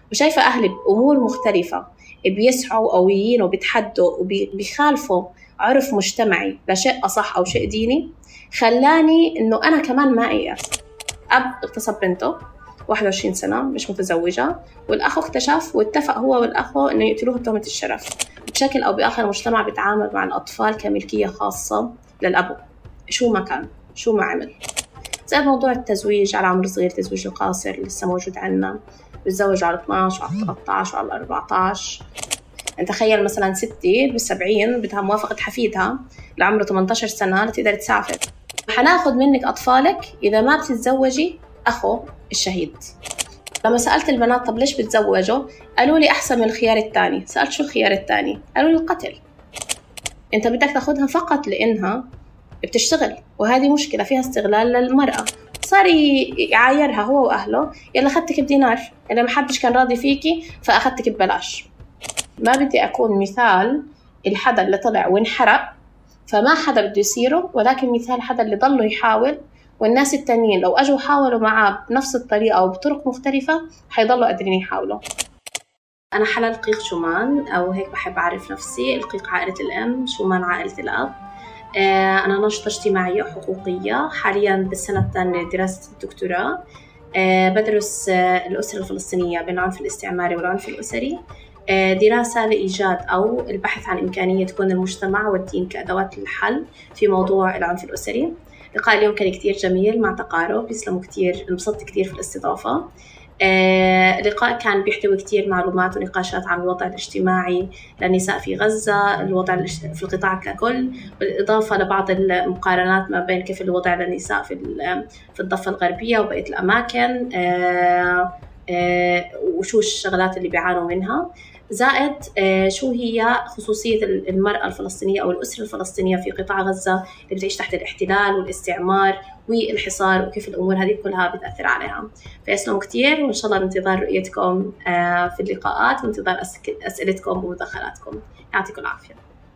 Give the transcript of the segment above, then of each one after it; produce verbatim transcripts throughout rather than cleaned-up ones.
وشايفة أهلي بأمور مختلفة بيسعوا قويين وبيتحدوا وبيخالفوا عرف مجتمعي لشيء أصح أو شيء ديني، خلاني إنه أنا كمان ما أيأس. أب اغتصب بنته واحد وعشرين سنة مش متزوجة، والأخ اكتشف واتفق هو والأخو إنه يقتلوه بتهمة الشرف. بشكل أو بآخر المجتمع بيتعامل مع الأطفال كملكية خاصة للأبو شو ما كان شو ما عمل. زي موضوع التزويج على عمر صغير، تزويج القاصر لسه موجود عنا، بتزوجوا على اثنا عشر وعلى ثلاثة عشر وعلى أربعة عشر. انت تخيل مثلا ستي بالسبعين بدها موافقة حفيدها لعمره ثمانية عشر سنة لتقدر تسافر. حناخد منك أطفالك إذا ما بتتزوجي أخو الشهيد. لما سألت البنات طب ليش بتزوجوا، قالوا لي أحسن من الخيار الثاني. سألت شو الخيار الثاني، قالوا لي القتل. انت بدك تاخدها فقط لأنها بتشتغل، وهذه مشكلة فيها استغلال للمرأة. صار يعايرها هو وأهله، يلا أخذتك بدينار، يلا ما حدش كان راضي فيكي فأخذتك ببلاش. ما بدي أكون مثال الحدا اللي طلع وانحرق فما حدا بده يصيره، ولكن مثال حدا اللي ضلوا يحاول، والناس التانيين لو أجوا حاولوا معاه بنفس الطريقة أو بطرق مختلفة حيضلوا قادرين يحاولوا. أنا حلا القيق شومان، أو هيك بحب أعرف نفسي. القيق عائلة الأم، شومان عائلة الأب. أنا ناشطة اجتماعية حقوقية، حالياً بالسنة الثانية دراسة الدكتوراه. بدرس الأسرة الفلسطينية بين العنف الاستعماري والعنف الأسري، دراسة لإيجاد أو البحث عن إمكانية تكون المجتمع والدين كأدوات للحل في موضوع العنف الأسري. لقاء اليوم كان كتير جميل مع تقارب، يسلموا كتير، انبسطت كتير في الاستضافة. آه، اللقاء كان بيحتوي كتير معلومات ونقاشات عن الوضع الاجتماعي للنساء في غزة، الوضع في القطاع ككل، بالإضافة لبعض المقارنات ما بين كيف الوضع للنساء في في الضفة الغربية وبقية الأماكن، آه، آه، وشو الشغلات اللي بيعانوا منها، زائد شو هي خصوصية المرأة الفلسطينية أو الأسرة الفلسطينية في قطاع غزة اللي بتعيش تحت الاحتلال والاستعمار والحصار، وكيف الأمور هذه كلها بتأثر عليها. فيسلموا كتير، وإن شاء الله بانتظار رؤيتكم في اللقاءات وانتظار أسئلتكم ومداخلاتكم. يعطيكم العافية.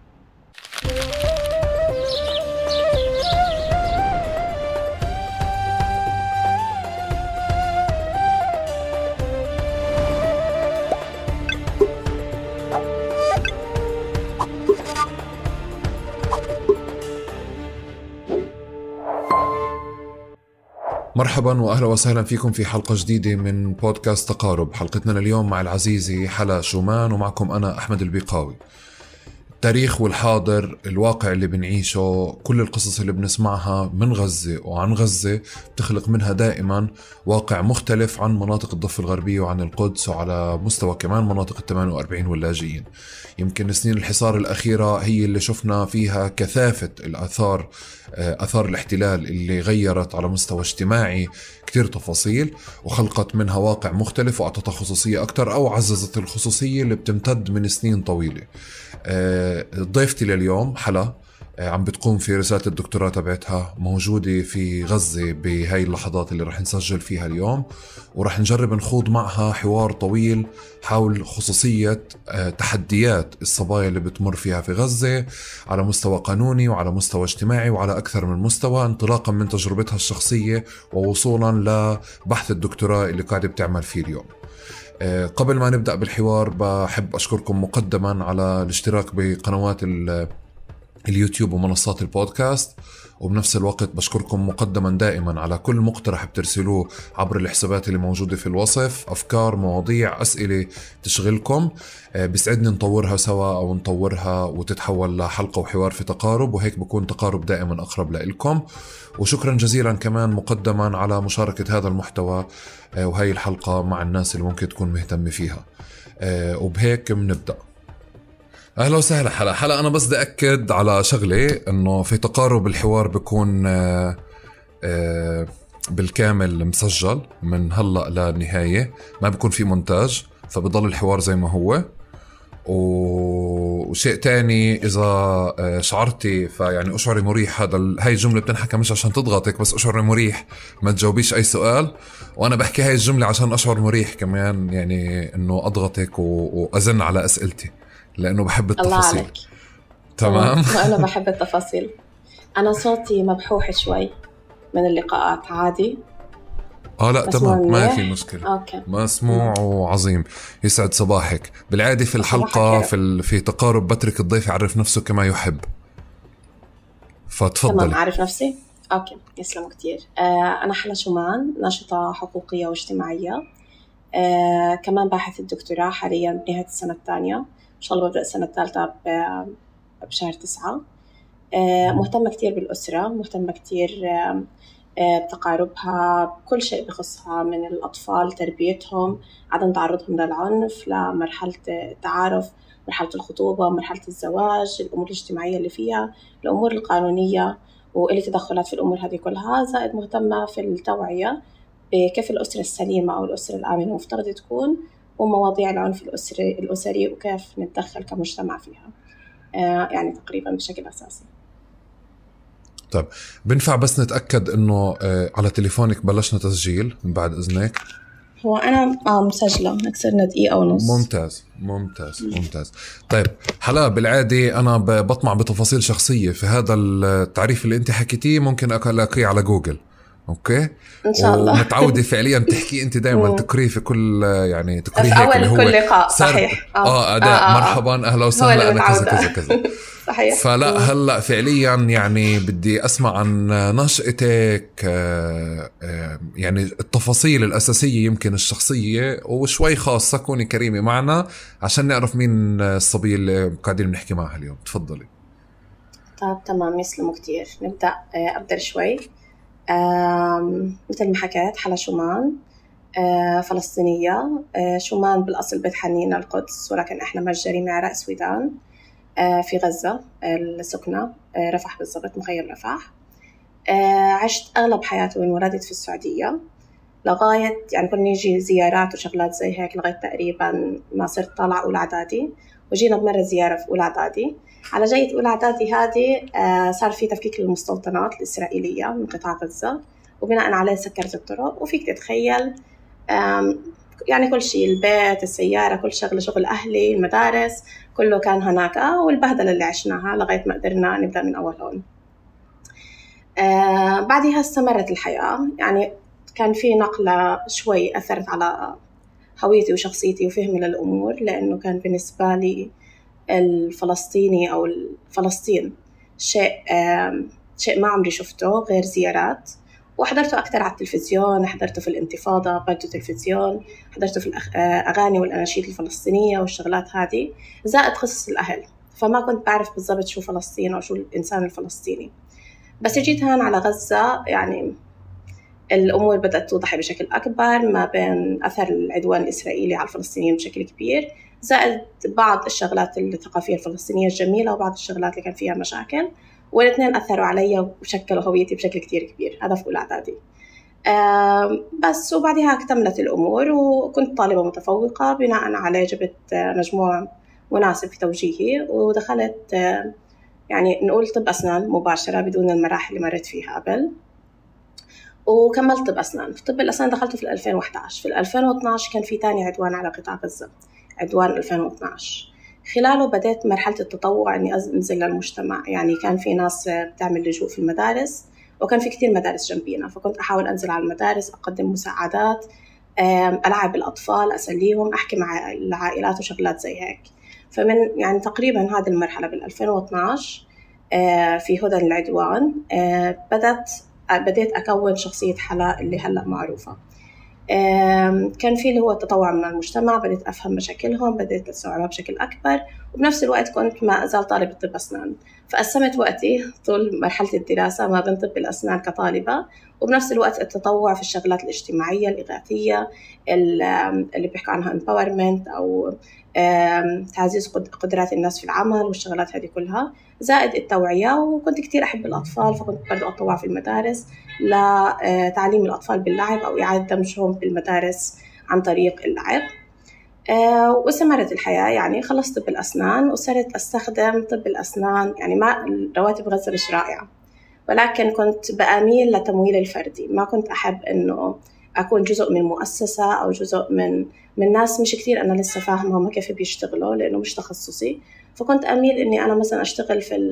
مرحبا وأهلا وسهلا فيكم في حلقة جديدة من بودكاست تقارب. حلقتنا اليوم مع العزيزة حلا شومان، ومعكم أنا أحمد البيقاوي. التاريخ والحاضر، الواقع اللي بنعيشه، كل القصص اللي بنسمعها من غزة وعن غزة بتخلق منها دائما واقع مختلف عن مناطق الضفة الغربية وعن القدس، وعلى مستوى كمان مناطق الثمانية وأربعين واللاجئين. يمكن سنين الحصار الأخيرة هي اللي شفنا فيها كثافة الآثار، آثار الاحتلال اللي غيرت على مستوى اجتماعي كتير تفاصيل وخلقت منها واقع مختلف وأعطتها خصوصية أكتر أو عززت الخصوصية اللي بتمتد من سنين طويلة. ضيفتي لليوم حلا عم بتقوم في رسالة الدكتوراه تبعتها، موجودة في غزة بهاي اللحظات اللي رح نسجل فيها اليوم، ورح نجرب نخوض معها حوار طويل حول خصوصية تحديات الصبايا اللي بتمر فيها في غزة على مستوى قانوني وعلى مستوى اجتماعي وعلى أكثر من مستوى، انطلاقا من تجربتها الشخصية ووصولا لبحث للدكتوراه اللي قاعدة بتعمل فيه اليوم. قبل ما نبدأ بالحوار بحب أشكركم مقدما على الاشتراك بقنوات اليوتيوب ومنصات البودكاست، وبنفس الوقت بشكركم مقدما دائما على كل مقترح بترسلوه عبر الحسابات اللي موجودة في الوصف، أفكار، مواضيع، أسئلة تشغلكم، بيسعدني نطورها سوا أو نطورها وتتحول لحلقة وحوار في تقارب، وهيك بكون تقارب دائما أقرب لإلكم. وشكرا جزيلا كمان مقدما على مشاركة هذا المحتوى وهي الحلقة مع الناس اللي ممكن تكون مهتمة فيها. وبهيك بنبدأ. أهلا وسهلا حلا. حلا أنا بس بدي أكد على شغلة، إنه في تقارب الحوار بيكون بالكامل مسجل من هلأ للنهاية، ما بيكون في مونتاج، فبضل الحوار زي ما هو. وشيء تاني، إذا شعرتي فيعني أشعري مريح، هذا هاي الجملة بتنحكى مش عشان تضغطك، بس أشعري مريح ما تجاوبيش أي سؤال، وأنا بحكي هاي الجملة عشان أشعر مريح كمان، يعني إنه أضغطك وأزن على أسئلتي لأنه بحب التفاصيل. تمام. وأنا بحب التفاصيل. أنا صوتي مبحوح شوي من اللقاءات، عادي. اه لا تمام، ما في مشكلة. أوكي. مسموع وعظيم. يسعد صباحك. بالعادة في الحلقة في ال... في تقارب بترك الضيف يعرف نفسه كما يحب، فتفضلي. تمام، أعرف نفسي. أوكي، يسلم كتير. آه أنا حلا شومان، ناشطة حقوقية واجتماعية، آه كمان باحث الدكتوراه حاليا بنهاية السنة الثانية، إن شاء الله ببدأ السنة الثالثة بشهر تسعة. آه مهتمة كتير بالأسرة، مهتمة كتير آه بتقاربها، بكل شيء بخصها من الأطفال، تربيتهم، عدم تعرضهم للعنف، لمرحلة التعارف، مرحلة الخطوبة، مرحلة الزواج، الأمور الاجتماعية اللي فيها، الأمور القانونية، وإلي تدخلات في الأمور هذه كلها. زائد مهتمة في التوعية بكيف الأسرة السليمة أو الأسرة الآمنة مفترض تكون، ومواضيع العنف الأسري, الأسري وكيف نتدخل كمجتمع فيها. آه يعني تقريبا بشكل أساسي. طيب بنفع بس نتأكد إنه آه على تليفونك بلشنا تسجيل من بعد إذنك؟ هو أنا آه مسجلة، نكسرنا دقيقة ونص. ممتاز ممتاز ممتاز. طيب حلا، بالعادة أنا بطمع بتفاصيل شخصية في هذا التعريف اللي أنت حكيتيه، ممكن ألاقيه على جوجل. أوكي إن شاء الله. ومتعودة فعليا تحكي أنت دائما تقري في كل يعني تقري في هيك أول هو كل لقاء. صحيح. آه, آه أداء آه آه مرحبا أهلا وسهلا أنا كذا كذا كذا. صحيح. فلا هلأ فعليا يعني بدي أسمع عن نشأتك، آه آه يعني التفاصيل الأساسية يمكن الشخصية وشوي خاصة، كوني كريمة معنا عشان نعرف مين الصبية اللي قاعدين بنحكي معها اليوم. تفضلي. طيب تمام، يسلموا كتير. نبدأ آه أبدأ شوي. مثل ما حكيت، حلا شومان، آه فلسطينية. آه شومان بالأصل بيت حنين القدس، ولكن إحنا متجرين عراق سويدان، آه في غزة السكنة، آه رفح بالضبط، مخيم رفح. آه عشت أغلب حياتي وانولدت في السعودية لغاية يعني كنا نيجي زيارات وشغلات زي هيك لغاية تقريبا ما صرت طالعة أولى إعدادي، وجينا بمرة زيارة في أولى إعدادي. على جاية أولى إعدادي هذه آه صار في تفكيك للمستوطنات الإسرائيلية من قطاع غزة، وبناء عليه سكرت الطرق. وفيك تتخيل يعني كل شيء، البيت، السيارة، كل شغلة، شغل أهلي، المدارس، كله كان هناك، والبهدلة اللي عشناها لغاية ما قدرنا نبدأ من أول هون. آه بعدها استمرت الحياة، يعني كان في نقلة شوي أثرت على هويتي وشخصيتي وفهمي للأمور، لأنه كان بالنسبة لي الفلسطيني أو فلسطين شيء آه شيء ما عمري شفته غير زيارات، وحضرته أكثر على التلفزيون، حضرته في الانتفاضة برضو تلفزيون، حضرته في الأغاني والأناشيد الفلسطينية والشغلات هذه، زائد قصص الأهل. فما كنت بعرف بالضبط شو فلسطين أو شو الإنسان الفلسطيني. بس جيت هون على غزة، يعني الأمور بدأت توضح بشكل أكبر ما بين أثر العدوان الإسرائيلي على الفلسطينيين بشكل كبير، زائد بعض الشغلات الثقافية الفلسطينية الجميلة وبعض الشغلات اللي كان فيها مشاكل، والاثنين أثروا علي وشكلوا هويتي بشكل كتير كبير. هذا في أولى إعدادي. بس وبعدها اكتملت الأمور، وكنت طالبة متفوقة، بناء عليه جبت مجموع مناسب في توجيهي ودخلت يعني نقول طب أسنان مباشرة بدون المراحل اللي مرت فيها قبل، وكملت طب أسنان. في طب الأسنان دخلت في ألفين وإحدى عشر. في ألفين واثني عشر كان في تاني عدوان على قطاع غزة، عدوان ألفين واثني عشر. خلاله بدأت مرحلة التطوع إني أنزل للمجتمع، يعني كان في ناس بتعمل لجوء في المدارس، وكان في كتير مدارس جنبينا، فكنت أحاول أنزل على المدارس، أقدم مساعدات، ألعب الأطفال، أسليهم، أحكي مع العائلات وشغلات زي هيك. فمن يعني تقريبا هذه المرحلة بال2012 في هدى العدوان بدأت بديت أكون شخصية حلا اللي هلأ معروفة. كان في اللي هو التطوع مع المجتمع، بديت أفهم مشاكلهم، بديت أستوعبها بشكل أكبر، وبنفس الوقت كنت ما أزال طالبة طب أسنان، فقسمت وقتي طول مرحلة الدراسة ما بين طب الأسنان كطالبة وبنفس الوقت التطوع في الشغلات الاجتماعية الإغاثية اللي بيحكوا عنها empowerment أو تعزيز قدرات الناس في العمل والشغلات هذه كلها، زائد التوعية. وكنت كتير أحب الأطفال، فكنت برضو أتطوع في المدارس لتعليم الأطفال باللعب أو إعادة دمجهم بالمدارس عن طريق اللعب. واستمرت الحياة، يعني خلصت طب الأسنان وصرت أستخدم طب الأسنان، يعني ما رواتب غزة مش رائعة، ولكن كنت بأميل لتمويل الفردي، ما كنت أحب إنه أكون جزء من مؤسسة أو جزء من من ناس مش كتير أنا لسه فاهمة هم كيف بيشتغلوا، لأنه مش تخصصي. فكنت أميل إني أنا مثلا أشتغل في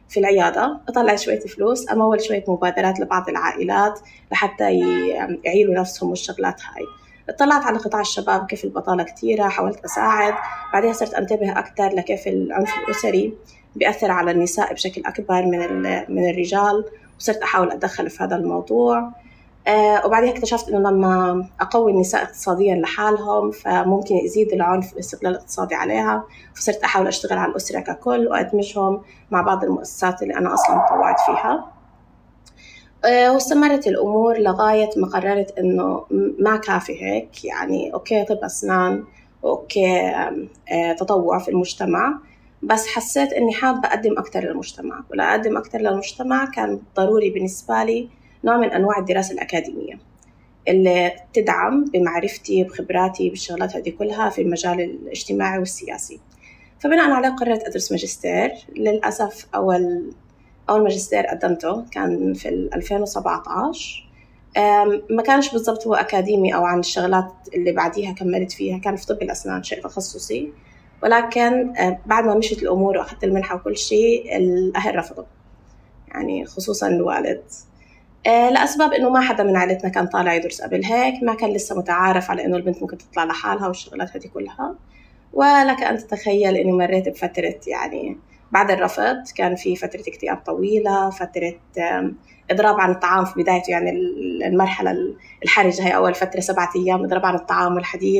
في العيادة، أطلع شوية فلوس، أمول شوية مبادرات لبعض العائلات لحتى يعيلوا نفسهم والشغلات هاي. اطلعت على قطاع الشباب كيف البطالة كتيرة، حاولت أساعد. بعدها صرت أنتبه أكتر لكيف العنف الأسري بيأثر على النساء بشكل أكبر من من الرجال، وصرت أحاول أتدخل في هذا الموضوع. أه وبعدها اكتشفت إنه لما أقوي النساء اقتصاديا لحالهم فممكن يزيد العنف والاستغلال الاقتصادي عليها، فصرت أحاول أشتغل على الأسرة ككل وأدمجهم مع بعض المؤسسات اللي أنا أصلا طوعت فيها. أه واستمرت الأمور لغاية ما قررت إنه ما كافي هيك، يعني أوكي طب أسنان وأوكي أه تطوع في المجتمع، بس حسيت إني حابة أقدم أكتر للمجتمع، ولا أقدم أكتر للمجتمع كان ضروري بالنسبة لي نوع من أنواع الدراسة الأكاديمية اللي تدعم بمعرفتي بخبراتي بالشغلات هذه كلها في المجال الاجتماعي والسياسي. فبناء عليه قررت أدرس ماجستير. للأسف أول أول ماجستير قدمته كان في ألفين وسبعة عشر، ما كانش بالضبط هو أكاديمي أو عن الشغلات اللي بعديها كملت فيها، كان في طب الأسنان شيء تخصصي، ولكن بعد ما مشيت الأمور وأخذت المنحة وكل شيء الأهل رفضوا، يعني خصوصا الوالد، لأسباب إنه ما حدا من عائلتنا كان طالع يدرس قبل هيك، ما كان لسه متعارف على إنه البنت ممكن تطلع لحالها والشغلات هذه كلها. ولك أن تتخيل إني مريت بفترة، يعني بعد الرفض كان في فترة اكتئاب طويلة، فترة إضراب عن الطعام في بدايته، يعني المرحلة الحرجة هي أول فترة سبعة أيام إضراب عن الطعام والحديث.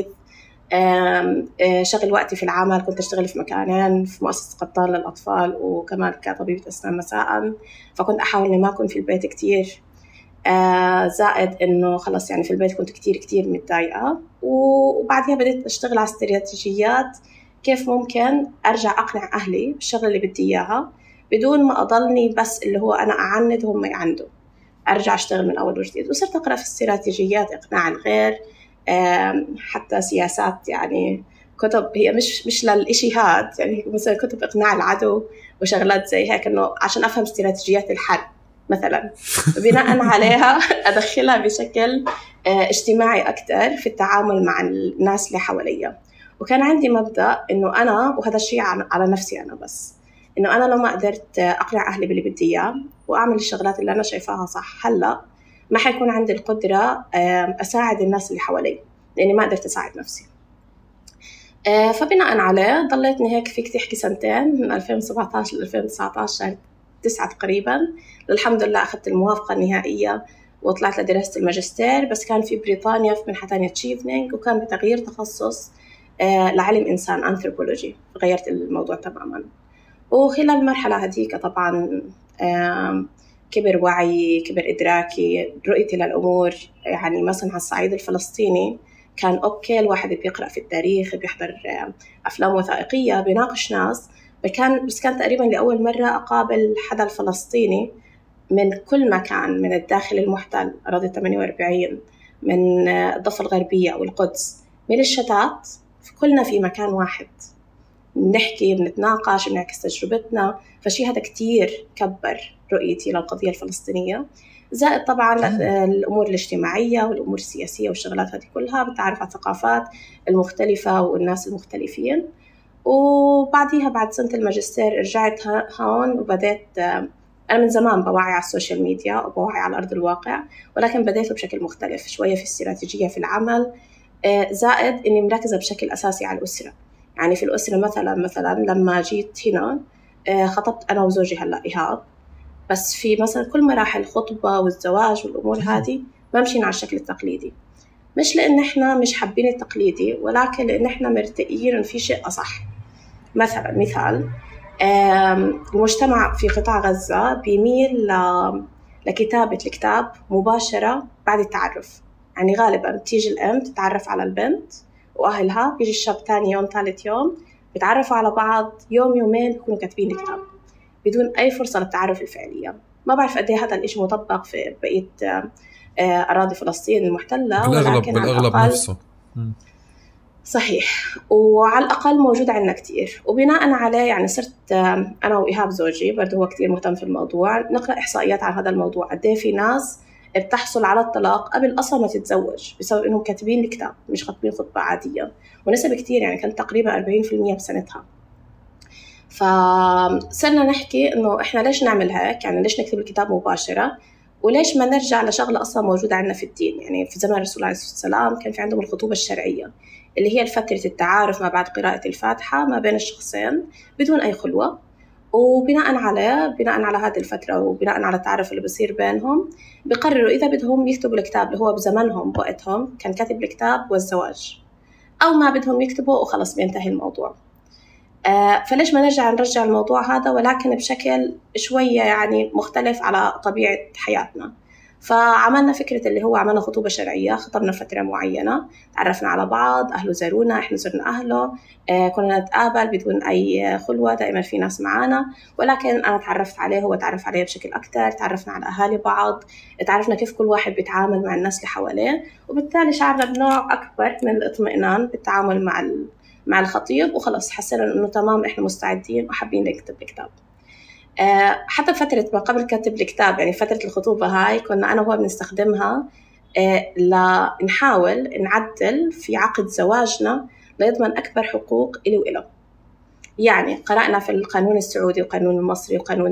شغل وقتي في العمل، كنت أشتغل في مكانين، في مؤسسة قطان للأطفال وكمان كطبيبة أسنان مساء، فكنت أحاول إني ما أكون في البيت كتير. زائد إنه خلص يعني في البيت كنت كتير كتير متضايقة. وبعدها بديت أشتغل على استراتيجيات كيف ممكن أرجع أقنع أهلي بالشغل اللي بدي إياها بدون ما أضلني بس اللي هو أنا أعند وهم يعندوا، أرجع أشتغل من أول وجديد. وصرت أقرأ في استراتيجيات إقناع الغير، حتى سياسات، يعني كتب هي مش مش للإشي هاد، يعني مثلا كتب إقناع العدو وشغلات زي هيك، إنه عشان أفهم استراتيجيات الحرب مثلا، بناء عليها أدخلها بشكل اجتماعي أكتر في التعامل مع الناس اللي حواليا. وكان عندي مبدأ إنه أنا، وهذا الشيء على نفسي أنا بس، إنه أنا لما قدرت أقنع أهلي باللي بدي إياه وأعمل الشغلات اللي أنا شايفاها صح هلأ، ما حيكون عندي القدرة أساعد الناس اللي حوالي، لأني ما قدرت أساعد نفسي. فبناء عليه ضليتني هيك فيك تحكي سنتين، من ألفين وسبعة عشر ل ألفين وتسعة عشر، شهر تسعة تقريبا. الحمد لله أخذت الموافقة النهائية وطلعت لدراسة الماجستير، بس كان في بريطانيا في منحة تانية تشيفنينج، وكان بتغيير تخصص لعلم إنسان أنثروبولوجي، غيرت الموضوع تماما. وخلال المرحلة هذيك طبعا كبر وعي، كبر إدراكي، رؤيتي للأمور. يعني مثلا على الصعيد الفلسطيني كان أوكي الواحد بيقرأ في التاريخ، بيحضر أفلام وثائقية، بيناقش ناس، كان بس كان تقريبا لأول مرة أقابل حدا الفلسطيني من كل مكان، من الداخل المحتل أراضي ثمانية وأربعين، من الضفة الغربية والقدس، من الشتات، كلنا في مكان واحد بنحكي، بنتناقش، بنعكس تجربتنا. فشي هذا كتير كبر رؤيتي للقضية الفلسطينية. زائد طبعا الأمور الاجتماعية والأمور السياسية والشغلات هذه كلها، بتعرف على الثقافات المختلفة والناس المختلفين. وبعديها بعد سنة الماجستير رجعت هون وبدأت، أنا من زمان بوعي على السوشيال ميديا وبوعي على أرض الواقع، ولكن بدأت بشكل مختلف شوية في استراتيجية في العمل، زائد إني مركزة بشكل أساسي على الأسرة. يعني في الأسرة مثلا مثلا لما جيت هنا خطبت أنا وزوجي هلأ إيهاب، بس في مثلا كل مراحل الخطبة والزواج والأمور هذه ما مشينا على الشكل التقليدي، مش لأن إحنا مش حابين التقليدي، ولكن لأن إحنا مرتئين إن في شيء أصح. مثلا مثال، المجتمع في قطاع غزة بيميل لكتابة الكتاب مباشرة بعد التعرف. يعني غالبا بتيجي الأم تتعرف على البنت وأهلها، بيجي الشاب تاني يوم ثالث يوم بيتعرفوا على بعض، يوم يومين بيكونوا كاتبين الكتاب بدون أي فرصة للتعرف الفعلية. ما بعرف قد إيه هذا الإشي مطبق في بقية أراضي فلسطين المحتلة، بالأغلب بالأغلب نفسه صحيح، وعلى الأقل موجود عندنا كتير. وبناء عليه يعني صرت أنا وإيهاب زوجي برضه هو كتير مهتم في الموضوع، نقرأ إحصائيات عن هذا الموضوع، قد إيه في ناس بتحصل على الطلاق قبل أصلا ما تتزوج بسبب إنهم كاتبين الكتاب مش خطبين خطبة عادية، ونسبة كتير يعني كانت تقريبا أربعين بالمية بسنتها. فصرنا نحكي إنه إحنا ليش نعمل هيك، يعني ليش نكتب الكتاب مباشرة، وليش ما نرجع لشغلة أصلا موجودة عندنا في الدين. يعني في زمن الرسول عليه الصلاة والسلام كان في عندهم الخطوبة الشرعية اللي هي فترة التعارف ما بعد قراءة الفاتحة ما بين الشخصين بدون أي خلوة، وبناء على بناء على هذه الفترة وبناء على التعارف اللي بصير بينهم بيقرروا إذا بدهم يكتبوا الكتاب اللي هو بزمنهم بوقتهم كان كاتب الكتاب والزواج، أو ما بدهم يكتبوا وخلص بينتهي الموضوع. آه فليش ما نرجع نرجع الموضوع هذا ولكن بشكل شوية يعني مختلف على طبيعة حياتنا. فعملنا فكرة اللي هو عملنا خطوبة شرعية، خطبنا فترة معينة، تعرفنا على بعض، أهله زارونا، إحنا زرنا أهله، آه كنا نتقابل بدون أي خلوة، دائما في ناس معانا، ولكن أنا تعرفت عليه هو تعرف عليه بشكل أكتر، تعرفنا على أهالي بعض، تعرفنا كيف كل واحد بيتعامل مع الناس اللي حواليه، وبالتالي شعرنا بنوع أكبر من الاطمئنان بالتعامل مع ال مع الخطيب، وخلص حسنا إنه تمام إحنا مستعدين وحابين نكتب الكتاب. أه حتى فترة ما قبل كتب الكتاب يعني فترة الخطوبة هاي كنا أنا وهو بنستخدمها أه لنحاول نعدل في عقد زواجنا ليضمن أكبر حقوق إلي وإله. يعني قرأنا في القانون السعودي والقانون المصري والقانون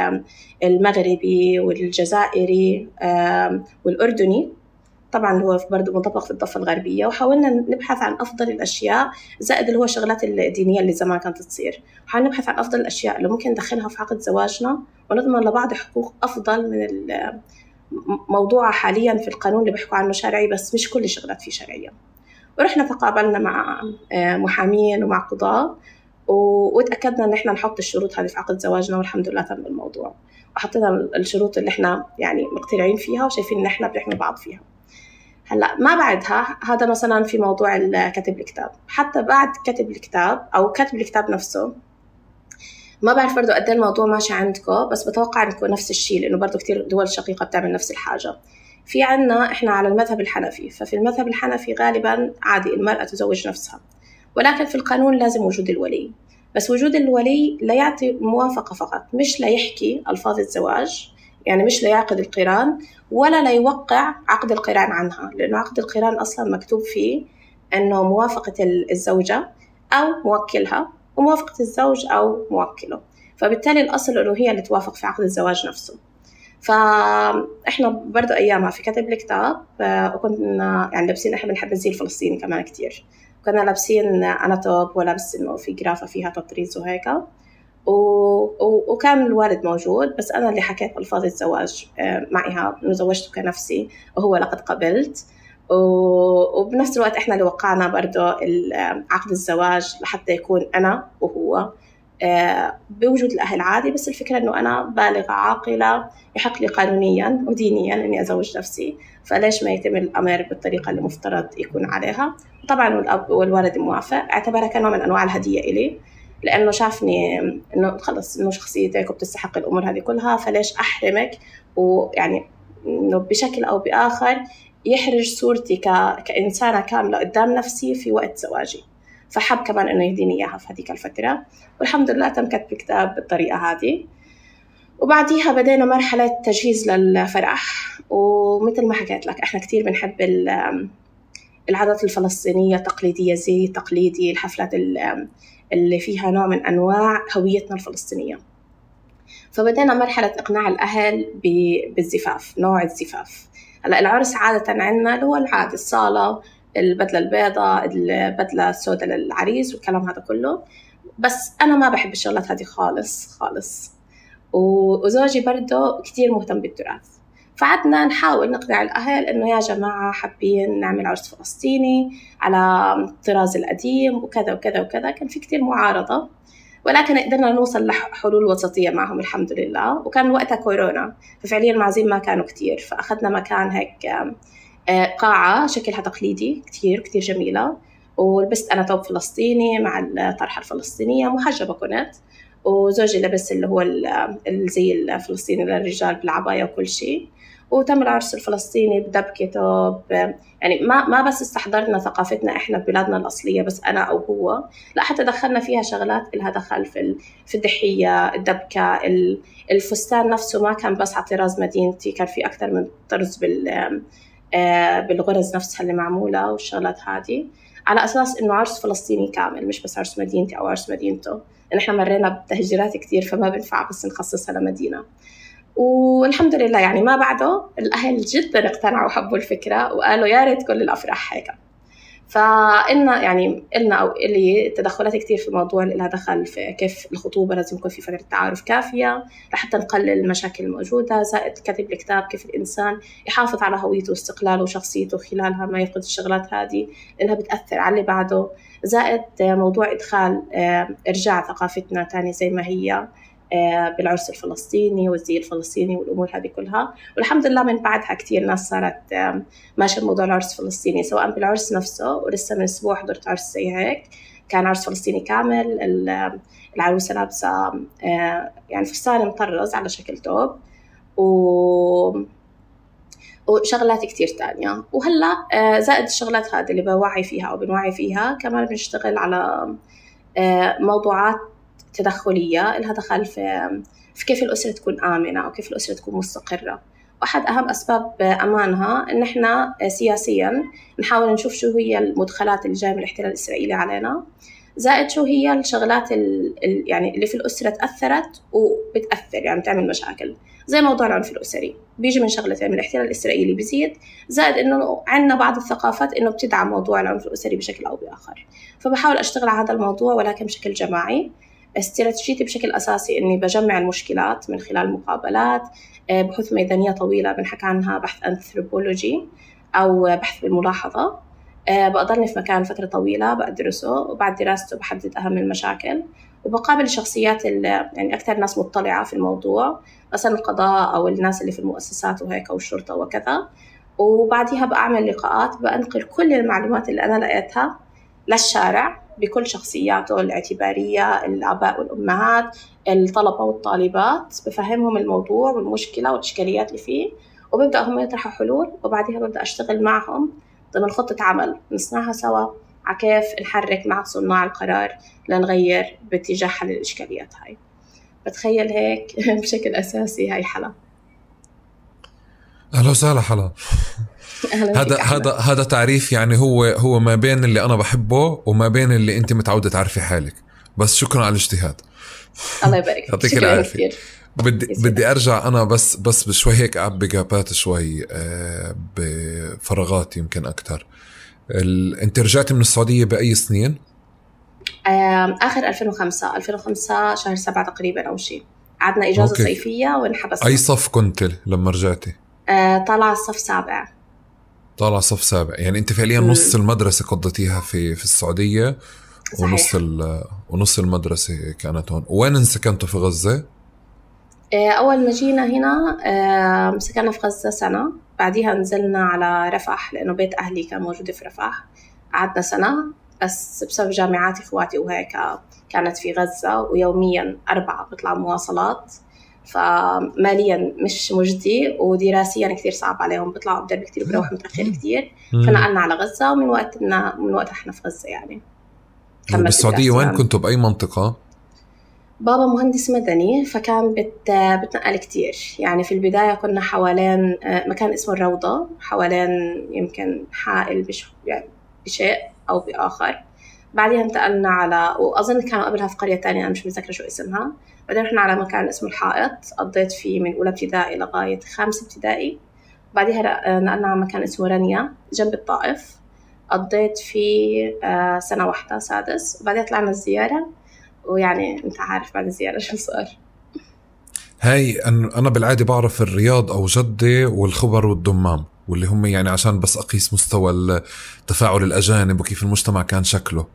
المغربي والجزائري أه والأردني، طبعاً هو برضو منطبق في الضفة الغربية، وحاولنا نبحث عن أفضل الأشياء زائد اللي هو شغلات الدينية اللي زمان كانت تصير، حاولنا نبحث عن أفضل الأشياء اللي ممكن ندخلها في عقد زواجنا ونضمن لبعض حقوق أفضل من الموضوع حالياً في القانون اللي بيحكوا عنه شرعي بس مش كل شغلات فيه شرعية. ورحنا تقابلنا مع محامين ومع قضاء وتأكدنا إن إحنا نحط الشروط هذه في عقد زواجنا، والحمد لله تم الموضوع وحطينا الشروط اللي إحنا يعني مقتنعين فيها وشايفين إن إحنا بنحمي بعض فيها. هلا ما بعدها هذا مثلا في موضوع كتب الكتاب، حتى بعد كتب الكتاب او كتب الكتاب نفسه ما بعرف برضو قد ايه الموضوع ماشي عندكم، بس بتوقع انكم نفس الشيء لانه برضو كتير دول شقيقة بتعمل نفس الحاجة. في عنا احنا على المذهب الحنفي، ففي المذهب الحنفي غالبا عادي المرأة تزوج نفسها، ولكن في القانون لازم وجود الولي، بس وجود الولي لا يعطي موافقة فقط، مش لا يحكي ألفاظ الزواج، يعني مش لا يعقد القران ولا لا يوقع عقد القران عنها، لأنه عقد القران أصلا مكتوب فيه أنه موافقة الزوجة أو موكلها وموافقة الزوج أو موكله، فبالتالي الأصل أنه هي اللي توافق في عقد الزواج نفسه. فإحنا برضو أيامها في كتب الكتاب وكنا يعني لابسين، إحنا بنحب الزي الفلسطيني كمان كتير، كنا لابسين أنا توب ولابس إنه في جرافة فيها تطريز وهيك، و... و... وكان الوالد موجود، بس أنا اللي حكيت ألفاظ الزواج مع إيهاب إنه زوجته كنفسي وهو لقد قبلت، و... وبنفس الوقت إحنا اللي وقعنا برضو عقد الزواج لحتى يكون أنا وهو بوجود الأهل عادي، بس الفكرة إنه أنا بالغة عاقلة يحق لي قانونيا ودينيا إني أزوج نفسي، فليش ما يتم الأمر بالطريقة اللي مفترض يكون عليها. طبعا والأب والوالد موافق، اعتبرها كنوع من أنواع الهدية إلي، لأنه شافني إنه خلص إنه شخصيتك وبتستحق الأمور هذه كلها، فليش أحرمك، ويعني إنه بشكل أو بآخر يحرج صورتي ك... كإنسانة كاملة قدام نفسي في وقت زواجي، فحب كمان إنه يهديني إياها في هذيك الفترة، والحمد لله تم كتب الكتاب بالطريقة هذه. وبعديها بدينا مرحلة تجهيز للفرح، ومثل ما حكيت لك إحنا كتير بنحب العادات الفلسطينية التقليدية، زي تقليدي، الحفلات اللي فيها نوع من أنواع هويتنا الفلسطينية. فبدينا مرحلة إقناع الأهل بالزفاف، نوع الزفاف. هلا العرس عادة عندنا اللي هو العادي، الصالة، البدلة البيضاء، البدلة السوداء للعريس والكلام هذا كله، بس أنا ما بحب الشغلات هذه خالص خالص، وزوجي برضه كتير مهتم بالتراث، فعدنا نحاول نقنع الأهل إنه يا جماعة حابين نعمل عرس فلسطيني على الطراز القديم وكذا وكذا وكذا. كان في كتير معارضة، ولكن قدرنا نوصل لحلول وسطية معهم الحمد لله. وكان وقتها كورونا، ففعليا المعازيم ما كانوا كتير، فأخذنا مكان هيك قاعة شكلها تقليدي كتير كتير جميلة، ولبست أنا توب فلسطيني مع الطرحة الفلسطينية، محجبة كنت، وزوجي لبس اللي هو الزي الفلسطيني للرجال بالعباية وكل شيء. وتم العرس الفلسطيني بدبكة، يعني ما ما بس استحضرنا ثقافتنا إحنا ببلادنا الأصلية بس أنا أو هو، لا حتى دخلنا فيها شغلات إلها دخل في في الضحية، الدبكة، الفستان نفسه ما كان بس على طراز مدينتي، كان في أكثر من طرز بال بالغرز نفسها اللي معمولة والشغلات هذه. على أساس إنه عرس فلسطيني كامل، مش بس عرس مدينتي أو عرس مدينته، لأن إحنا مرينا بتهجيرات كتير فما بنفع بس نخصصها لمدينة. والحمد لله يعني ما بعده الأهل جدا اقتنعوا وحبوا الفكرة وقالوا يا ريت كل الأفراح هيك. فإلنا يعني إلنا أو إلي تدخلات كتير في الموضوع اللي لها دخل في كيف الخطوبة لازم يكون في فترة تعارف كافية لحتى نقلل المشاكل الموجودة، زائد كتب الكتاب كيف الإنسان يحافظ على هويته واستقلاله وشخصيته خلالها ما يفقد الشغلات هذه لأنها بتأثر على اللي بعده، زائد موضوع إدخال إرجاع ثقافتنا تاني زي ما هي بالعرس الفلسطيني والزي الفلسطيني والأمور هذه كلها. والحمد لله من بعدها كتير ناس صارت ماشية بموضوع العرس الفلسطيني، سواء بالعرس نفسه، ولسه من أسبوع حضرت عرس زي هيك كان عرس فلسطيني كامل، العروسة لابسة يعني فستان مطرز على شكل توب و وشغلات كتير تانية. وهلأ زائد الشغلات هذه اللي بوعي فيها أو بنوعي فيها كمان بنشتغل على موضوعات تدخلية لها دخل في في كيف الأسرة تكون آمنة أو كيف الأسرة تكون مستقرة. واحد أهم أسباب أمانها إن إحنا سياسياً نحاول نشوف شو هي المدخلات اللي جاية من الاحتلال الإسرائيلي علينا، زائد شو هي الشغلات يعني اللي في الأسرة تأثرت وبتأثر يعني بتعمل مشاكل، زي موضوع العنف الأسري بيجي من شغلتين، من الاحتلال الإسرائيلي بيزيد، زائد إنه عندنا بعض الثقافات إنه بتدعم موضوع العنف الأسري بشكل أو بآخر. فبحاول أشتغل على هذا الموضوع ولكن بشكل جماعي. استراتيجيتي بشكل أساسي إني بجمع المشكلات من خلال مقابلات، بحوث ميدانية طويلة بنحكي عنها بحث أنثروبولوجي أو بحث بالملاحظة، بقضلني في مكان فترة طويلة بدرسه، وبعد دراسته بحدد أهم المشاكل وبقابل الشخصيات اللي يعني أكثر ناس مطلعة في الموضوع، مثلا القضاء أو الناس اللي في المؤسسات وهيك أو الشرطة وكذا، وبعدها بأعمل لقاءات بأنقل كل المعلومات اللي أنا لقيتها للشارع بكل شخصياته الاعتبارية، الآباء والأمهات، الطلبة والطالبات، بفهمهم الموضوع والمشكلة والإشكاليات اللي فيه، وببدأ هم يطرحوا حلول، وبعدها ببدأ أشتغل معهم ضمن خطة عمل نصنعها سوا على كيف نحرك مع صناع القرار لنغير باتجاه حل الإشكاليات هاي. بتخيل هيك بشكل أساسي هاي حلا. أهلا وسهلا حلا. هذا هذا هذا تعريف يعني هو هو ما بين اللي أنا بحبه وما بين اللي أنت متعودة تعرفي حالك. بس شكرا على الاجتهاد. الله يبارك. يعطيك العافية. بدي بدي أرجع أنا بس بس بشوي هيك أعبي جابات شوي بفراغات يمكن أكتر. أنت رجعتي من السعودية بأي سنين؟ آخر ألفين وخمسة ألفين وخمسة شهر سبعة تقريبا أو شيء. عدنا إجازة أوكي. صيفية ونحبسنا. أي صف كنت لما رجعتي؟ طالعة الصف سابع. طالعة صف سابع، يعني أنت فعليا م. نص المدرسة قضيتيها في في السعودية. صحيح. ونص ونص المدرسة كانت هون. وين سكنتوا في غزة؟ أول ما جينا هنا سكننا في غزة سنة، بعديها نزلنا على رفح لأنه بيت أهلي كان موجود في رفح، قعدنا سنة بس بسبب جامعات إخواتي وهيك كانت في غزة، ويوميا أربعة بطلع مواصلات، فماليا مش مجدي ودراسيا كتير صعب عليهم، بيطلعوا بدرب كتير بروح متأخر كتير، فنقلنا على غزة، ومن وقتنا من وقت احنا في غزة يعني. بالسعودية وين كنتوا بأي منطقة؟ بابا مهندس مدني فكان بت بتنقل كتير، يعني في البداية كنا حوالين مكان اسمه الروضة، حوالين يمكن حائل بش يعني بشيء أو بآخر، بعدها انتقلنا على، وأظن كانوا قبلها في قرية تانية أنا مش متذكرة شو اسمها، بعدين رحنا على مكان اسمه الحائط، قضيت فيه من أولى ابتدائي لغاية خامسة ابتدائي، بعدها نقلنا على مكان اسمه رانيا جنب الطائف، قضيت فيه سنة واحدة سادس، وبعدين طلعنا الزيارة، ويعني أنت عارف بعد الزيارة شو صار. هاي أنا بالعادة بعرف الرياض أو جدة والخبر والدمام، واللي هم يعني عشان بس أقيس مستوى تفاعل الأجانب وكيف المجتمع كان شكله.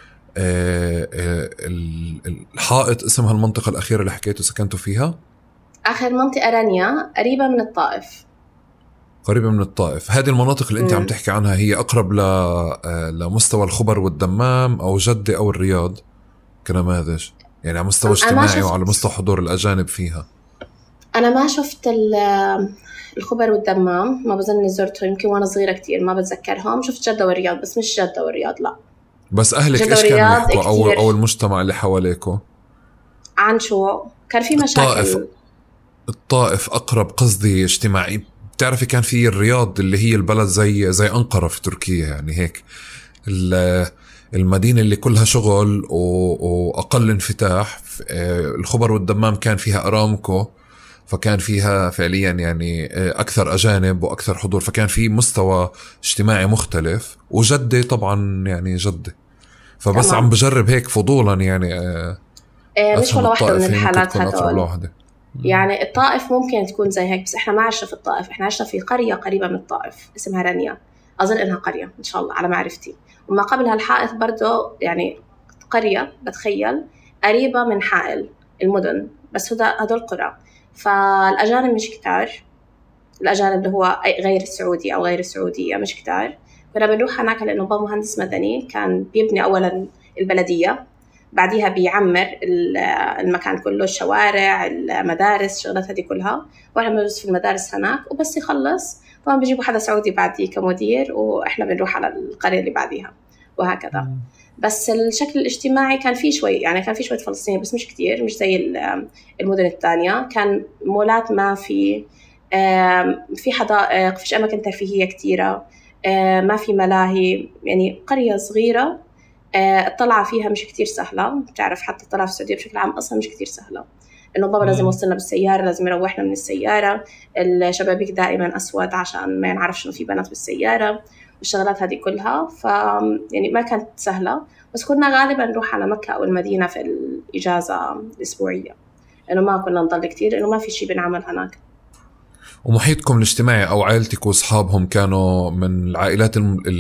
الحائط اسمها المنطقة الأخيرة اللي حكيتوا سكنتوا فيها؟ آخر منطقة رانيا قريبة من الطائف. قريبة من الطائف. هذه المناطق اللي أنت عم تحكي عنها هي أقرب لمستوى الخبر والدمام أو جدة أو الرياض كنماذج، يعني على مستوى اجتماعي وعلى مستوى حضور الأجانب فيها؟ أنا ما شفت الخبر والدمام، ما بظن زرتهم، يمكن وأنا صغيرة كتير ما بتذكرهم. شفت جدة والرياض بس مش جدة والرياض لا. بس أهلك إيش كانوا يحكوا أو أو المجتمع اللي حواليكوا عن شو كان في مشاكل؟ الطائف الطائف أقرب قصدي اجتماعي. بتعرفي كان في الرياض اللي هي البلد زي زي أنقرة في تركيا، يعني هيك المدينة اللي كلها شغل وأقل انفتاح. الخبر والدمام كان فيها أرامكو، فكان فيها فعليا يعني أكثر أجانب وأكثر حضور، فكان في مستوى اجتماعي مختلف. وجدة طبعا يعني جدة، فبس تمام. عم بجرب هيك فضولا يعني إيه مش ولا واحدة من الحالات هدول. يعني الطائف ممكن تكون زي هيك، بس إحنا ما عشنا في الطائف، إحنا عشنا في قرية قريبة من الطائف اسمها رانيا، أظن إنها قرية إن شاء الله على معرفتي. وما قبلها الحائط برضو يعني قرية بتخيل قريبة من حائل المدن، بس هدول قرى. فالأجانب مش كتار، الأجانب اللي هو غير السعودي أو غير السعودية مش كتار. كنا بنروح هناك لأنه بابا مهندس مدني، كان بيبني أولا البلدية، بعديها بيعمر المكان كله، الشوارع المدارس شغلات هذه كلها، وإحنا بندرس في المدارس هناك. وبس يخلص طبعا بيجيبوا حدا سعودي بعديه كمدير، وإحنا بنروح على القرية اللي بعديها وهكذا. بس الشكل الاجتماعي كان فيه شوي، يعني كان فيه شوية فلسطينيين بس مش كتير، مش زي المدن الثانية. كان مولات ما في، في حدائق، فيش أماكن ترفيهية كتيرة، ما في ملاهي، يعني قرية صغيرة. الطلعة فيها مش كتير سهلة، بتعرف حتى الطلعة في السعودية بشكل عام أصلا مش كتير سهلة، إنه بابا لازم يوصلنا بالسيارة، لازم يروحنا من السيارة، الشبابيك دائما أسود عشان ما نعرفش إنه في بنات بالسيارة والشغلات هذه كلها. ف يعني ما كانت سهلة، بس كنا غالبا نروح على مكة أو المدينة في الإجازة الأسبوعية، إنه ما كنا نضل كتير، إنه ما في شيء بنعمل هناك. ومحيطكم الاجتماعي أو عائلتك وأصحابهم كانوا من العائلات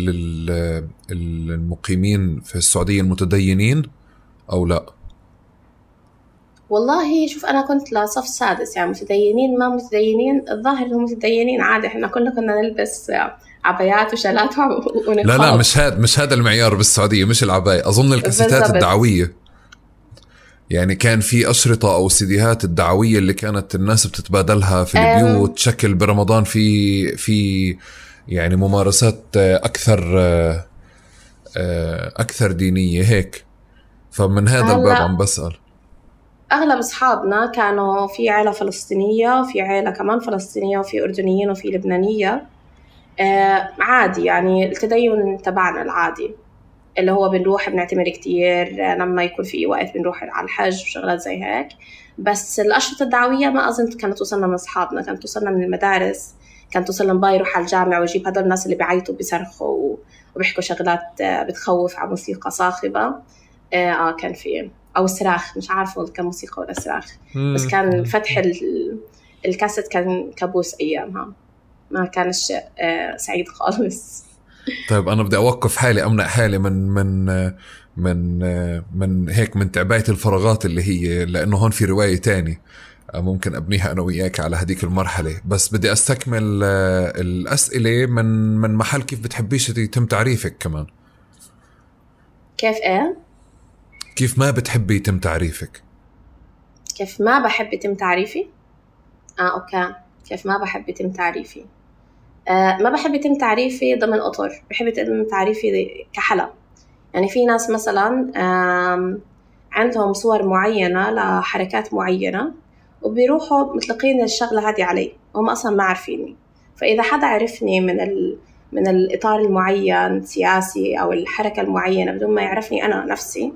المقيمين في السعودية المتدينين أو لا؟ والله شوف، أنا كنت لصف سادس، يعني متدينين ما متدينين، الظاهر إنهم متدينين عادي، إحنا كلنا كنا نلبس عبايات وشالات ونقاب. لا لا مش هذا مش هذا المعيار بالسعودية، مش العباية، أظن الكاسيتات بالزبط. الدعوية، يعني كان في أشرطة أو سيديهات الدعوية اللي كانت الناس بتتبادلها في البيوت، شكل برمضان في في يعني ممارسات أكثر أكثر دينية هيك. فمن هذا الباب عم بسأل. أغلب أصحابنا كانوا في عائلة فلسطينية، وفي عائلة كمان فلسطينية، وفي أردنيين، وفي لبنانية. آه عادي يعني التدين تبعنا العادي، اللي هو بنروح بنعتمر كتير لما يكون في وقت، بنروح على الحج وشغلات زي هيك. بس الأشرطة الدعوية ما أظن كانت توصلنا من أصحابنا، كانت توصلنا من المدارس، كانت توصلنا باي يروح على الجامعة ويجيب هذول الناس اللي بيعيطوا بيصرخوا وبيحكوا شغلات بتخوف على موسيقى صاخبة. آه كان في أو صراخ، مش عارفة كان موسيقى ولا صراخ، بس كان فتح الكاسيت كان كابوس أيامها، ما كانش آه سعيد خالص. طيب أنا بدي أوقف حالي، أمنع حالي من من من من هيك من تعبئة الفراغات اللي هي، لأنه هون في رواية تاني ممكن أبنيها أنا وياك على هديك المرحلة. بس بدي أستكمل الأسئلة من من محل كيف بتحبيش يتم تعريفك كمان. كيف إيه؟ كيف ما بتحبي يتم تعريفك؟ كيف ما بحب يتم تعريفي؟ آه أوكي. كيف ما بحب يتم تعريفي؟ آه ما بحب يتم تعريفي ضمن أطر، بحب يتم تعريفي كحلا. يعني في ناس مثلا عندهم صور معينة لحركات معينة، وبيروحوا مطلقين الشغلة هذه علي، هم أصلا ما عارفيني. فإذا حدا عرفني من ال من الإطار المعين سياسي أو الحركة المعينة بدون ما يعرفني أنا نفسي،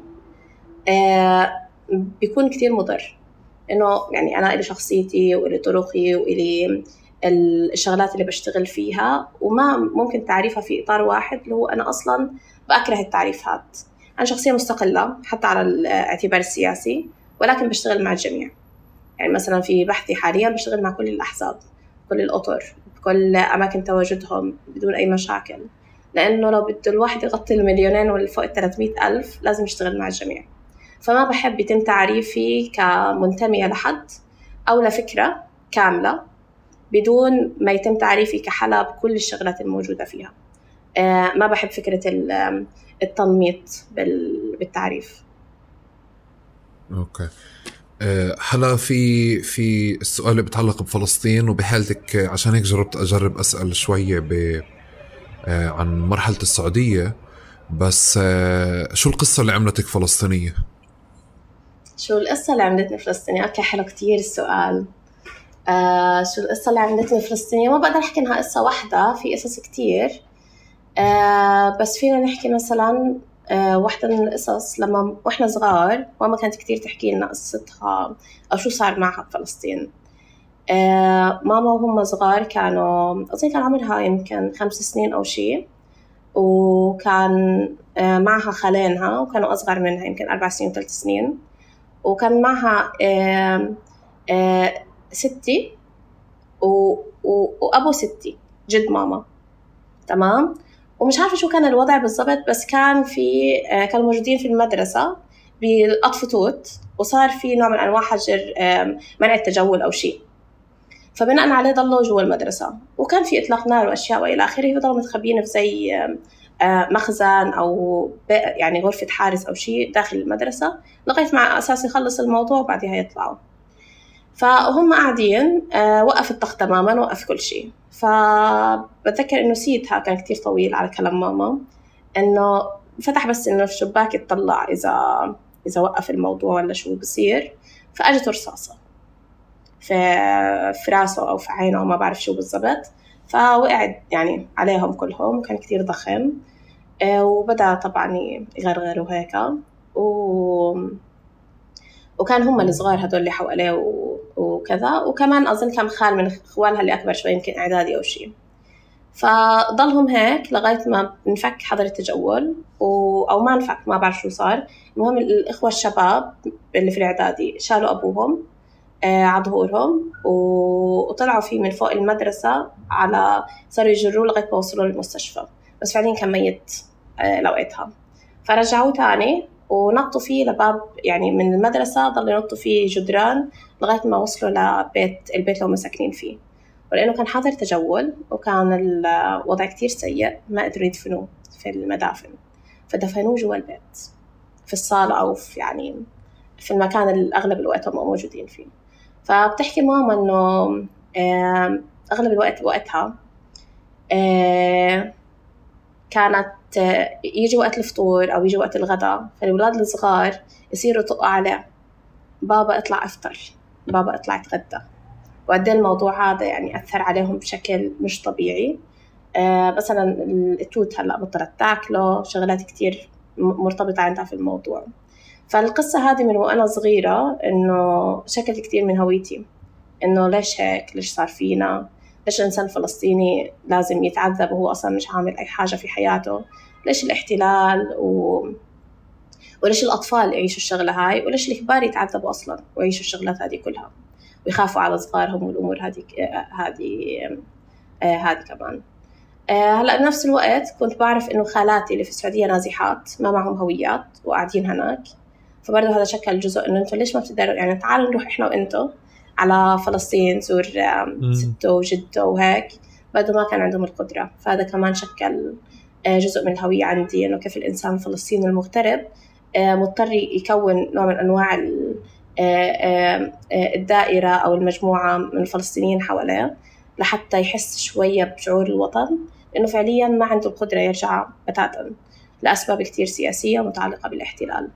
آه بيكون كتير مضر. إنه يعني أنا إلي شخصيتي وإلي طرقي وإلي الشغلات اللي بشتغل فيها، وما ممكن تعريفها في إطار واحد اللي هو أنا أصلاً بأكره التعريفات. أنا شخصية مستقلة حتى على الاعتبار السياسي، ولكن بشتغل مع الجميع. يعني مثلاً في بحثي حالياً بشتغل مع كل الأحزاب، كل الأطر، كل أماكن تواجدهم بدون أي مشاكل، لأنه لو بده الواحد يغطي المليونين والفوق الثلاثمائة ألف لازم يشتغل مع الجميع. فما بحب يتم تعريفي كمنتمية لحد أو لفكرة كاملة بدون ما يتم تعريفي كحلا بكل الشغلات الموجودة فيها. آه ما بحب فكرة التنميط بالتعريف. أوكي. أه حلا في في السؤال اللي بيتعلق بفلسطين وبحالتك، عشان هيك جربت أجرب أسأل شوية ب أه عن مرحلة السعودية. بس أه شو القصة اللي عملتك فلسطينية؟ شو القصة اللي عملتني فلسطينية؟ أوكي حلو كتير السؤال. آه شو القصة اللي عملتني فلسطينية؟ ما بقدر أحكي إنها قصة واحدة، في قصص كتير. آه بس فينا نحكي مثلا آه واحدة من القصص لما وإحنا صغار ماما كانت كتير تحكي لنا قصتها أو شو صار معها بفلسطين. آه ماما وهم صغار كانوا أظن كان عمرها يمكن خمس سنين أو شيء، وكان آه معها خالينها وكانوا أصغر منها يمكن أربع سنين وثلاث سنين، وكان معها آه آه ستي و... و... وأبو ستي جد ماما. تمام. ومش عارفة شو كان الوضع بالضبط، بس كان في آه كانوا موجودين في المدرسة بقطف توت، وصار في نوع من أنواع حجر آه منع التجول أو شيء، فبناء عليه ضلوا جوا المدرسة، وكان في إطلاق نار وأشياء وإلى آخره، فضلوا متخبيين في زي آه مخزن أو يعني غرفة حارس أو شيء داخل المدرسة لغاية مع أساس يخلص الموضوع وبعدها يطلعوا. فهم قاعدين آه وقف الضغط تماما، وقف كل شيء. فبتذكر إنه سيدها كان كتير طويل على كلام ماما، إنه فتح بس إنه الشباك يطلع إذا إذا وقف الموضوع ولا شو بصير، فأجت رصاصة في في راسه أو في عينه ما بعرف شو بالضبط، فوقعد يعني عليهم كلهم، وكان كتير ضخم آه وبدأ طبعا يغرغر وهيك، و وكان هم الصغار هدول اللي حواليه وكذا، وكمان أظن كان خال من إخوانها اللي أكبر شوي يمكن إعدادي أو شيء. فضلهم هيك لغاية ما نفك حظر التجول و... أو ما نفك، ما بعرف شو صار. المهم الإخوة الشباب اللي في الإعدادي شالوا أبوهم آه على ظهورهم و... وطلعوا فيه من فوق المدرسة، على صاروا يجروه لغاية ما وصلوا للمستشفى، بس فعليا كان ميت آه لوقتها. فرجعوه تاني ونطوا فيه لباب يعني من المدرسة، ضلوا ينطوا فيه جدران لغاية ما وصلوا لبيت البيت اللي هم ساكنين فيه، ولأنه كان حظر تجول وكان الوضع كتير سيء ما قدروا يدفنوه في المدافن، فدفنوه جوا البيت في الصالة أو في يعني في المكان اللي أغلب الوقت هم موجودين فيه. فبتحكي ماما إنه أغلب الوقت وقتها كانت يجي وقت الفطور أو يجي وقت الغداء، فالولاد الصغار يصيروا طقوا عليه بابا اطلع أفطر، بابا اطلع اتغدى. وقد الموضوع هذا يعني أثر عليهم بشكل مش طبيعي. آه مثلا التوت هلأ بطلت تاكله، شغلات كتير مرتبطة عندها في الموضوع. فالقصة هذه من وأنا صغيرة إنه شكلت كتير من هويتي، إنه ليش هيك، ليش صار فينا، ليش الإنسان الفلسطيني لازم يتعذب وهو أصلا مش عامل أي حاجة في حياته، ليش الاحتلال و... وليش الأطفال يعيشوا الشغلة هاي، وليش الكبار يتعذبوا أصلا ويعيشوا الشغلات هذه كلها ويخافوا على صغارهم والأمور هذه هذه هذه كمان. هلأ بنفس الوقت كنت بعرف إنه خالاتي اللي في السعودية نازحات ما معهم هويات وقاعدين هناك، فبرضه هذا شكل جزء إنه أنتوا ليش ما بتقدروا يعني تعالوا نروح إحنا وإنتوا على فلسطين زور ستو وجدو وهيك، برضه ما كان عندهم القدرة. فهذا كمان شكل جزء من الهوية عندي، إنه كيف الإنسان الفلسطيني المغترب مضطر يكون نوع من أنواع الدائرة أو المجموعة من الفلسطينيين حواليه لحتى يحس شوية بشعور الوطن، لأنه فعليا ما عنده القدرة يرجع بتاتا لأسباب كتير سياسية متعلقة بالاحتلال.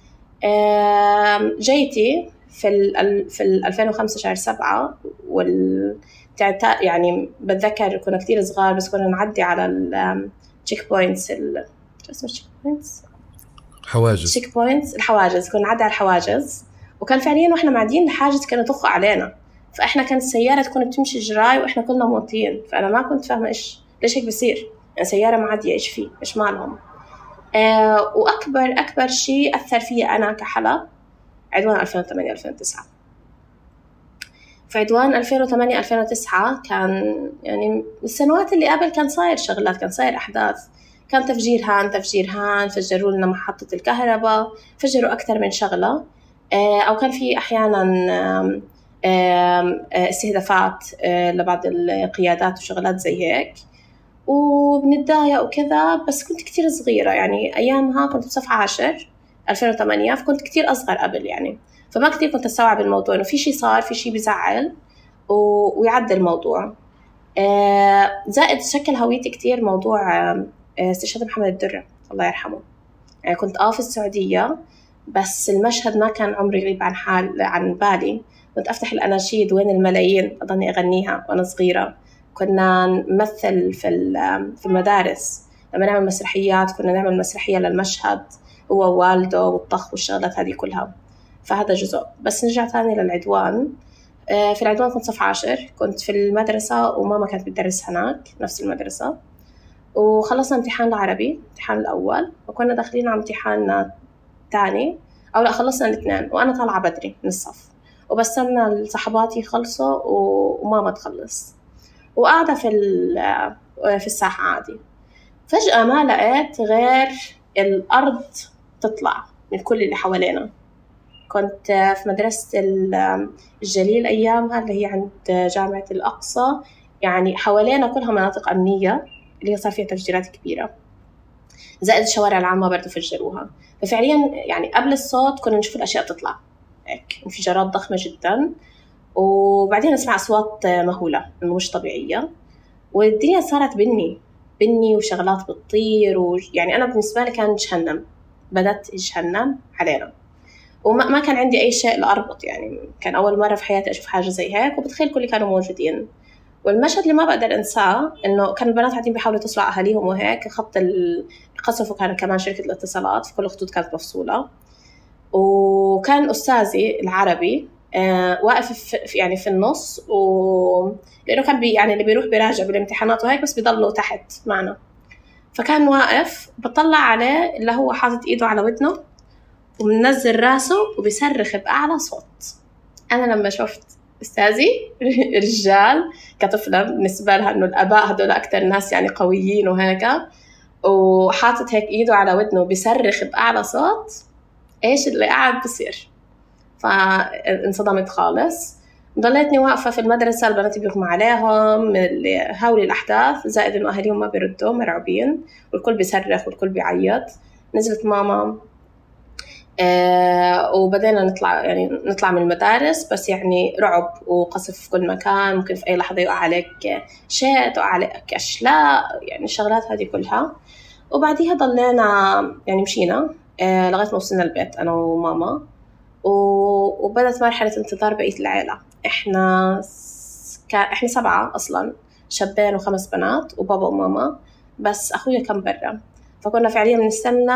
جيتي في ال في ألفين وخمسة شهر سبعة والتعتاء يعني بتذكر كنا كتير صغار، بس كنا نعدي على التشيك بوينتس ال اسمه تشيك بوينتس حواجز تشيك بوينتس الحواجز كنا نعدي على الحواجز، وكان فعليا واحنا معديين الحاجز كانوا يطخوا علينا، فاحنا كانت السياره تكون بتمشي جراي واحنا كلنا موطيين، فانا ما كنت فاهمه ايش ليش هيك بصير، يعني سياره معديه ايش فيه ايش مالهم. آه واكبر اكبر شيء اثر فيا انا كحلا عدوان ألفين وثمانية ألفين وتسعة. في عدوان ألفين وثمانية ألفين وتسعة كان يعني السنوات اللي قبل كان صاير شغلات، كان صاير أحداث، كان تفجير هان تفجير هان فجروا لنا محطة الكهرباء، فجروا أكثر من شغلة، أو كان في أحيانا استهدافات لبعض القيادات وشغلات زي هيك، وبنتضايق وكذا. بس كنت كتير صغيرة يعني أيامها كنت بصف عاشر ألفين وثمانية، فكنت كتير أصغر قبل يعني، فما كتير كنت أستوعب الموضوع إنه في شيء صار في شيء بيزعل ويعدي الموضوع. زائد شكل هويتي كتير موضوع استشهاد محمد الدرة الله يرحمه. يعني كنت آه في السعودية، بس المشهد ما كان عمري يغيب عن حال عن بالي. كنت أفتح الأناشيد وين الملايين أضلني أغنيها وأنا صغيرة، كنا نمثل في في المدارس لما نعمل مسرحيات كنا نعمل مسرحية للمشهد هو ووالده والطخ والشغلات هذه كلها. فهذا جزء. بس نرجع ثاني للعدوان. في العدوان كنت صف عاشر، كنت في المدرسة وماما كانت بتدرس هناك نفس المدرسة، وخلصنا امتحان العربي امتحان الأول وكنا داخلين على امتحان تاني أو لا خلصنا الاثنين، وأنا طالعة بدري من الصف وبستنى الصحباتي يخلصوا وماما تخلص وقاعدة في في الساحة عادي. فجأة ما لقيت غير الأرض تطلع من كل اللي حوالينا. كنت في مدرسة الجليل أيامها اللي هي عند جامعة الأقصى، يعني حوالينا كلها مناطق أمنية اللي صار فيها تفجيرات كبيرة، زائد الشوارع العامة برضو فجروها. ففعليا يعني قبل الصوت كنا نشوف الأشياء تطلع هيك، انفجارات ضخمة جدا، وبعدين نسمع أصوات مهولة مش طبيعية، والدنيا صارت بني بني وشغلات بتطير، ويعني أنا بالنسبة لي كان جهنم، بدت جهنم علينا، وما ما كان عندي أي شيء لأربط، يعني كان أول مرة في حياتي أشوف حاجة زي هيك، وبتخيل كل اللي كانوا موجودين. والمشهد اللي ما بقدر أنساه إنه كان البنات قاعدين بيحاولوا يتصلوا على أهاليهم وهيك، خط القصف وكان كمان شركة الاتصالات في كل الخطوط كانت مفصولة، وكان أستاذي العربي آه واقف في يعني في النص، و لأنه كان بي يعني اللي بيروح بيراجع بالامتحانات وهيك بس بيضلوا تحت معنا، فكان واقف بطلع عليه اللي هو حاطط إيده على ودنه ومنزل راسه وبيصرخ بأعلى صوت. أنا لما شفت أستاذي رجال كطفلة بالنسبة لها إنه الآباء هدول أكتر ناس يعني قويين وهيك، وحاطط هيك إيده على ودنه وبيصرخ بأعلى صوت، إيش اللي قاعد بصير؟ فانصدمت خالص. ضليتني واقفة في المدرسة، البنات بيغمى عليهم اللي هاولي الأحداث، زائد إنه أهليهم ما بيردوا مرعوبين والكل بيصرخ والكل بيعيط. نزلت ماما آه وبدينا نطلع يعني نطلع من المدارس، بس يعني رعب وقصف في كل مكان، ممكن في أي لحظة يقع عليك شيء، تقع عليك أشلاء، يعني الشغلات هذه كلها. وبعديها ضلينا يعني مشينا آه لغاية ما وصلنا البيت أنا وماما، وبدأت مرحلة انتظار بقية العائلة. إحنا كا إحنا سبعة أصلاً، شابين وخمس بنات وبابا وماما، بس أخويا كان برا، فكنا فعلياً بنستنى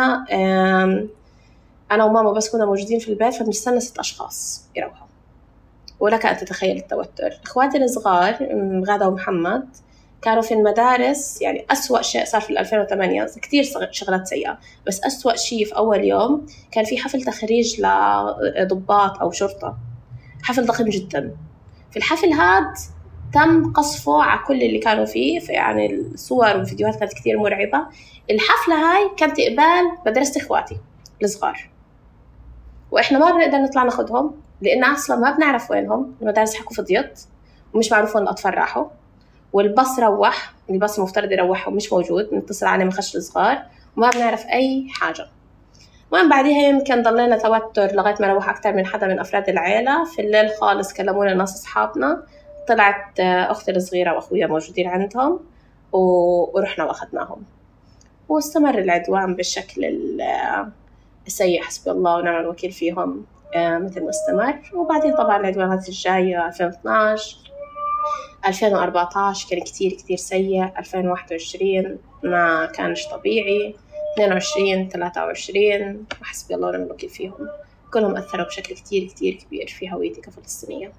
أنا وماما بس كنا موجودين في البيت، فبنستنى ست أشخاص يروحوا. ولك أن تتخيل التوتر. إخواتي الصغار غادة ومحمد كانوا في المدارس، يعني أسوأ شيء صار في ألفين وثمانية، كتير شغلات سيئة، بس أسوأ شيء في أول يوم كان في حفل تخريج لضباط أو شرطة، حفل ضخم جدا. في الحفل هاد تم قصفه على كل اللي كانوا فيه، في يعني الصور والفيديوهات كانت كتير مرعبة. الحفلة هاي كانت إقبال مدرسة إخواتي الصغار، وإحنا ما بنقدر نطلع ناخدهم لأن أصلا ما بنعرف وينهم، المدارس حكوا فضيت ومش معروف وين الأطفال راحوا، والباص روح، الباص المفترض يروحهم مش موجود، نتصل عليه من خش الصغار وما بنعرف أي حاجة. ومن بعدها يمكن ضلينا توتر لغاية ما روح أكتر من حدا من أفراد العائلة. في الليل خالص كلمونا ناس أصحابنا، طلعت أختي الصغيرة وأخويا موجودين عندهم ورحنا وأخذناهم، واستمر العدوان بالشكل السيء حسبي الله ونعم الوكيل فيهم مثل ما استمر. وبعدين طبعا العدوانات الجاية ألفين واثناشر ألفين وأربعة عشر كان كتير كتير سيء، ألفين وواحد وعشرين ما كانش طبيعي، اثنين وعشرين ثلاثة وعشرين حسبي الله ونعم الوكيل فيهم، كلهم أثروا بشكل كتير كتير كبير في هويتي كفلسطينية.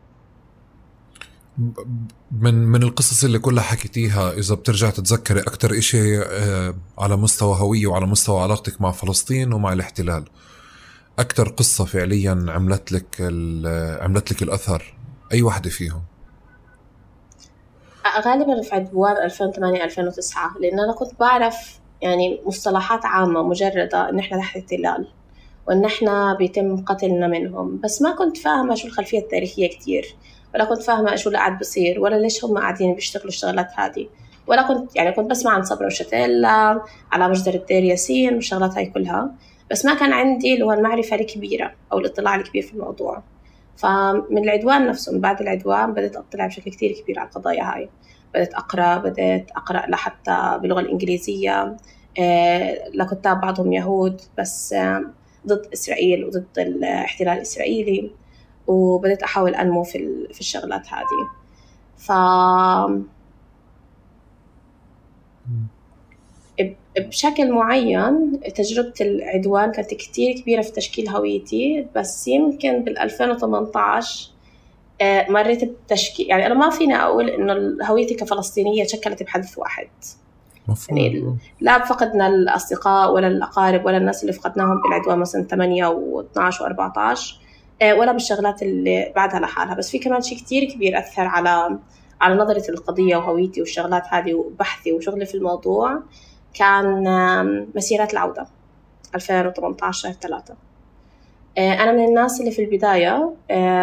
من من القصص اللي كلها حكيتيها، إذا بترجع تتذكري أكتر إشي على مستوى هوية وعلى مستوى علاقتك مع فلسطين ومع الاحتلال، أكتر قصة فعليا عملت لك عملت لك الأثر، أي واحدة فيهم؟ غالبا في عدوان ألفين وثمانية ألفين وتسعة، لأن أنا كنت بعرف يعني مصطلحات عامة مجردة إن إحنا تحت احتلال وإن إحنا بيتم قتلنا منهم، بس ما كنت فاهمة شو الخلفية التاريخية كتير، ولا كنت فاهمة شو اللي قاعد بصير، ولا ليش هم قاعدين بيشتغلوا الشغلات هذه، ولا كنت يعني كنت بسمع عن صبرا وشتيلا على مجزرة دير ياسين والشغلات هاي كلها، بس ما كان عندي اللي هو المعرفة الكبيرة أو الاطلاع الكبير في الموضوع. فمن العدوان نفسه، من بعد العدوان بدأت أطلع بشكل كتير كبير على القضايا هاي، بدأت أقرأ بدأت أقرأ لحتى باللغة الإنجليزية لكتاب بعضهم يهود بس ضد إسرائيل وضد الاحتلال الإسرائيلي، وبدأت أحاول أنمو في في الشغلات هذه. ف بشكل معين تجربة العدوان كانت كتير كبيرة في تشكيل هويتي، بس يمكن بالألفين وثمانية عشر مريت بتشكيل، يعني أنا ما فينا أقول إنه هويتي كفلسطينية شكلت بحدث واحد. يعني لا فقدنا الأصدقاء ولا الأقارب ولا الناس اللي فقدناهم بالعدوان مثلا ثمانية واثناعش وأربعة عشر ولا بالشغلات اللي بعدها لحالها، بس في كمان شيء كتير كبير أثر على على نظرة القضية وهويتي والشغلات هذه وبحثي وشغلي في الموضوع، كان مسيرات العودة ألفين وثمانية عشر ثلاثة. أنا من الناس اللي في البداية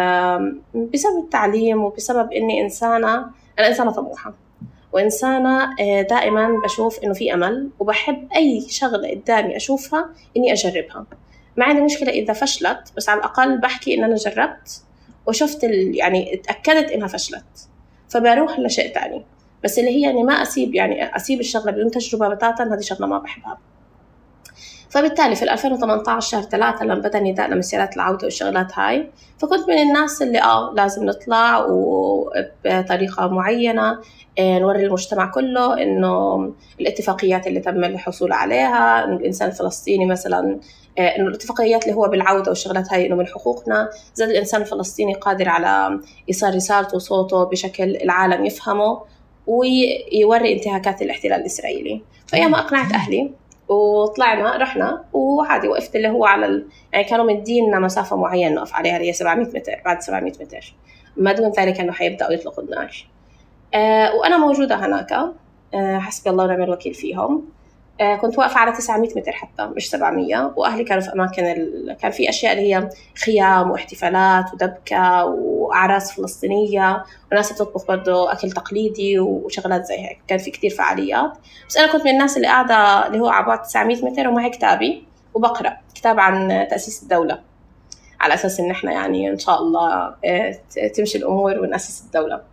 بسبب التعليم وبسبب إني إنسانة أنا إنسانة طموحة وإنسانة دائما بشوف إنه في أمل، وبحب أي شغلة قدامي أشوفها إني أجربها. ما عندي مشكلة إذا فشلت، بس على الأقل بحكي إن أنا جربت وشفت يعني اتأكدت إنها فشلت، فبروح لشيء تاني. بس اللي هي يعني ما أسيب يعني أسيب الشغلة بدون تجربة بتاتا، هذه شغلة ما بحبها. فبالتالي في ألفين وثمانية عشر ثلاثة لما بدأ نداء لمسيرات العودة والشغلات هاي، فكنت من الناس اللي آه لازم نطلع وبطريقة معينة نوري المجتمع كله إنه الاتفاقيات اللي تم الحصول عليها، إنه الإنسان الفلسطيني مثلا، إنه الاتفاقيات اللي هو بالعودة والشغلات هاي إنه من حقوقنا، زاد الإنسان الفلسطيني قادر على إيصال رسالته وصوته بشكل العالم يفهمه ويوري انتهاكات الاحتلال الإسرائيلي. فأيام أقنعت أهلي وطلعنا رحنا، وعادي وقفت اللي هو على ال... يعني كانوا مديننا مسافة معينة نقف عليها اللي هي سبعمية متر، بعد سبعمية متر ما دون ذلك أنه حيبدأوا يطلقوا النار. أه وأنا موجودة هناك، أه حسبي الله ونعم الوكيل فيهم. أه كنت واقفة على تسعمية متر حتى مش سبعمية، وأهلي كانوا في أماكن ال... كان في أشياء اللي هي خيام واحتفالات ودبكة وأعراس فلسطينية وناس بتطبخ برضو أكل تقليدي وشغلات زي هيك، كان في كتير فعاليات. بس أنا كنت من الناس اللي قاعدة اللي هو عبارة تسعمية متر ومعي كتابي وبقرأ كتاب عن تأسيس الدولة، على أساس إن إحنا يعني إن شاء الله تمشي الأمور ونأسس الدولة.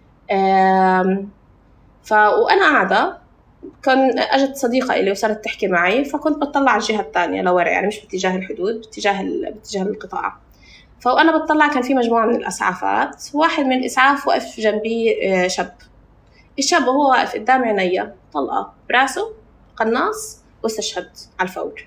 ف وأنا قاعدة كان أجت صديقة إلي وصارت تحكي معي، فكنت بتطلع على الجهة الثانية لورا، يعني مش باتجاه الحدود، باتجاه ال... باتجاه القطاع. فأنا بتطلع كان في مجموعة من الإسعافات، واحد من الإسعاف وقف جنبي شاب. الشاب وهو واقف قدام عينيا طلقة براسه قناص واستشهد على الفور.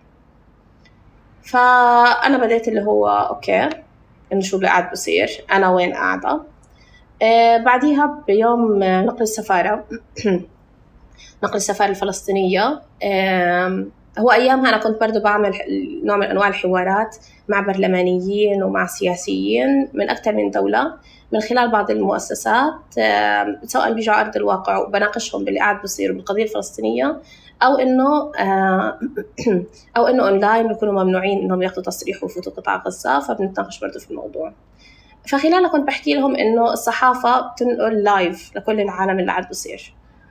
فأنا بديت اللي هو أوكي إنه شو اللي قاعد بصير، أنا وين قاعدة. آه بعديها بيوم نقل السفارة نقل السفارة الفلسطينية، آه هو أيامها أنا كنت برضو بعمل نوع من أنواع الحوارات مع برلمانيين ومع سياسيين من أكثر من دولة من خلال بعض المؤسسات، سواء بيجوا على أرض الواقع وبناقشهم باللي قاعد بصير بالقضية الفلسطينية، أو إنه أو إنه أونلاين بيكونوا ممنوعين إنهم ياخدوا تصريح ويفوتوا قطاع غزة، فبنتناقش برضو في الموضوع. فخلالها كنت بحكي لهم إنه الصحافة بتنقل لايف لكل العالم اللي قاعد بصير،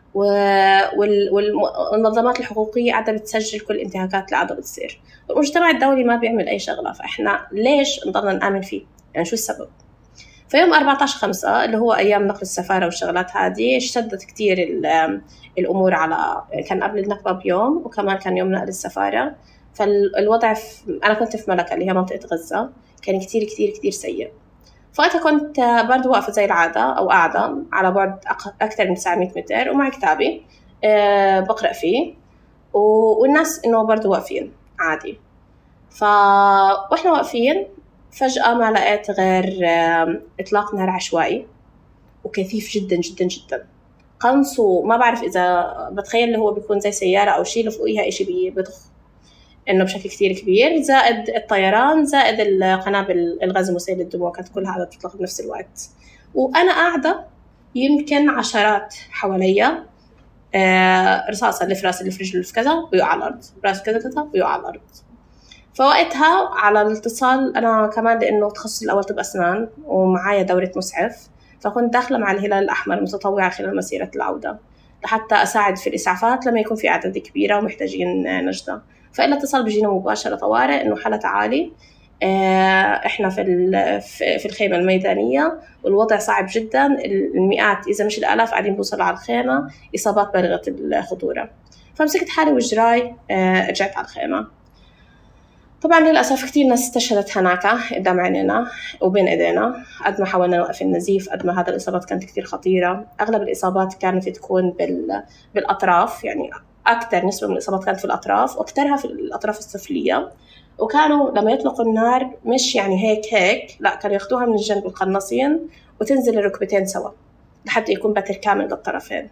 والمنظمات الحقوقية قاعدة بتسجل كل انتهاكات اللي قاعدة بتصير، والمجتمع الدولي ما بيعمل أي شغلة، فإحنا ليش نضلنا نآمن فيه؟ يعني شو السبب؟ في يوم أربعة عشر خمسة اللي هو أيام نقل السفارة والشغلات هذه، اشتدت كتير الأمور على، كان قبل النكبة بيوم وكمان كان يوم نقل السفارة. فالوضع في... أنا كنت في ملكة اللي هي منطقة غزة، كان كتير كتير كتير سيء. فأنا كنت برضو واقفة زي العادة أو قاعدة على بعد أكثر من تسعمية متر ومع كتابي أه بقرأ فيه، والناس إنه برضو واقفين عادي. فوإحنا واقفين فجأة ما لقيت غير إطلاق نار عشوائي وكثيف جدا جدا جدا، قنص، وما بعرف إذا بتخيل اللي هو بيكون زي سيارة أو شيء فوقيها إشي بيضخ إنه بشكل كتير كبير، زائد الطيران، زائد القنابل الغاز مسيل للدموع، كانت كلها قاعدة تطلق بنفس الوقت. وأنا قاعدة يمكن عشرات حواليا، آه رصاصة اللي في راسي اللي في رجلي اللي في كذا ويقع على الأرض، راسي كذا كذا ويقع على الأرض. فوقتها على الاتصال أنا كمان لأنه تخصص الأول طب أسنان ومعايا دورة مسعف، فكنت داخلة مع الهلال الأحمر متطوعة خلال مسيرة العودة لحتى أساعد في الإسعافات لما يكون في أعداد كبيرة ومحتاجين نجدة. فإلا اتصال بجينا مباشرة طوارئ إنه حالة عالي، إحنا في في الخيمة الميدانية والوضع صعب جدا، المئات إذا مش الآلاف قاعدين بوصلوا على الخيمة، إصابات بالغة الخطورة. فمسكت حالي وجراي، رجعت على الخيمة. طبعا للأسف كتير ناس استشهدت هناك قدام عينينا وبين إيدينا، قد ما حاولنا نوقف النزيف قد ما هذا الإصابات كانت كتير خطيرة. أغلب الإصابات كانت تكون بال... بالأطراف، يعني أكثر نسبة من الإصابات كانت في الأطراف، وأكثرها في الأطراف السفلية. وكانوا لما يطلقوا النار مش يعني هيك هيك، لا، كانوا ياخدوها من الجنب القناصين وتنزل الركبتين سوا لحتى يكون بتر كامل للطرفين.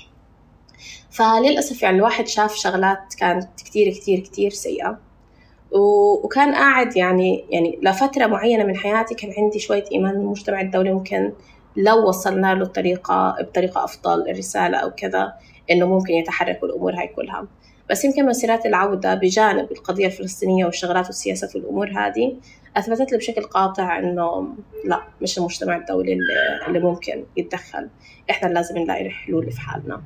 فللأسف يعني الواحد شاف شغلات كانت كتير كتير كتير سيئة، وكان قاعد يعني يعني لفترة معينة من حياتي كان عندي شوية إيمان بالمجتمع الدولي، ممكن لو وصلنا له الطريقة بطريقة أفضل الرسالة أو كذا إنه ممكن يتحركوا الأمور هاي كلها. بس يمكن مسيرات العودة بجانب القضية الفلسطينية والشغلات والسياسات والأمور هذه أثبتت لي بشكل قاطع إنه لا، مش المجتمع الدولي اللي, اللي ممكن يتدخل، إحنا لازم نلاقي حلول في حالنا.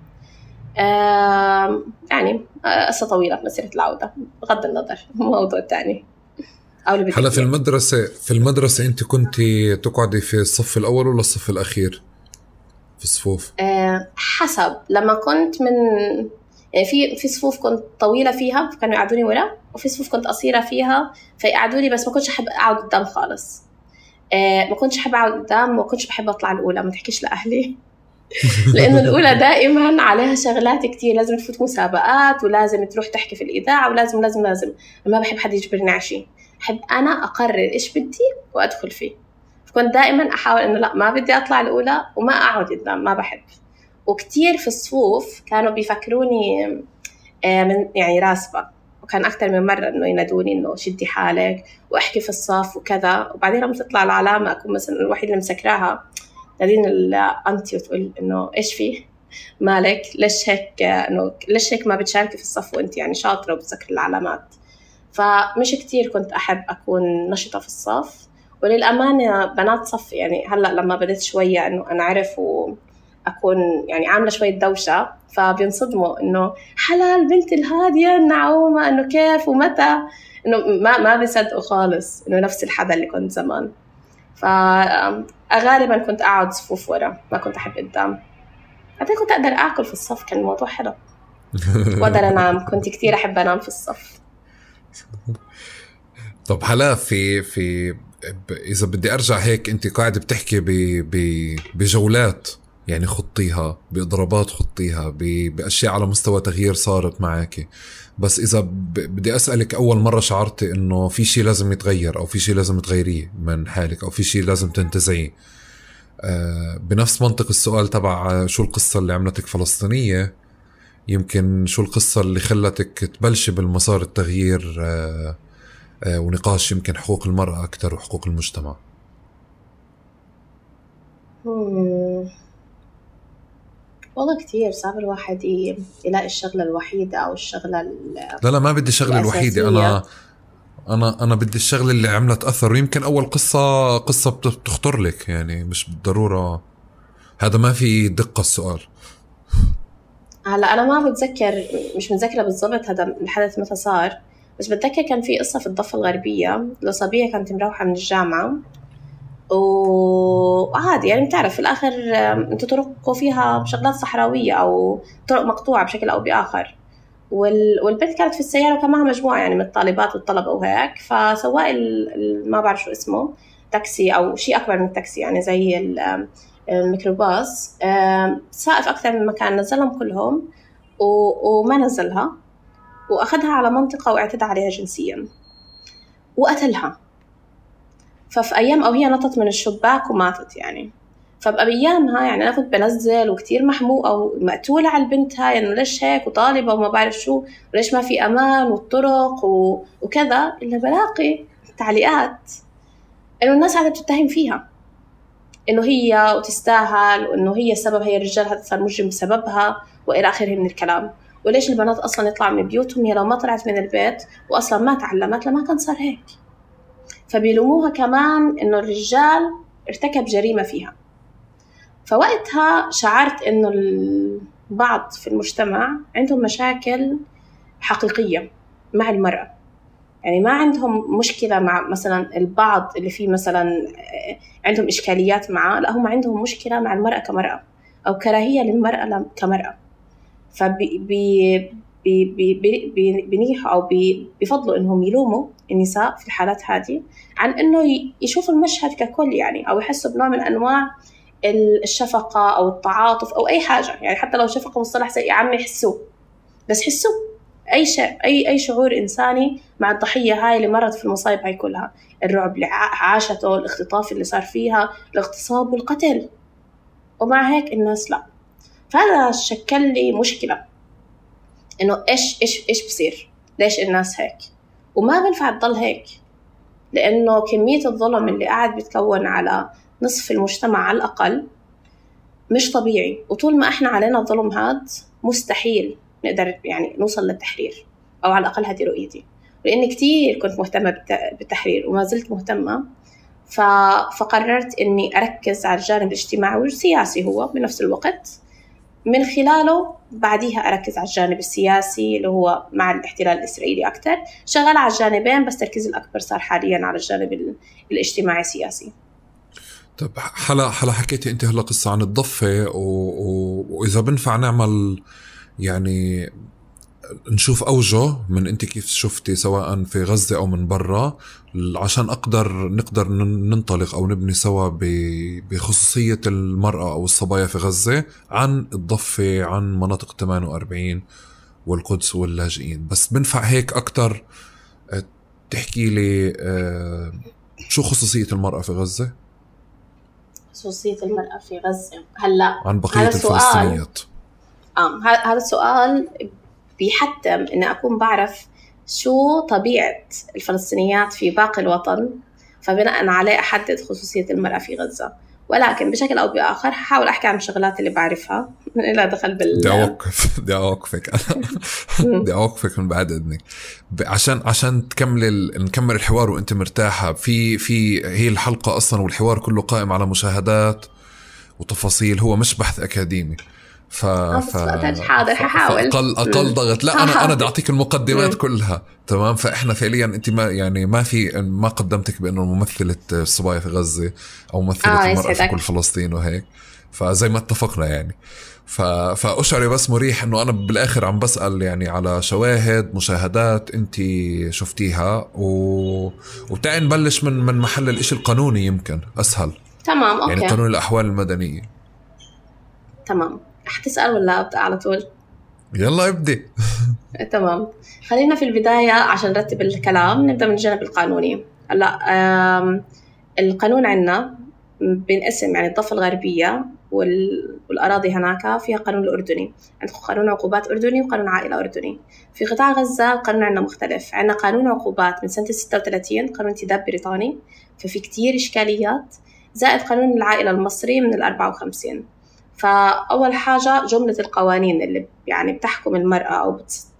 آه يعني قصة طويلة مسيرة العودة بغض النظر موضوع تاني. هلا في المدرسة في المدرسة أنت كنت تقعدي في الصف الأول ولا الصف الأخير في الصفوف؟ آه حسب. لما كنت من يعني في في صفوف كنت طويلة فيها فكانوا يقعدوني ورا، وفي صفوف كنت قصيرة فيها فيقعدوني، بس ما كنتش أحب أقعد قدام خالص. آه ما كنتش أحب أقعد قدام، ما كنتش بحب أطلع الأولى، ما تحكيش لأهلي لأنه الأولى دائما عليها شغلات كتير، لازم تفوت مسابقات ولازم تروح تحكي في الإذاعة ولازم لازم لازم ما بحب حد يجبرني عشي، أحب أنا أقرر إيش بدي وأدخل فيه. فكنت دائما أحاول إنه لا، ما بدي أطلع الأولى وما أقعد قدام، ما بحب. وكتير في الصفوف كانوا بيفكروني من يعني راسبة، وكان أكتر من مرة إنه ينادوني إنه شدي حالك وأحكي في الصف وكذا. وبعدين لما تطلع العلامة أكون مثلا الوحيد اللي مسكراها، تدين الأنتي وتقول إنه إيش فيه مالك، ليش هيك، إنه ليش هيك ما بتشاركي في الصف وأنت يعني شاطرة وبتذكر العلامات. فمش كتير كنت أحب أكون نشطة في الصف. وللأمانة بنات صف يعني هلأ لما بديت شوية إنه أنا أعرف وأكون يعني عاملة شوية دوشة، فبينصدموا إنه حلال بنت الهادية النعومة، إنه كيف ومتى، إنه ما ما بيصدقوا خالص إنه نفس الحدا اللي كنت زمان. فغالبا كنت أقعد صفوف ورا، ما كنت أحب قدام. بعدين كنت أقدر أكل في الصف، كان الموضوع حلو. وأقدر أنام، كنت كتير أحب أنام في الصف. طب هلا في في إذا بدي أرجع هيك، أنت قاعدة بتحكي ب ب بجولات يعني خطيها، بإضرابات خطيها، بأشياء على مستوى تغيير صارت معك. بس إذا بدي أسألك، أول مرة شعرتي إنه في شيء لازم يتغير أو في شيء لازم تغيريه من حالك أو في شيء لازم تنتزعيه؟ آه بنفس منطق السؤال تبع شو القصة اللي عملتك فلسطينية، يمكن شو القصة اللي خلتك تبلش بالمسار التغيير آه آه ونقاش يمكن حقوق المرأة أكتر وحقوق المجتمع؟ والله كتير صعب الواحد يلاقي الشغلة الوحيدة أو الشغلة لا لا ما بدي الشغلة الوحيدة، أنا أنا أنا بدي الشغلة اللي عملت أثر. ويمكن أول قصة قصة بتخطر لك، يعني مش بالضرورة هذا، ما في دقة السؤال. هلا أنا ما بتذكر، مش متذكرة بالضبط هذا الحدث متى صار، بس بتذكر كان في قصة في الضفة الغربية لصبية كانت مروحة من الجامعة، وعادي يعني بتعرف في الآخر أنت طرقوا فيها شغلات صحراوية أو طرق مقطوعة بشكل أو بآخر، والبنت كانت في السيارة وكان معها مجموعة يعني من الطالبات والطلبة وهيك. فسواق ما بعرف شو اسمه، تاكسي أو شيء أكبر من التاكسي يعني زي الميكروباص، سائف أكثر من مكان، نزلهم كلهم وما نزلها، وأخذها على منطقة واعتدى عليها جنسيا وقتلها. ففي أيام أو هي نطت من الشباك وماتت يعني. فبأيامها يعني أنا كنت بنزل وكتير محموقة ومقتولة على البنت هاي إنه ليش هيك وطالبة وما بعرف شو وليش ما في أمان والطرق وكذا، إلا بلاقي تعليقات إنه الناس قاعدة بتتهم فيها إنه هي وتستاهل وإنه هي السبب، هي الرجال هذا صار مجرم بسببها وإلى آخره من الكلام. وليش البنات أصلا يطلعوا من بيوتهم، هي لو ما طلعت من البيت وأصلا ما تعلمت لما كان صار هيك. فبيلوموها كمان إنه الرجال ارتكب جريمة فيها. فوقتها شعرت إنه البعض في المجتمع عندهم مشاكل حقيقية مع المرأة، يعني ما عندهم مشكلة مع مثلا البعض اللي فيه مثلا عندهم إشكاليات معه، لا هم عندهم مشكلة مع المرأة كمرأة أو كراهية للمرأة كمرأة. فبي بي بي بي بينيحوا أو بيفضلوا إنهم يلوموا النساء في الحالات هذه عن إنه يشوفوا المشهد ككل يعني، أو يحسوا بنوع من أنواع الشفقة أو التعاطف أو أي حاجة يعني، حتى لو شفقة مصطلح سيء عم يحسوه بس حسوا أي شيء أي أي شعور إنساني مع الضحية هاي اللي مرت في المصايب هاي كلها، الرعب اللي عاشته، الاختطاف اللي صار فيها، الاغتصاب والقتل، ومع هيك الناس لا. فهذا شكل لي مشكلة إنه إيش إيش إيش بصير، ليش الناس هيك، وما بنفع تضل هيك، لأنه كمية الظلم اللي قاعد بيتكون على نصف المجتمع على الأقل مش طبيعي. وطول ما إحنا علينا الظلم هاد مستحيل نقدر يعني نوصل للتحرير، أو على الأقل هذه رؤيتي، لأني كتير كنت مهتمة بالتحرير وما زلت مهتمة. فقررت إني أركز على الجانب الاجتماعي والسياسي هو بنفس الوقت، من خلاله بعديها أركز على الجانب السياسي اللي هو مع الاحتلال الإسرائيلي أكتر. شغال على الجانبين بس تركيز الأكبر صار حاليا على الجانب الاجتماعي السياسي. طب حلا حلا حكيتي أنت هلا قصة عن الضفة و... و... وإذا بنفع نعمل يعني نشوف أوجه من أنت كيف شفتي سواء في غزة أو من برا، عشان أقدر نقدر ننطلق أو نبني سوا بخصوصية المرأة أو الصبايا في غزة عن الضفة، عن مناطق ثمانية وأربعين والقدس واللاجئين. بس بنفع هيك أكتر تحكي لي شو خصوصية المرأة في غزة؟ خصوصية المرأة في غزة هلا عن بقية الفلسطينيات. آه هذا السؤال بيحتم إن أكون بعرف شو طبيعة الفلسطينيات في باقي الوطن، فبناء عليه أحدد خصوصية المرأة في غزة. ولكن بشكل أو بآخر هحاول أحكي عن الشغلات اللي بعرفها لا دخل بال. بدي أوقف بدي أوقفك أنا بدي أوقفك من بعد إذنك عشان عشان تكمل نكمل الحوار وأنت مرتاحة. في في هي الحلقة أصلا والحوار كله قائم على مشاهدات وتفاصيل، هو مش بحث أكاديمي. ف ف حاضر هحاول اقل اقل ضغط. لا انا انا بدي اعطيك المقدمات كلها تمام. فاحنا فعليا انت ما يعني ما في ما قدمتك بانه ممثله الصبايا في غزه او ممثله آه المراه في كل فلسطين وهيك، فزي ما اتفقنا يعني. ف فاشعري بس مريح انه انا بالاخر عم بسال يعني على شواهد مشاهدات انت شفتيها و... وبتاعي نبلش من من محل الاشي القانوني يمكن اسهل. تمام اوكي. يعني قانون الاحوال المدنيه. تمام. هتسأل ولا أبدأ على طول؟ يلا ابدي. تمام، خلينا في البداية عشان نرتب الكلام نبدأ من الجانب القانوني. هلا القانون عندنا بنقسم يعني الضفة الغربية والأراضي هناك فيها قانون الأردني، عندكم قانون عقوبات أردني وقانون عائلة أردني. في قطاع غزة القانون عندنا مختلف، عندنا قانون عقوبات من سنة ستة وثلاثين قانون انتداب بريطاني، ففي كتير إشكاليات، زائد قانون العائلة المصري من الأربعة وخمسين. فأول حاجة جملة القوانين اللي يعني بتحكم المرأة أو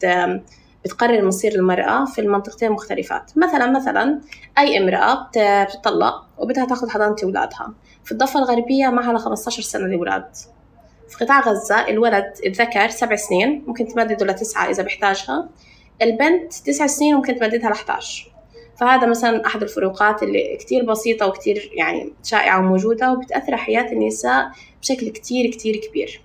بتقرر مصير المرأة في المنطقتين مختلفات. مثلا مثلا أي امرأة بتطلق وبدها تاخد حضانة أولادها، في الضفة الغربية معها لخمسة عشر سنة الأولاد. في قطاع غزة الولد الذكر سبع سنين ممكن تمدده لتسعة إذا بحتاجها، البنت تسع سنين ممكن تمددها لحداش. فهذا مثلا أحد الفروقات اللي كتير بسيطة وكتير يعني شائعة وموجودة وبتأثر حياة النساء بشكل كتير كتير كبير.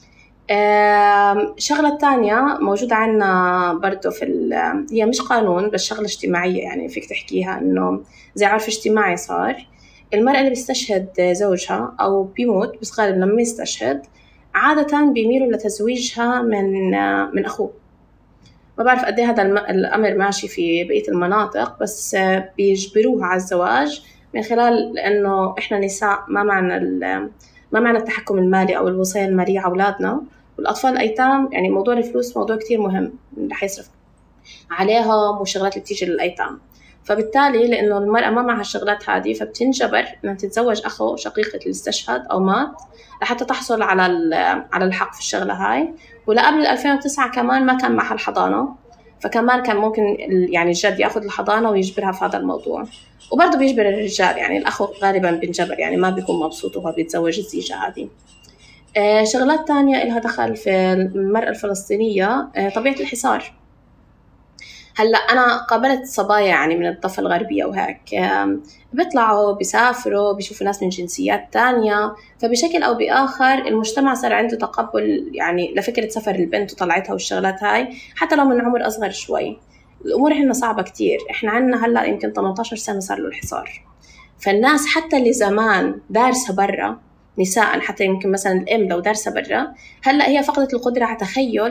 شغلة تانية موجودة عنا برضو في هي مش قانون بس شغلة اجتماعية، يعني فيك تحكيها إنه زي عرف اجتماعي صار. المرأة اللي بيستشهد زوجها أو بيموت، بس غالبا لما يستشهد عادة بيميلوا لتزويجها من من أخوه. ما بعرف قد ايه هذا الأمر ماشي في بقية المناطق، بس بيجبروها على الزواج من خلال لأنه إحنا نساء ما معنا ما معنا التحكم المالي أو الوصاية المالية على أولادنا والأطفال الأيتام. يعني موضوع الفلوس موضوع كتير مهم رح يصرف عليهم وشغلات اللي بتيجي للأيتام. فبالتالي لأنه المرأة ما معها الشغلات هذه فبتنجبر إنها تتزوج أخو شقيقة اللي استشهد أو مات لحتى تحصل على على الحق في الشغلة هاي. ولا قبل ألفين وتسعة كمان ما كان معها الحضانة، فكمان كان ممكن يعني الجد يأخذ الحضانة ويجبرها في هذا الموضوع. وبرضه بيجبر الرجال، يعني الأخو غالبا بنجبر، يعني ما بيكون مبسوط وهو بيتزوج الزيجة هذه. آه شغلات تانية إلها دخل في المرأة الفلسطينية، آه طبيعة الحصار. هلأ أنا قابلت صبايا يعني من الضفة الغربية وهيك، بيطلعوا بيسافروا بيشوفوا ناس من جنسيات تانية، فبشكل أو بآخر المجتمع صار عنده تقبل يعني لفكرة سفر البنت وطلعتها والشغلات هاي حتى لو من عمر أصغر شوي. الأمور إحنا صعبة كتير، إحنا عنا هلأ يمكن ثمانية عشر سنة صار له الحصار. فالناس حتى اللي زمان دارسة برا نساء، حتى يمكن مثلا الأم لو دارسة برا هلأ هي فقدت القدرة على تخيل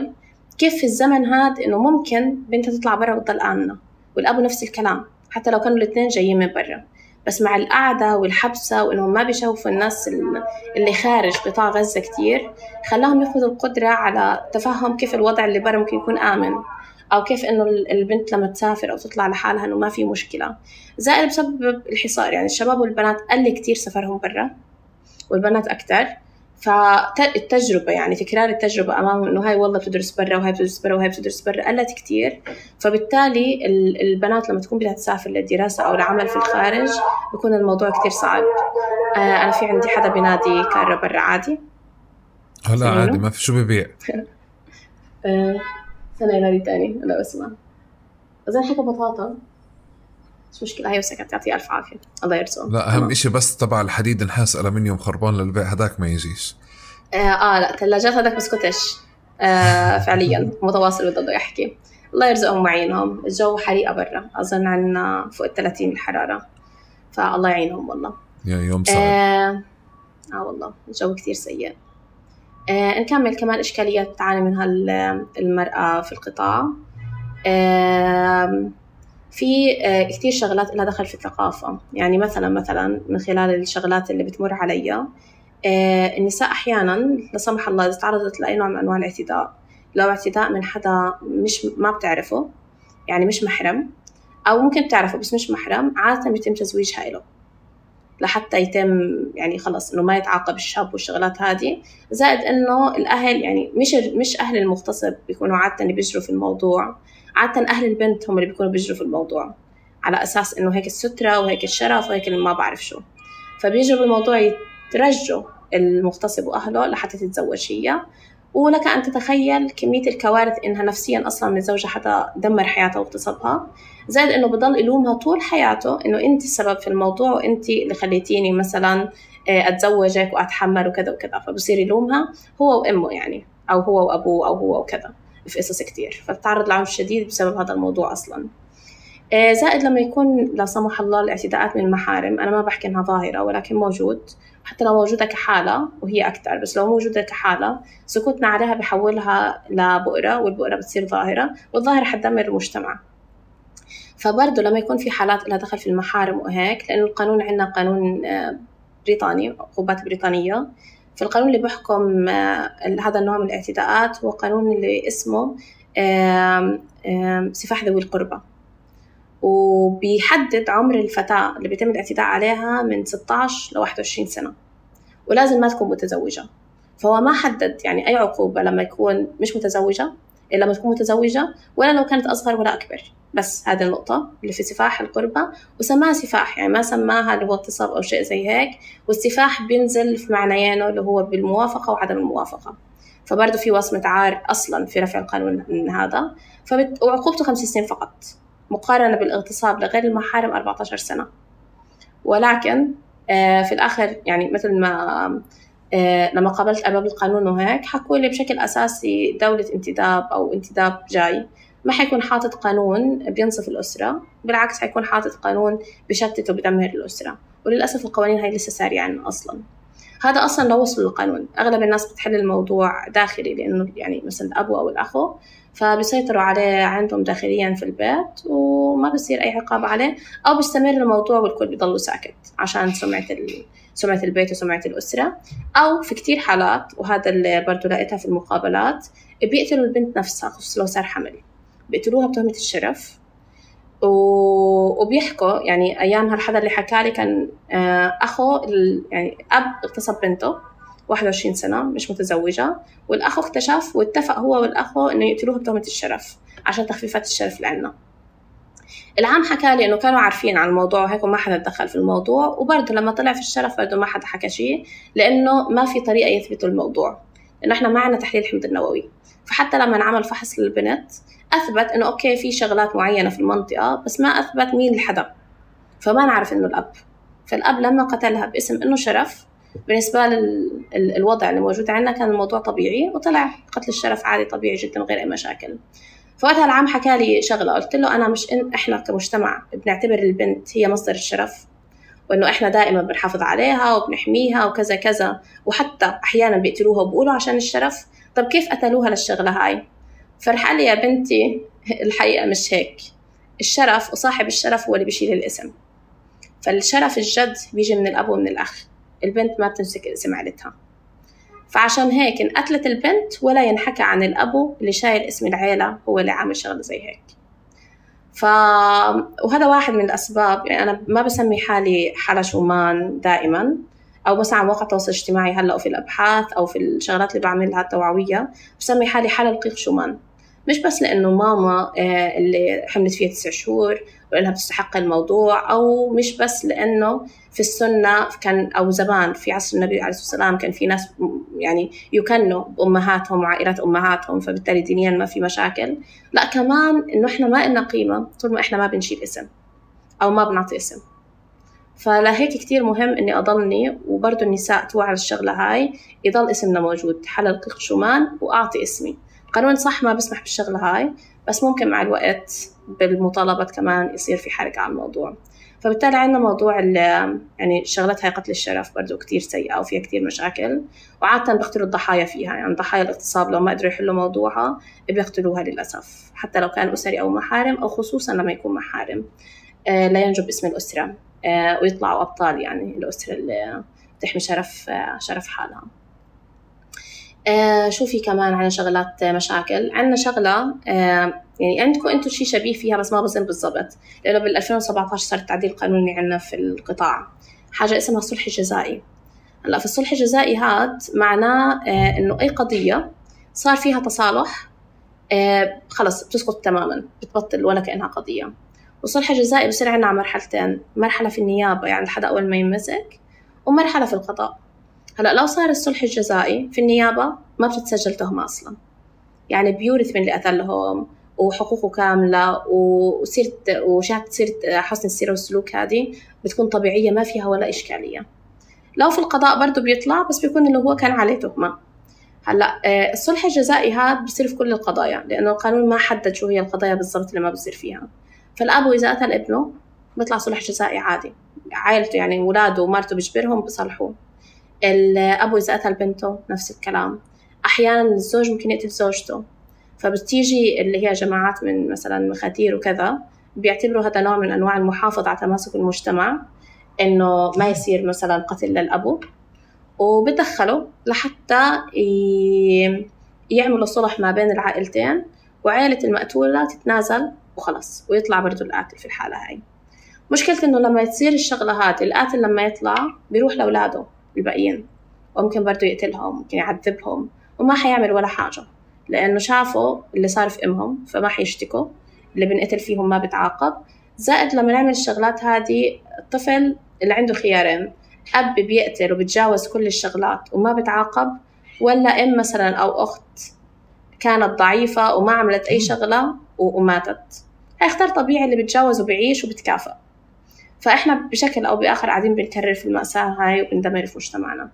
كيف في الزمن هذا إنه ممكن بنتها تطلع برا وتضل آمنة، والأب نفس الكلام حتى لو كانوا الاثنين جايين من برا، بس مع القعدة والحبسة وإنهم ما بيشوفوا الناس اللي خارج قطاع غزة كتير، خلاهم يفقدوا القدرة على تفهم كيف الوضع اللي برا ممكن يكون آمن، أو كيف إنه البنت لما تسافر أو تطلع لحالها إنه ما في مشكلة. زائد بسبب الحصار، يعني الشباب والبنات قل كتير سفرهم برا والبنات أكتر، فالتجربة يعني تكرار التجربة أمامهم إنه هاي والله بتدرس برا وهاي بتدرس برا وهاي بتدرس برا قلت كتير. فبالتالي البنات لما تكون بدها تسافر للدراسة أو العمل في الخارج بيكون الموضوع كتير صعب. آه أنا في عندي حدا بنادي كارة برا عادي هلا عادي ما في شو ببيع. آه سنة ينادي تاني أنا بسمع أظن حكى بطاطا مش مشكلة هاي وسكت يعطيه ألف عافية الله يرسوم. لا أهم إشي بس تبع الحديد نحاس ألمنيوم خربان للبيع هداك ما يجيش. آه, آه لا ثلاجات هداك بسكتش آه فعليا متواصل بده يحكي الله يرزقهم ويعينهم. الجو حريقة برا أظن عنا فوق الثلاثين الحرارة فالله يعينهم والله يا يوم صعب. آه, آه والله الجو كتير سيء. آه نكمل كمان إشكاليات تعاني منها المرأة في القطاع. آه في كتير شغلات لها دخل في الثقافة، يعني مثلا مثلا من خلال الشغلات اللي بتمر عليها النساء أحيانا لا سمح الله إذا تعرضت لأي نوع من أنواع الاعتداء، لو اعتداء من حدا مش ما بتعرفه يعني مش محرم، أو ممكن تعرفه بس مش محرم، عادة بيتم تزويجها له لحتى يتم يعني خلص إنه ما يتعاقب الشاب والشغلات هذه. زائد إنه الأهل يعني مش مش أهل المغتصب بيكونوا عادة اللي بيجروا في الموضوع، عادة أهل البنت هم اللي بيكونوا بيجروا في الموضوع على أساس إنه هيك السترة وهيك الشرف وهيك ما بعرف شو، فبيجروا بالموضوع يترجوا المغتصب وأهله لحتى تتزوج هي. ولك أن تتخيل كمية الكوارث إنها نفسيا أصلا من زوجها حتى دمر حياتها واغتصبها. زائد إنه بضل يلومها طول حياته إنه أنت السبب في الموضوع وأنت اللي خليتيني مثلا أتزوجك وأتحمل وكذا وكذا، فبصير يلومها هو وأمه يعني أو هو وأبوه أو هو وكذا في قصص كتير، فبتعرض لعنف شديد بسبب هذا الموضوع أصلا. زائد لما يكون لا سمح الله الاعتداءات من المحارم، أنا ما بحكي إنها ظاهرة ولكن موجود، حتى لو موجودة كحالة وهي أكتر، بس لو موجودة كحالة سكوتنا عليها بحولها لبؤرة والبؤرة بتصير ظاهرة والظاهرة حتدمر المجتمع. فبرضه لما يكون في حالات لها دخل في المحارم وهيك، لأنه القانون عندنا قانون بريطاني عقوبات بريطانية، في القانون اللي بيحكم هذا النوع من الاعتداءات هو قانون اللي اسمه سفاح ذوي القربى، وبيحدد عمر الفتاة اللي بيتم الاعتداء عليها من ستة عشر ل واحد وعشرين سنة، ولازم ما تكون متزوجة. فهو ما حدد يعني أي عقوبة لما يكون مش متزوجة إلا لما تكون متزوجة، ولا لو كانت أصغر ولا أكبر. بس هذه النقطة اللي في سفاح القربى، وسماها سفاح يعني ما سماها اللي هو اغتصاب أو شيء زي هيك. والسفاح بينزل في معنيانه اللي هو بالموافقة وعدم الموافقة، فبرضه في وصمة عار أصلا في رفع القانون من هذا. فبت... وعقوبته خمس سنين فقط، مقارنة بالاغتصاب لغير المحارم أربعة عشر سنة. ولكن آه في الآخر يعني مثل ما آه لما قابلت أرباب القانون وهيك حكوا لي بشكل أساسي دولة انتداب أو انتداب جاي ما حيكون حاطط قانون بينصف الأسرة، بالعكس حيكون حاطط قانون بيشتت وبيدمر الأسرة. وللأسف القوانين هاي لسه سارية عنا أصلا. هذا أصلا لو وصل للقانون أغلب الناس بتحل الموضوع داخلي، لأنه يعني مثلا الأب أو الأخو فبيسيطروا عليه عندهم داخليا في البيت وما بيصير أي عقاب عليه، أو بيستمر الموضوع والكل بيضلوا ساكت عشان سمعة سمعة البيت وسمعة الأسرة. أو في كتير حالات، وهذا اللي برضو لقيتها في المقابلات، بيقتلوا البنت نفسها خصوصا لو صار حمل، بيقتلوها بتهمة الشرف. وبيحكوا يعني أيام هالحدا اللي حكالي كان أخو يعني أب اغتصب بنته واحد وعشرين سنة مش متزوجة، والأخو اكتشف واتفق هو والأخو إنه يقتلوها بتهمة الشرف عشان تخفيفات الشرف اللي عنا. العام حكالي إنه كانوا عارفين عن الموضوع وهيك وما حدا دخل في الموضوع، وبرضه لما طلع في الشرف برضه ما حدا حكى شيء، لأنه ما في طريقة يثبتوا الموضوع، لأنه إحنا ما عنا تحليل الحمض النووي. فحتى لما نعمل فحص للبنت أثبت إنه أوكي في شغلات معينة في المنطقة، بس ما أثبت مين الحدا، فما نعرف إنه الأب. فالأب لما قتلها باسم إنه شرف، بالنسبة للوضع اللي موجود عندنا كان الموضوع طبيعي، وطلع قتل الشرف عادي طبيعي جدا غير أي مشاكل. فوقتها العام حكى لي شغلة، قلت له أنا مش إن إحنا كمجتمع بنعتبر البنت هي مصدر الشرف، وإنه إحنا دائما بنحافظ عليها وبنحميها وكذا كذا، وحتى أحيانا بيقتلوها وبقولوا عشان الشرف. طب كيف قتلوها للشغلة هاي؟ فرح قال لي يا بنتي الحقيقة مش هيك، الشرف وصاحب الشرف هو اللي بيشيل الاسم، فالشرف الجد بيجي من الأب ومن الأخ، البنت ما بتمسك اسم عيلتها. فعشان هيك انقتلت البنت ولا ينحكى عن الأبو اللي شايل اسم العيلة هو اللي عامل شغلة زي هيك. ف... وهذا واحد من الأسباب. يعني أنا ما بسمي حالي حالة شومان دائما، أو مثلا على مواقع التواصل الاجتماعي هلأ أو في الأبحاث أو في الشغلات اللي بعملها التوعوية بسمي حالي حالة القيق شومان، مش بس لأنه ماما اللي حملت فيها تسع شهور وإنها بتستحق الموضوع، أو مش بس لأنه في السنة كان أو زمان في عصر النبي عليه الصلاة والسلام كان في ناس يعني يكنوا بأمهاتهم وعائلات أمهاتهم فبالتالي دينيا ما في مشاكل، لا كمان إنه إحنا ما إلنا قيمة طول ما إحنا ما بنشيل اسم أو ما بنعطي اسم. فلهيك كتير مهم إني أضلني وبرضو النساء توعى على الشغلة هاي، يضل اسمنا موجود حالة القيق شومان وأعطي اسمي. قانون صح ما بسمح بالشغلة هاي، بس ممكن مع الوقت بالمطالبات كمان يصير في حركة على الموضوع. فبالتالي عندنا موضوع يعني شغلتها قتل الشرف برضو كتير سيئة وفيها كتير مشاكل، وعادة بيقتلوا الضحايا فيها. يعني ضحايا الاغتصاب لو ما قدروا يحلوا موضوعها بيقتلوها للأسف، حتى لو كان أسري أو محارم، أو خصوصا لما يكون محارم آه لا ينجب اسم الأسرة آه ويطلعوا أبطال، يعني الأسرة اللي تحمي شرف آه شرف حالها. آه شو في كمان عنا شغلات مشاكل؟ عنا شغلة آه يعني عندكم أنتوا شيء شبيه فيها بس ما بظن بالضبط، لأنه بال ألفين وسبعة عشر صار التعديل القانوني عنا في القطاع حاجة اسمها الصلح الجزائي. هلا في الصلح الجزائي هاد معناه آه إنه أي قضية صار فيها تصالح آه خلص بتسقط تماما، بتبطل ولا كأنها قضية. والصلح الجزائي بصير عنا على مرحلتين، مرحلة في النيابة يعني لحد أول ما يمسك، ومرحلة في القضاء. هلا لو صار الصلح الجزائي في النيابة ما بتتسجل تهمة أصلا، يعني بيورث من اللي قتلهم وحقوقه كاملة وسيرة وشهادة سيرة حسن السيرة والسلوك هذه بتكون طبيعية ما فيها ولا إشكالية. لو في القضاء برضو بيطلع بس بيكون اللي هو كان عليه تهمة. هلا الصلح الجزائي هذا بيصير في كل القضايا، لأنه القانون ما حدد شو هي القضايا بالضبط اللي ما بيصير فيها. فالأب إذا قتل ابنه بيطلع صلح جزائي عادي، عائلته يعني ولاده ومارته بيجبرهم بصلحوه. الأب إذا قتل بنته نفس الكلام. أحيانا الزوج ممكن يقتل زوجته، فبتيجي اللي هي جماعات من مثلا مخاتير وكذا بيعتبروا هذا نوع من أنواع المحافظة على تماسك المجتمع، إنه ما يصير مثلا قتل للأبو، وبدخلوا لحتى يعملوا صلح ما بين العائلتين وعائلة المقتولة تتنازل وخلص، ويطلع برضو القاتل في الحالة هاي. مشكلة إنه لما يصير الشغلة هات القاتل لما يطلع بيروح لأولاده الباقيين، وممكن برضو يقتلهم، ممكن يعذبهم، وما حيعمل ولا حاجة لأنه شافوا اللي صار في أمهم فما حيشتكوا، اللي بنقتل فيهم ما بتعاقب. زائد لما نعمل الشغلات هذه الطفل اللي عنده خيارين، أب بيقتل وبتجاوز كل الشغلات وما بتعاقب، ولا أم مثلا أو أخت كانت ضعيفة وما عملت أي شغلة وماتت، هيختار طبيعي اللي بتجاوز وبيعيش وبتكافئ. فإحنا بشكل أو بآخر قاعدين بنكرر في المأساة هاي وبندمر في مجتمعنا.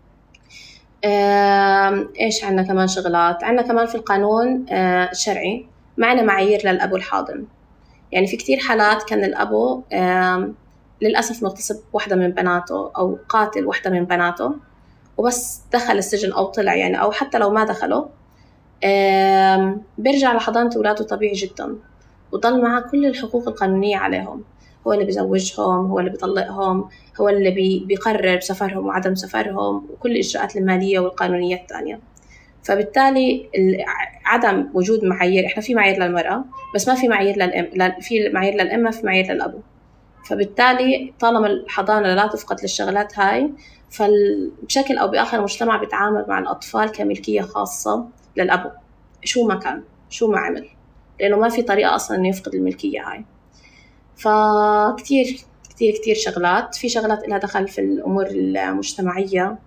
إيش عنا كمان شغلات؟ عنا كمان في القانون الشرعي معنا معايير للأبو الحاضن. يعني في كتير حالات كان الأبو للأسف مغتصب واحدة من بناته أو قاتل واحدة من بناته وبس دخل السجن أو طلع، يعني أو حتى لو ما دخله بيرجع لحضانة أولاده طبيعي جدا، وضل معه كل الحقوق القانونية عليهم. هو اللي بيزوجهم، هو اللي بيطلقهم، هو اللي بي بيقرر بسفرهم وعدم سفرهم وكل الإجراءات المالية والقانونية الثانية. فبالتالي عدم وجود معايير، إحنا في معايير للمرأة بس ما في معايير للأم، في معايير للأم في معايير للأبو. فبالتالي طالما الحضانة لا تفقد للشغلات هاي، فبشكل أو بآخر المجتمع بيتعامل مع الأطفال كملكية خاصة للأبو شو ما كان شو ما عمل، لأنه ما في طريقة أصلاً إنه يفقد الملكية هاي. فكتير كتير كتير شغلات، في شغلات لها دخل في الأمور المجتمعية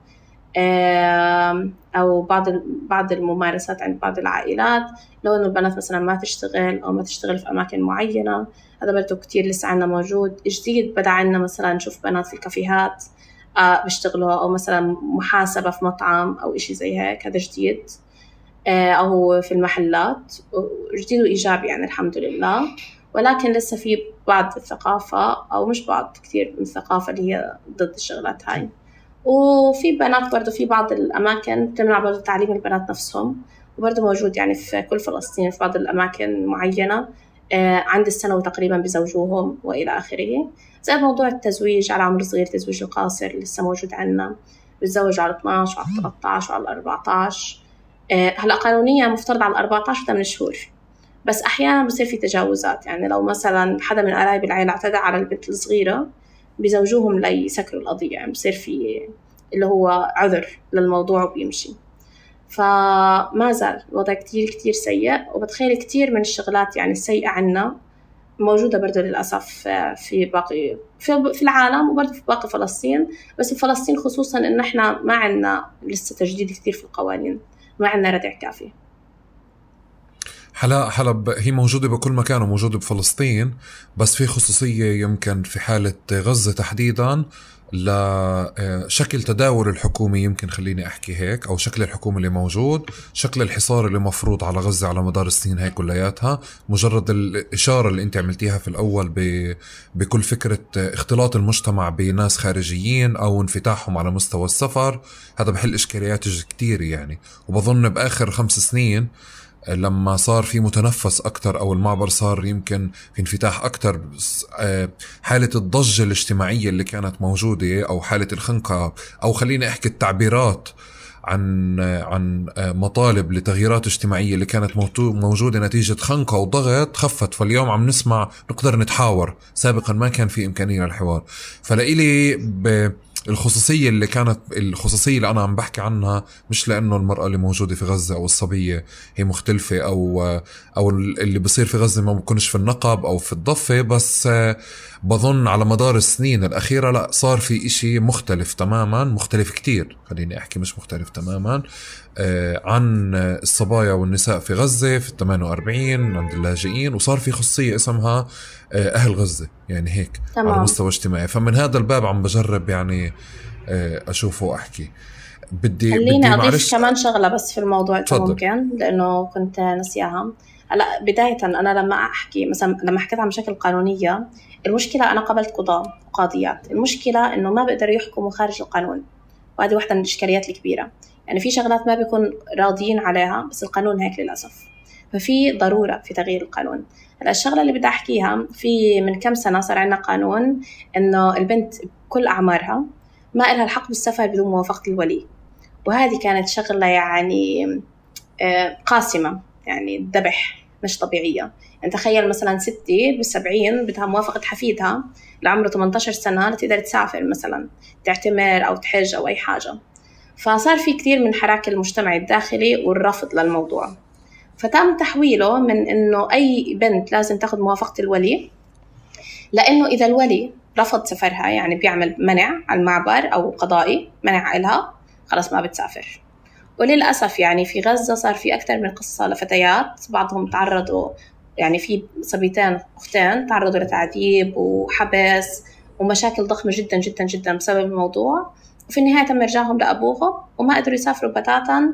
أو بعض بعض الممارسات عند بعض العائلات، لو إنه البنات مثلاً ما تشتغل أو ما تشتغل في أماكن معينة، هذا برضو كتير لسه عنا موجود. جديد بدأ عنا مثلاً نشوف بنات في الكافيهات بيشتغلوا، أو مثلاً محاسبة في مطعم أو إشي زي هيك، هذا جديد، أو في المحلات، جديد وإيجابي يعني الحمد لله. ولكن لسه في بعض الثقافة أو مش بعض كتير من الثقافة اللي هي ضد الشغلات هاي. وفي بنات برضو في بعض الأماكن تمنع برضو تعليم البنات نفسهم وبرضه موجود يعني في كل فلسطين في بعض الأماكن معينة عند السنة تقريبا بزوجوهم وإلى آخره. زي موضوع التزويج على عمر صغير، التزويج القاصر لسه موجود عنا، بتزوج على اثنا عشر وعلى ثلاثة عشر وعلى أربعة عشر. هلا قانونيا مفترض على أربعة عشر ثمانية شهور، بس أحيانا بصير في تجاوزات. يعني لو مثلا حدا من قرايب العائلة اعتدى على البنت الصغيرة بزوجوهم ليسكروا القضية، يعني بصير في اللي هو عذر للموضوع وبيمشي. فما زال الوضع كتير كتير سيء، وبتخيل كتير من الشغلات يعني السيئة عنا موجودة برضو للأسف في باقي في العالم وبرضو في باقي فلسطين. بس في فلسطين خصوصا إن إحنا ما عنا لسه تجديد كتير في القوانين، ما عنا ردع كافي. حلا حلب هي موجودة بكل مكان وموجودة بفلسطين، بس في خصوصية يمكن في حالة غزة تحديدا لشكل تداول الحكومي، يمكن خليني أحكي هيك، أو شكل الحكومة اللي موجود، شكل الحصار اللي مفروض على غزة على مدار السنين هاي كلياتها. مجرد الإشارة اللي أنت عملتيها في الأول بكل فكرة اختلاط المجتمع بناس خارجيين أو انفتاحهم على مستوى السفر، هذا بحل إشكاليات كتير يعني. وبظن بآخر خمس سنين لما صار في متنفس أكتر أو المعبر صار يمكن في انفتاح أكتر، حالة الضجة الاجتماعية اللي كانت موجودة أو حالة الخنقة، أو خليني أحكي التعبيرات عن عن مطالب لتغييرات اجتماعية اللي كانت موجودة نتيجة خنقة وضغط، خفت. فاليوم عم نسمع نقدر نتحاور، سابقا ما كان في إمكانية للحوار. فلإلي ب الخصوصية اللي كانت الخصوصية اللي أنا عم بحكي عنها مش لأنه المرأة اللي موجودة في غزة أو الصبية هي مختلفة، أو أو اللي بصير في غزة ما بكونش في النقب أو في الضفة، بس بظن على مدار السنين الأخيرة لا، صار في إشي مختلف تماما، مختلف كتير خليني أحكي، مش مختلف تماما عن الصبايا والنساء في غزة في الثمانية وأربعين عند اللاجئين، وصار في خصوصية اسمها أهل غزة يعني هيك تمام. على مستوى اجتماعي. فمن هذا الباب عم بجرب يعني أشوفه وأحكي. بدي خليني أضيف كمان شغلة بس في الموضوع ممكن، لأنه كنت نسيها. هلا بداية أنا لما أحكي مثلا لما حكيت عن مشاكل قانونية، المشكلة أنا قبلت قضاة وقاضيات، المشكلة إنه ما بيقدروا يحكموا خارج القانون، وهذه واحدة من الإشكاليات الكبيرة. يعني في شغلات ما بيكون راضيين عليها بس القانون هيك للأسف، ففي ضرورة في تغيير القانون. هلا الشغلة اللي بدي أحكيها، في من كم سنة صار عندنا قانون إنه البنت بكل أعمارها ما إلها الحق بالسفر بدون موافقة الولي، وهذه كانت شغلة يعني قاسمة، يعني الذبح مش طبيعية. يعني تخيل مثلا ستي بالسبعين بدها موافقة حفيدها لعمره ثمانية عشر سنة لتقدر تسافر مثلا تعتمر أو تحج أو أي حاجة. فصار في كتير من حراك المجتمع الداخلي والرفض للموضوع، فتم تحويله من إنه أي بنت لازم تاخد موافقة الولي، لأنه إذا الولي رفض سفرها يعني بيعمل منع على المعبر أو قضائي منع لها، خلاص ما بتسافر. وللأسف يعني في غزة صار في أكثر من قصة لفتيات بعضهم تعرضوا، يعني في صبيتين أختين تعرضوا لتعذيب وحبس ومشاكل ضخمة جدا جدا جدا بسبب الموضوع، وفي النهاية تم إرجاعهم لأبوهم وما قدروا يسافروا بتاتا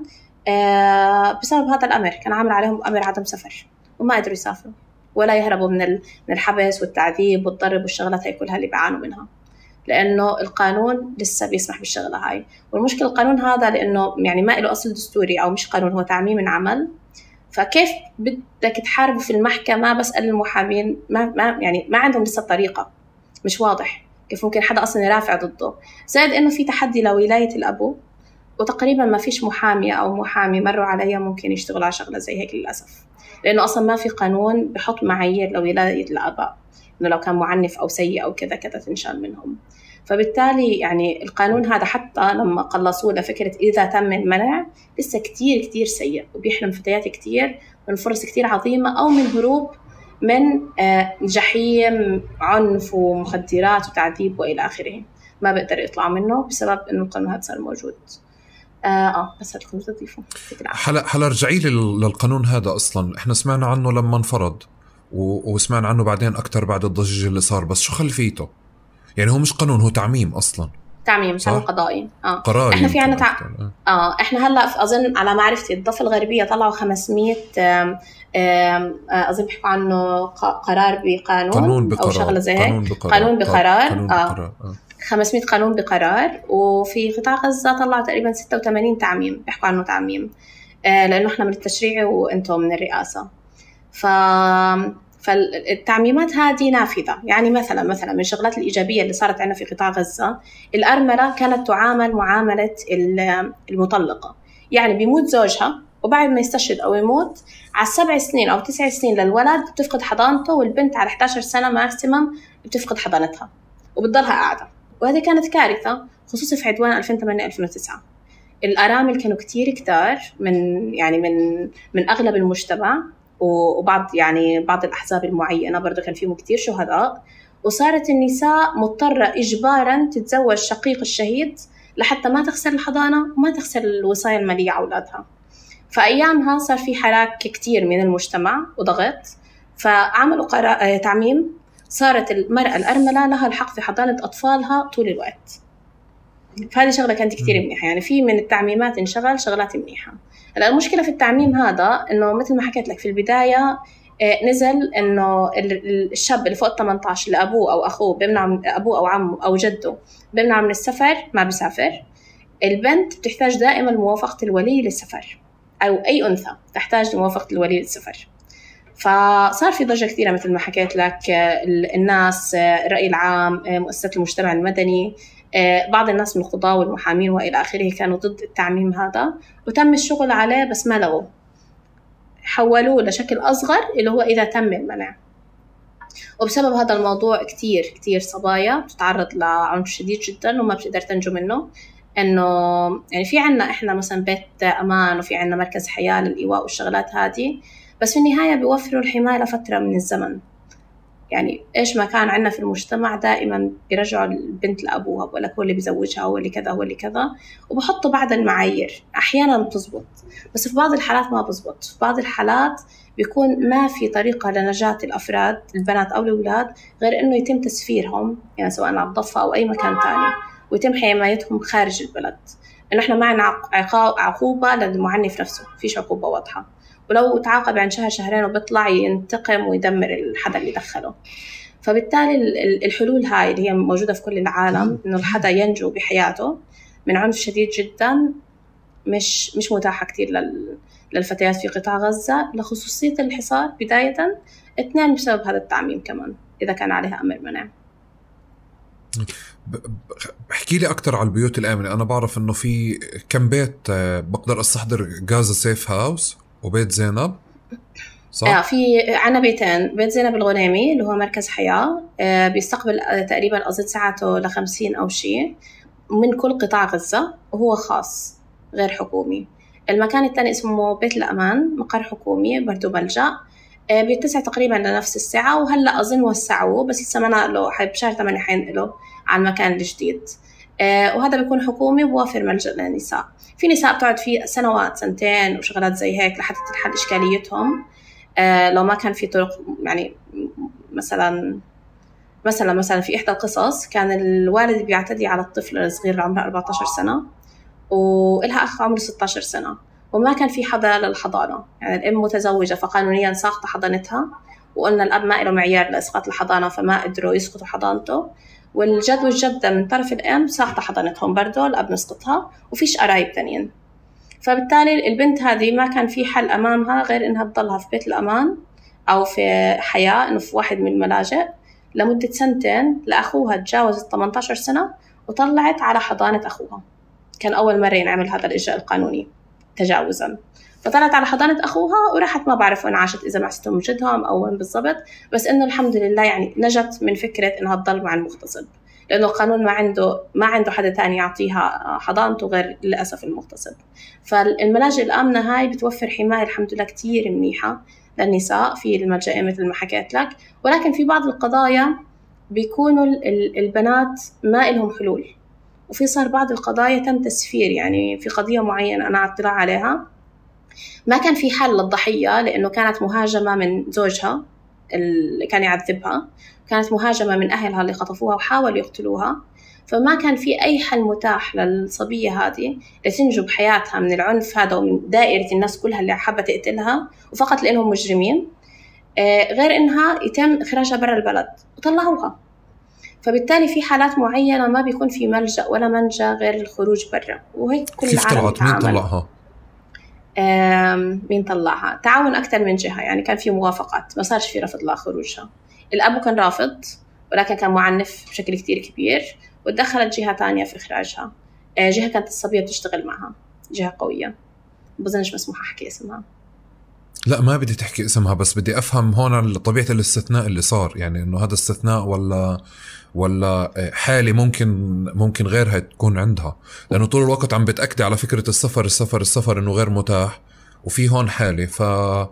بسبب هذا الأمر. كان عامل عليهم أمر عدم سفر وما قدروا يسافروا ولا يهربوا من من الحبس والتعذيب والضرب والشغلات هاي كلها اللي بيعانوا منها، لأنه القانون لسه بيسمح بالشغلة هاي. والمشكلة القانون هذا لأنه يعني ما له أصل دستوري أو مش قانون، هو تعميم من عمل. فكيف بدك تحاربوا في المحكمة؟ بسأل المحامين ما, ما يعني ما عندهم لسه طريقة، مش واضح كيف ممكن حدا أصلا يرافع ضده. زائد إنه في تحدي لولاية الأبو، وتقريبا ما فيش محامية أو محامي مروا عليها ممكن يشتغلوا على شغلة زي هيك للأسف، لأنه أصلا ما في قانون بحط معايير لولاية الآباء إنه لو كان معنف أو سيء أو كذا كذا تنشال منهم. فبالتالي يعني القانون هذا حتى لما قلصوه لفكرة إذا تم المنع لسه كتير كتير سيء، وبيحرم فتيات كتير من فرص كتير عظيمة أو من هروب من جحيم عنف ومخدرات وتعذيب وإلى آخره، ما بقدر يطلع منه بسبب إنه القانون هذا صار موجود. آه, آه بس هتكون تضيفه حلا حلا رجعي للقانون هذا. أصلا إحنا سمعنا عنه لما انفرض وسمعنا عنه بعدين أكتر بعد الضجيج اللي صار، بس شو خلفيته؟ يعني هو مش قانون، هو تعميم أصلا، تعميم تعميم قضائي. اه قرار. احنا في عنا تع... اه احنا هلا اظن على معرفتي الضفة الغربية طلعوا خمسمية آم آم اظن بيحكوا عنه قرار بقانون قانون بقرار. او شغله زي هيك، قانون بقرار قانون بقرار, قانون آه. بقرار. آه. خمسمية قانون بقرار. وفي قطاع غزة طلعوا تقريبا ستة وثمانين تعميم بيحكوا عنه تعميم. لأنه إحنا من التشريع وإنتم من الرئاسة. ف فالتعميمات هذه نافذة. يعني مثلا مثلا من الشغلات الإيجابية اللي صارت عندنا في قطاع غزة، الأرملة كانت تعامل معاملة المطلقة، يعني بيموت زوجها وبعد ما يستشهد أو يموت على سبع سنين أو تسع سنين للولد بتفقد حضانته، والبنت على إحدى عشرة سنة ماكسيمم بتفقد حضانتها وبتضلها قاعدة. وهذه كانت كارثة خصوصا في عدوان ألفين وثمانية ألفين وتسعة. الأرامل كانوا كتير كتار من يعني من من أغلب المجتمع، وبعض يعني بعض الأحزاب المعينة برضو كان فيهم كتير شهداء. وصارت النساء مضطرة إجباراً تتزوج شقيق الشهيد لحتى ما تخسر الحضانة وما تخسر الوصاية المالية على أولادها. فأيامها صار في حراك كتير من المجتمع وضغط، فعملوا قرار تعميم، صارت المرأة الأرملة لها الحق في حضانة أطفالها طول الوقت. فهذه شغلة كانت كتير منيحة. يعني في من التعميمات انشغل شغلات منيحة. هلا المشكلة في التعميم هذا إنه مثل ما حكيت لك في البداية، نزل إنه الشاب اللي فوق ثمانية عشر اللي أبوه أو أخوه بيمنع، أبوه أو عمه أو جده بيمنع من السفر، ما بيسافر. البنت بتحتاج دائما موافقة الولي للسفر، أو أي أنثى تحتاج موافقة الولي للسفر. فصار في ضجة كثيرة مثل ما حكيت لك، الناس، الرأي العام، مؤسسات المجتمع المدني، بعض الناس من القضاة والمحامين وإلى آخره كانوا ضد التعميم هذا، وتم الشغل عليه بس ما لغوه، حولوه لشكل أصغر اللي هو إذا تم المنع. وبسبب هذا الموضوع كتير كتير صبايا بتتعرض لعنف شديد جدا وما بتقدر تنجو منه. إنه يعني في عنا إحنا مثلا بيت أمان، وفي عنا مركز حياة للإيواء والشغلات هذه، بس في النهاية بيوفروا الحماية لفترة من الزمن. يعني إيش ما كان عنا في المجتمع دائما بيرجعوا البنت لأبوها، بقول لك هو اللي بيزوجها، هو اللي كذا، هو اللي كذا، وبحطوا بعض المعايير. أحيانا بتزبط، بس في بعض الحالات ما بزبط. في بعض الحالات بيكون ما في طريقة لنجاة الأفراد البنات أو الأولاد غير إنه يتم تسفيرهم، يعني سواء على الضفة أو أي مكان تاني، ويتم حمايتهم خارج البلد. إنه إحنا ما عنا عقوبة للمعنف نفسه، فيش عقوبة واضحة، ولو تعاقب عن شهر شهرين وبيطلع ينتقم ويدمر الحدا اللي دخله. فبالتالي الحلول هاي اللي هي موجودة في كل العالم، إنه الحدا ينجو بحياته من عنف شديد جدا، مش مش متاحة كتير للفتيات في قطاع غزة، لخصوصية الحصار بداية، اثنين بسبب هذا التعميم كمان إذا كان عليها أمر منع. احكي لي أكتر على البيوت الآمنة. أنا بعرف إنه في كم بيت بقدر أستحضر، غازة سيف هاوس وبيت زينب، صح؟ آه في عنا بيتين، بيت زينب الغنيمي اللي هو مركز حياة، آه بيستقبل تقريبا أزيد ساعته لخمسين أو شيء من كل قطاع غزة، وهو خاص غير حكومي. المكان الثاني اسمه بيت الأمان، مقر حكومي برضو ملجأ، آه بيتسع تقريبا لنفس الساعة، وهلأ أظن وسعوه بس لسه ما نقلوا، بشهر ثمانية حينقلوا على المكان الجديد. آه وهذا بيكون حكومي بوافر ملجأ للنساء. في نساء بتقعد فيه سنوات، سنتين وشغلات زي هيك لحتى تنحل إشكاليتهم. آه لو ما كان في طرق، يعني مثلا مثلا مثلا في إحدى القصص كان الوالد بيعتدي على الطفل الصغير اللي عمره أربعة عشر سنة، وإلها أخ عمره ستة عشر سنة، وما كان في حدا للحضانة. يعني الأم متزوجة فقانونيا ساقطة حضانتها، وقلنا الأب ما له معيار لإسقاط الحضانة فما قدروا يسقطوا حضانته، والجد والجدة من طرف الأم ساقطة حضانتهم برضو، الأب نسقطها، وفيش قرايب تانيين. فبالتالي البنت هذه ما كان في حل أمامها غير إنها تضلها في بيت الأمان أو في حياة، إنه في واحد من الملاجئ لمدة سنتين، لأخوها تجاوزت ثمانية عشر سنة وطلعت على حضانة أخوها. كان أول مرة ينعمل هذا الإجراء القانوني تجاوزا، فطلعت على حضانة أخوها وراحت. ما بعرف وين عاشت، إذا مع ستهم جدهم أو وين بالضبط، بس إنه الحمد لله يعني نجت من فكرة إنها تضل مع المغتصب، لأنه القانون ما عنده ما عنده حدا تاني يعطيها حضانته غير للأسف المغتصب. فالملاجئ الآمنة هاي بتوفر حماية الحمد لله كتير منيحة للنساء في الملجأ مثل ما حكيت لك. ولكن في بعض القضايا بيكونوا البنات ما إلهم حلول، وفي صار بعض القضايا تم تسفير. يعني في قضية معينة أنا اطلع عليها ما كان في حل للضحية، لأنه كانت مهاجمة من زوجها اللي كان يعذبها، كانت مهاجمة من أهلها اللي خطفوها وحاولوا يقتلوها، فما كان في أي حل متاح للصبية هذه لتنجو بحياتها من العنف هذا ومن دائرة الناس كلها اللي حابة تقتلها، وفقط لأنهم مجرمين، غير إنها يتم إخراجها برا البلد وطلعوها. فبالتالي في حالات معينة ما بيكون في ملجأ ولا منجا غير الخروج برا، وهيك كل كيف طلعت؟ مين طلعها؟ مين طلعها؟ تعاون أكثر من جهة، يعني كان في موافقات، ما صارش في رفض لخروجها. الأب كان رافض ولكن كان معنف بشكل كتير كبير، وتدخلت جهة تانية في إخراجها، جهة كانت الصبية بتشتغل معها، جهة قوية بظنش مسموح أحكي اسمها. لا ما بدي تحكي اسمها، بس بدي أفهم هون طبيعة الاستثناء اللي صار، يعني إنه هذا استثناء ولا ولا حالة ممكن ممكن غيرها تكون عندها، لأنه طول الوقت عم بتأكد على فكرة السفر السفر السفر إنه غير متاح، وفي هون حالة. ف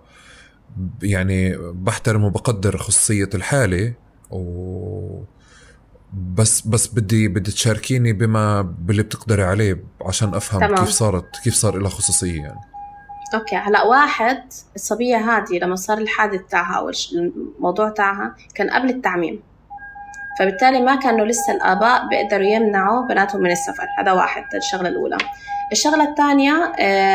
يعني بحترم وبقدر خصوصية الحالة، و بس بس بدي بدي تشاركيني بما باللي بتقدري عليه عشان أفهم تمام. كيف صارت كيف صار لها خصوصية يعني. أوكي، هلا واحد الصبية هذه لما صار الحادث تاعها أو الموضوع تاعها كان قبل التعميم، فبالتالي ما كانوا لسه الآباء بيقدروا يمنعوا بناتهم من السفر. هذا واحد، الشغلة الأولى. الشغلة الثانية،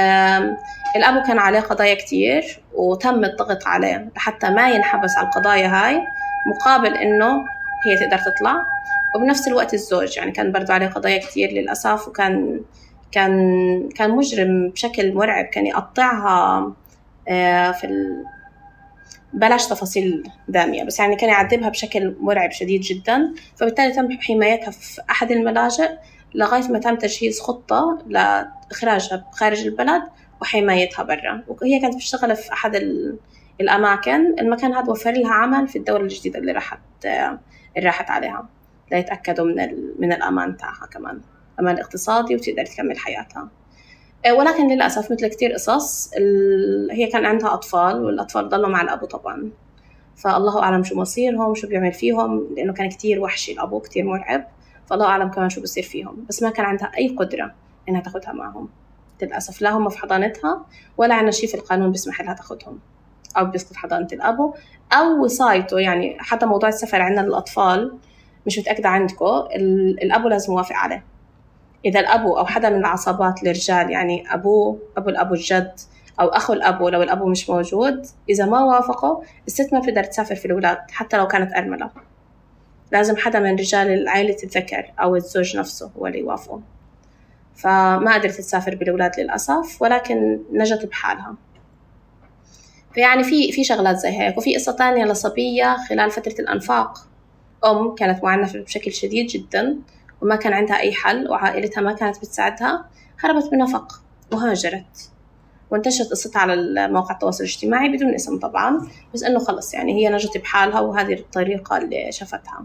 الأب كان عليه قضايا كتير وتم الضغط عليه حتى ما ينحبس على القضايا هاي مقابل إنه هي تقدر تطلع. وبنفس الوقت الزوج يعني كان برضو عليه قضايا كتير للأسف، وكان كان كان مجرم بشكل مرعب، كان يقطعها في ال... بلاش تفاصيل دامية، بس يعني كان يعذبها بشكل مرعب شديد جدا. فبالتالي تم حمايتها في أحد الملاجئ لغاية ما تم تجهيز خطة لإخراجها خارج البلد وحمايتها برا. وهي كانت بتشتغل في أحد الأماكن، المكان هذا وفر لها عمل في الدولة الجديدة اللي راحت اللي راحت عليها، ليتأكدوا من من الأمان تاعها كمان، أمان اقتصادي، وتقدر تكمل حياتها. ولكن للأسف مثل كتير قصص هي كان عندها أطفال، والأطفال ضلوا مع الأبو طبعا، فالله أعلم شو مصيرهم شو بيعمل فيهم، لأنه كان كتير وحشي الأبو، كتير مرعب، فالله أعلم كمان شو بيصير فيهم. بس ما كان عندها أي قدرة إنها تاخدها معهم للأسف، لا هم في حضانتها ولا عنا شيء في القانون بيسمح لها تاخدهم أو بيسقط حضانة الأبو أو وصايته. يعني حتى موضوع السفر عندنا للأطفال مش متأكدة عندكم، الأبو لازم يوافق عليه. إذا الأبو أو حدا من العصبات الرجال، يعني أبوه أبو الأبو الجد أو أخو الأبو لو الأبو مش موجود، إذا ما وافقوا الست ما بتقدر تسافر في الأولاد حتى لو كانت أرملة، لازم حدا من رجال عائلة الذكر أو الزوج نفسه هو اللي يوافقه. فما قدرت تسافر بالأولاد للأسف، ولكن نجت بحالها. فيعني في في شغلات زي هيك. وفي قصة تانية لصبية خلال فترة الأنفاق، أم كانت معنفة بشكل شديد جدا وما كان عندها أي حل، وعائلتها ما كانت بتساعدها، هربت بنفق وهاجرت، وانتشرت قصتها على مواقع التواصل الاجتماعي بدون اسم طبعا، بس إنه خلص يعني هي نجت بحالها وهذه الطريقة اللي شفتها.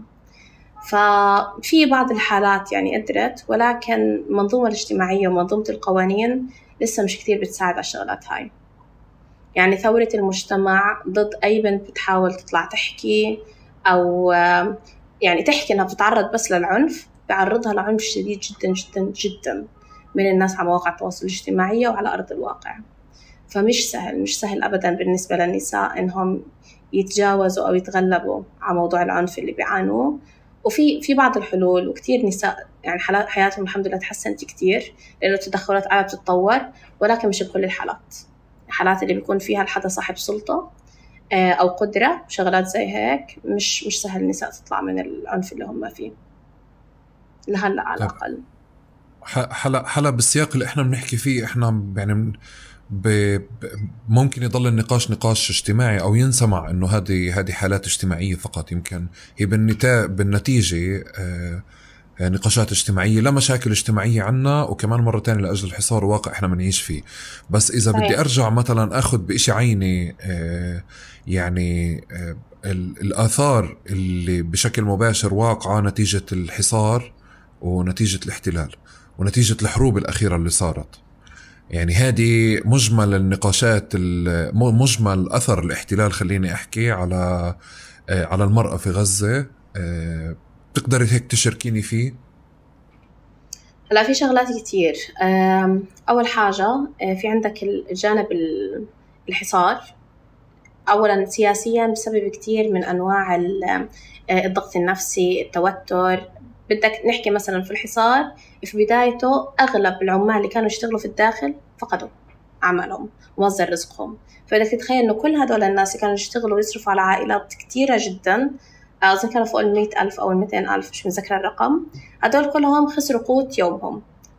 ففي بعض الحالات يعني قدرت، ولكن المنظومة الاجتماعية ومنظومة القوانين لسه مش كتير بتساعد على الشغلات هاي. يعني ثورة المجتمع ضد أي بنت بتحاول تطلع تحكي أو يعني تحكي إنها بتتعرض بس للعنف، بعرضها لعنف شديد جدا جدا جدا من الناس على مواقع التواصل الاجتماعي وعلى أرض الواقع. فمش سهل مش سهل أبدا بالنسبة للنساء إنهم يتجاوزوا أو يتغلبوا على موضوع العنف اللي بيعانوه. وفي في بعض الحلول، وكتير نساء يعني حياتهم الحمد لله تحسنت كتير لأنه التدخلات قاعدة تتطور، ولكن مش بكل الحالات. الحالات اللي بيكون فيها الحدا صاحب سلطة أو قدرة شغلات زي هيك مش مش سهل النساء تطلع من العنف اللي هم فيه لهلا على الأقل. حلا حلا بالسياق اللي احنا بنحكي فيه، احنا يعني ب... ممكن يضل النقاش نقاش اجتماعي أو ينسمع إنه هذه هذه حالات اجتماعية فقط، يمكن هي بالنتاج بالنتيجة آه نقاشات اجتماعية لا مشاكل اجتماعية عنا، وكمان مرة تانية لأجل الحصار واقع احنا منعيش فيه. بس إذا صحيح. بدي أرجع مثلا أخذ بإشي عيني آه يعني آه الآثار اللي بشكل مباشر واقعة نتيجة الحصار ونتيجة الاحتلال ونتيجة الحروب الأخيرة اللي صارت. يعني هذه مجمل النقاشات، مجمل أثر الاحتلال خليني أحكي على على المرأة في غزة. تقدري هيك تشاركيني فيه؟ هلا في شغلات كتير. أول حاجة في عندك الجانب الحصار، أولا سياسيا بسبب كتير من أنواع الضغط النفسي، التوتر. بدك نحكي مثلا في الحصار في بدايته أغلب العمال اللي كانوا يشتغلوا في الداخل فقدوا عملهم ومصدر رزقهم. فبدك تتخيل إنه كل هدول الناس اللي كانوا يشتغلوا ويصرفوا على عائلات كتيرة جدا، أظن كانوا فوق المئة ألف أو المئتين ألف، مش مذكرة الرقم، هدول كلهم خسروا قوت يومهم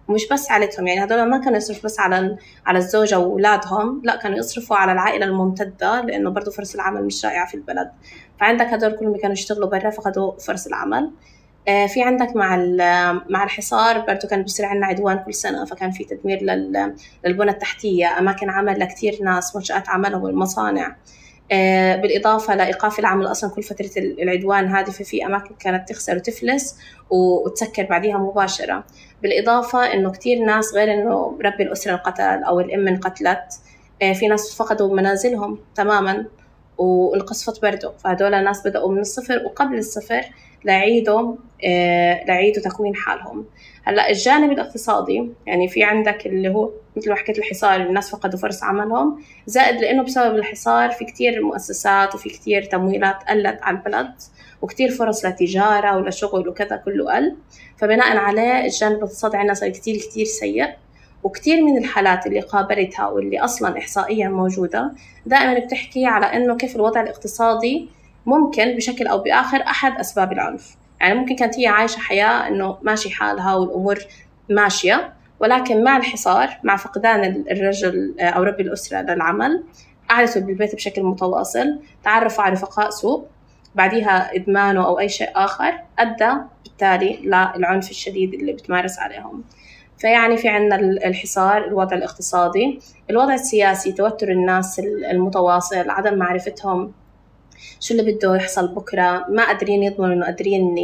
ومش بس عائلتهم، يعني هدول ما كانوا يصرفوا بس على على الزوجة وأولادهم، لا كانوا يصرفوا على العائلة الممتدة، لأنه برضو فرص العمل مش رائعة في البلد. فعندك هدول كلهم كانوا يشتغلوا برا فقدوا فرص العمل. في عندك مع مع الحصار برضو كان بيصير عندنا عدوان كل سنة، فكان في تدمير للبنى التحتية، أماكن عمل لكتير ناس، منشآت عملهم والمصانع، بالإضافة لإيقاف العمل أصلا كل فترة العدوان هذه، ففي أماكن كانت تخسر وتفلس وتسكر بعديها مباشرة. بالإضافة إنه كتير ناس غير إنه ربي الأسرة انقتل أو الأم انقتلت، في ناس فقدوا منازلهم تماما وانقصفت برضه، فهدول الناس بدأوا من الصفر وقبل الصفر لعيدوا لعيدوا تكوين حالهم. هلا الجانب الاقتصادي يعني في عندك اللي هو مثل ما حكيت الحصار، الناس فقدوا فرص عملهم، زائد لأنه بسبب الحصار في كتير مؤسسات وفي كتير تمويلات قلت على البلد، وكتير فرص لتجارة ولشغل وكذا كله قل، فبناء عليه الجانب الاقتصادي عندنا صار كتير كتير سيء. وكتير من الحالات اللي قابلتها واللي أصلاً إحصائياً موجودة دائماً بتحكي على إنه كيف الوضع الاقتصادي ممكن بشكل أو بآخر أحد أسباب العنف. يعني ممكن كانت هي عايشة حياة إنه ماشي حالها والأمور ماشية، ولكن مع الحصار، مع فقدان الرجل أو رب الأسرة للعمل، قعدتوا بالبيت بشكل متواصل، تعرفوا على رفقاء سوء، بعديها إدمانه أو أي شيء آخر أدى بالتالي للعنف الشديد اللي بتمارس عليهم. فيعني في عنا الحصار، الوضع الاقتصادي، الوضع السياسي، توتر الناس المتواصل، عدم معرفتهم شو اللي بده يحصل بكرة، ما قادرين يضمنوا إنه قادرين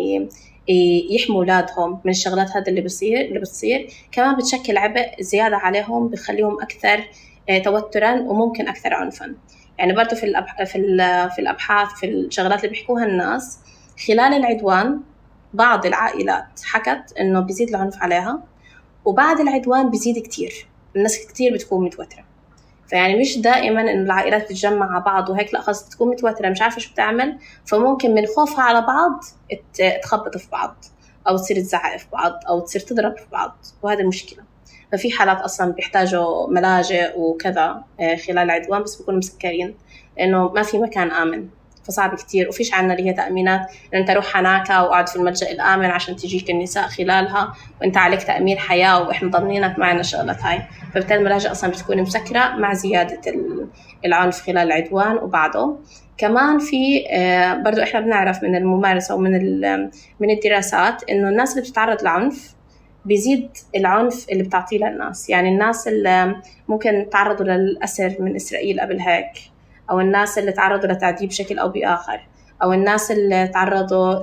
يحموا أولادهم من الشغلات هذا اللي بصير اللي بتصير كمان بتشكل عبء زيادة عليهم، بتخليهم أكثر توتراً وممكن أكثر عنفاً. يعني برضو في الأب... في ال... في الأبحاث في الشغلات اللي بيحكوها الناس خلال العدوان، بعض العائلات حكت إنه بيزيد العنف عليها، وبعد العدوان بيزيد كتير، الناس كتير بتكون متوترة. فيعني مش دائما إن العائلات تتجمع مع بعض وهيك، لا خلاص تكون متوترة مش عارفة شو بتعمل، فممكن من خوفها على بعض تخبط في بعض أو تصير تزعق في بعض أو تصير تضرب في بعض، وهذا مشكلة. ففي حالات أصلا بيحتاجوا ملاجئ وكذا خلال العدوان، بس بيكونوا مسكرين لأنه ما في مكان آمن، فصعب كتير. وفيش عنا اللي هي تأمينات إن أنت روح هناك وقعد في الملجأ الآمن عشان تجيك النساء خلالها وأنت عليك تأمين حياة وإحنا ضمنينك معنا الشغلات هاي. فبالتالي الملاجئ أصلا بتكون مسكرة مع زيادة العنف خلال العدوان وبعده. كمان في برضو إحنا بنعرف من الممارسة ومن من الدراسات إنه الناس اللي بتتعرض لعنف بيزيد العنف اللي بتعطيه للناس. يعني الناس اللي ممكن تعرضوا للأسر من إسرائيل قبل هيك، أو الناس اللي تعرضوا لتعذيب بشكل أو بآخر، أو الناس اللي تعرضوا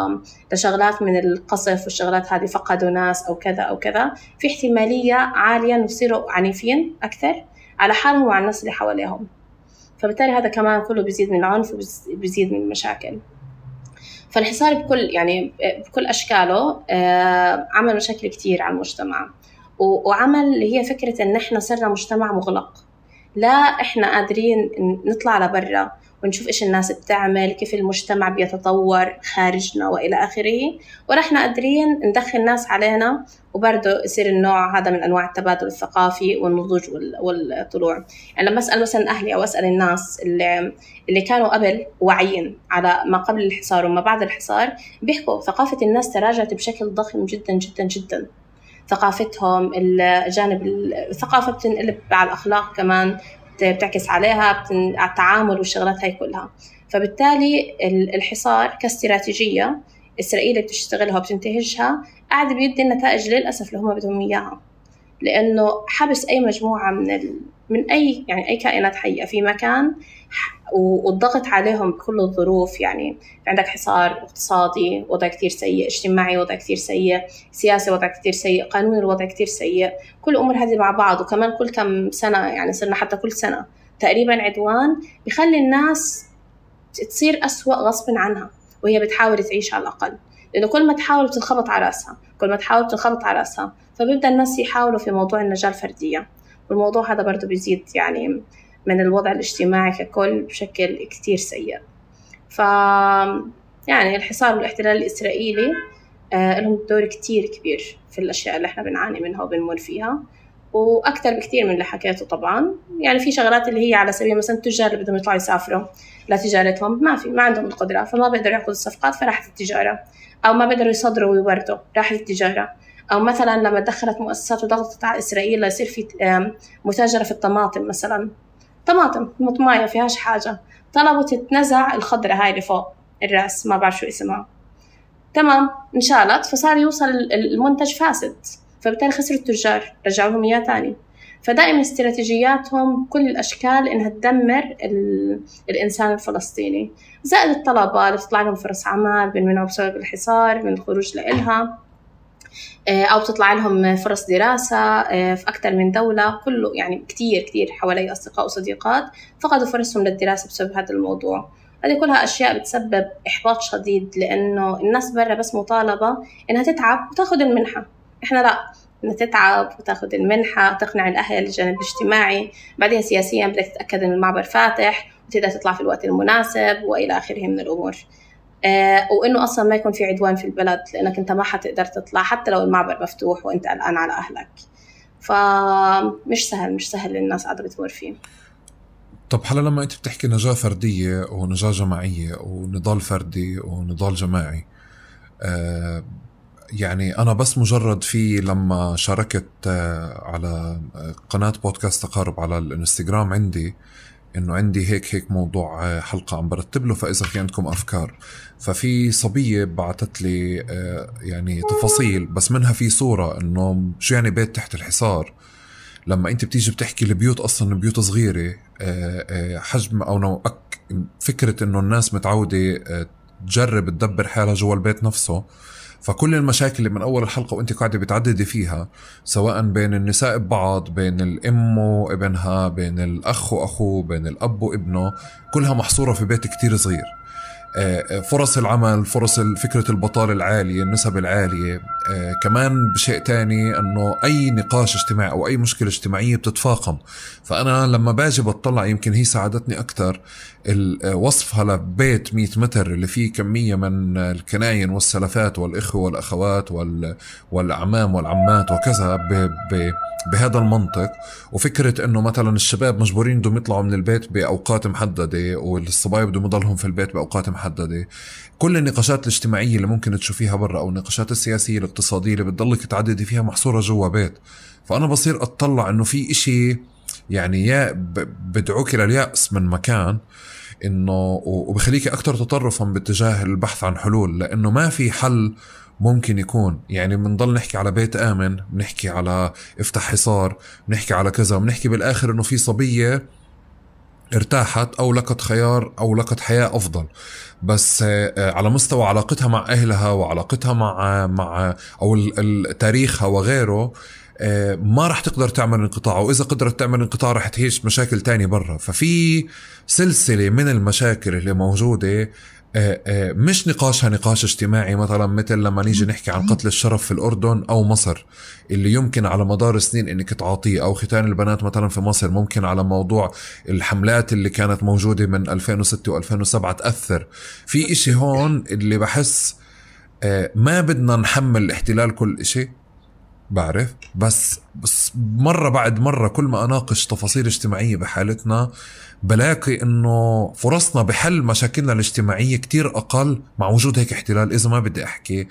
لشغلات من القصف والشغلات هذه، فقدوا ناس أو كذا أو كذا، في احتمالية عالية إنه يصيروا عنيفين أكثر على حالهم وعلى الناس اللي حواليهم. فبالتالي هذا كمان كله بيزيد من العنف وبيزيد من المشاكل. فالحصار بكل يعني بكل أشكاله عمل مشاكل كتير على المجتمع، وعمل اللي هي فكرة إن إحنا صرنا مجتمع مغلق، لا إحنا قادرين نطلع لبرا ونشوف إيش الناس بتعمل، كيف المجتمع بيتطور خارجنا وإلى آخره، ولا إحنا قادرين ندخل ناس علينا وبرضه يصير النوع هذا من أنواع التبادل الثقافي والنضوج والطلوع. يعني لما أسأل مثلا أهلي أو أسأل الناس اللي, اللي كانوا قبل واعيين على ما قبل الحصار وما بعد الحصار، بيحكوا ثقافة الناس تراجعت بشكل ضخم جدا جدا جدا. ثقافتهم، الجانب الثقافة بتنقلب على الأخلاق كمان، بتعكس عليها على التعامل والشغلات هاي كلها. فبالتالي الحصار كاستراتيجية إسرائيل بتشتغلها وبتنتهجها قاعد بيدي النتائج للأسف اللي هم بدهم إياها، لأنه حبس أي مجموعة من ال... من أي يعني أي كائنات حية في مكان والضغط عليهم بكل الظروف. يعني عندك حصار اقتصادي، وضع كتير سيء، اجتماعي وضع كتير سيء، سياسي وضع كتير سيء، قانون الوضع كتير سيء، كل أمور هذه مع بعض. وكمان كل كم سنة يعني صرنا حتى كل سنة تقريبا عدوان بيخلي الناس تصير أسوأ غصب عنها وهي بتحاول تعيش على الأقل، لأنه كل ما تحاول بتنخبط على رأسها، كل ما تحاول بتنخبط على رأسها، فبيبدأ الناس يحاولوا في موضوع النجاة الفردية. والموضوع هذا برضو بيزيد يعني من الوضع الاجتماعي ككل بشكل كتير سيء. ف يعني الحصار والاحتلال الإسرائيلي آه لهم دور كتير كبير في الأشياء اللي احنا بنعاني منها وبنمر فيها، وأكثر بكتير من اللي حكيته طبعا. يعني في شغلات اللي هي على سبيل مثلا التجار اللي بدهم يطلعوا يسافروا لتجارتهم، ما في ما عندهم القدرة، فما بيقدروا يأخذوا الصفقات فراحت التجارة، أو ما بيقدروا يصدروا ويوردوا راحت التجارة، أو مثلا لما دخلت مؤسسات وضغطت على إسرائيل ليصير في متاجرة في الطماطم مثلا، طماطم مطماية فيهاش حاجة، طلبوا تتنزع الخضرة هاي اللي فوق الرأس ما بعرف شو اسمها، تمام انشالت، فصار يوصل المنتج فاسد، فبالتالي خسروا التجار، رجعوا لهم إياه تاني. فدائما استراتيجياتهم كل الأشكال إنها تدمر الإنسان الفلسطيني، زائد الطلبة اللي بتطلع لهم فرص عمل بينمنعوا بسبب الحصار من الخروج لإلها، أو بتطلع لهم فرص دراسة في أكثر من دولة. كله يعني كتير كتير حوالي أصدقاء وصديقات فقدوا فرصهم للدراسة بسبب هذا الموضوع. هذه كلها أشياء بتسبب إحباط شديد، لأنه الناس برا بس مطالبة إنها تتعب وتاخد المنحة، إحنا لا، إنها تتعب وتاخد المنحة وتقنع الأهل الجانب الاجتماعي، بعدها سياسيا بدك تتأكد إن المعبر فاتح وتقدر تطلع في الوقت المناسب وإلى آخره من الأمور. آه وإنه أصلا ما يكون في عدوان في البلد، لأنك أنت ما حتقدر تطلع حتى لو المعبر مفتوح وأنت قلقان على أهلك. فمش سهل مش سهل للناس قاعدة بتمر فيه. طب هلا لما أنت بتحكي نجاة فردية ونجاة جماعية ونضال فردي ونضال جماعي، آه يعني أنا بس مجرد في لما شاركت آه على قناة بودكاست تقارب على الانستغرام عندي إنه عندي هيك هيك موضوع حلقة عم برتب له، فإذا في عندكم أفكار، ففي صبية بعتت لي آه يعني تفاصيل، بس منها في صورة إنه شو يعني بيت تحت الحصار. لما أنت بتيجي بتحكي البيوت أصلا بيوت صغيرة، آه آه حجم أو نوع فكرة إنه الناس متعودة آه تجرب تدبر حالها جوا البيت نفسه. فكل المشاكل اللي من أول الحلقة وانت قاعدة بتعددي فيها، سواء بين النساء ببعض، بين الأم وابنها، بين الأخ وأخوه، بين الأب وابنه، كلها محصورة في بيت كتير صغير. فرص العمل، فرص فكرة البطالة العالية، النسب العالية، كمان بشيء تاني أنه أي نقاش اجتماعي أو أي مشكلة اجتماعية بتتفاقم. فأنا لما باجي بطلع، يمكن هي ساعدتني أكتر وصفها لبيت مئة متر اللي فيه كمية من الكناين والسلفات والإخوة والأخوات والأعمام والعمات وكذا ب ب بهذا المنطق. وفكرة انه مثلا الشباب مجبورين بدهم يطلعوا من البيت بأوقات محددة والصبايا بدهم يضلهم في البيت بأوقات محددة. كل النقاشات الاجتماعية اللي ممكن تشوفيها برا أو النقاشات السياسية الاقتصادية اللي بتضلك تعددي فيها محصورة جوا بيت. فأنا بصير أطلع انه في اشي يعني يا بدعوك لليأس من مكان، انه وبخليك اكتر تطرفا باتجاه البحث عن حلول، لانه ما في حل ممكن يكون. يعني بنضل نحكي على بيت آمن، بنحكي على افتح حصار، بنحكي على كذا، بنحكي بالآخر انه في صبية ارتاحت او لقت خيار او لقت حياة افضل، بس على مستوى علاقتها مع اهلها وعلاقتها مع مع او تاريخها وغيره ما رح تقدر تعمل انقطاع، وإذا قدرت تعمل انقطاع رح تعيش مشاكل تاني برا. ففي سلسلة من المشاكل اللي موجودة، مش نقاشها نقاش اجتماعي مثلا مثل لما نيجي نحكي عن قتل الشرف في الأردن أو مصر اللي يمكن على مدار سنين إنك تعاطيه، أو ختان البنات مثلا في مصر، ممكن على موضوع الحملات اللي كانت موجودة من ألفين وستة وألفين وسبعة تأثر. في إشي هون اللي بحس ما بدنا نحمل الاحتلال كل إشي، بعرف، بس بس مرة بعد مرة كل ما أناقش تفاصيل اجتماعية بحالتنا بلاقي إنه فرصنا بحل مشاكلنا الاجتماعية كتير أقل مع وجود هيك احتلال. إذا ما بدي أحكي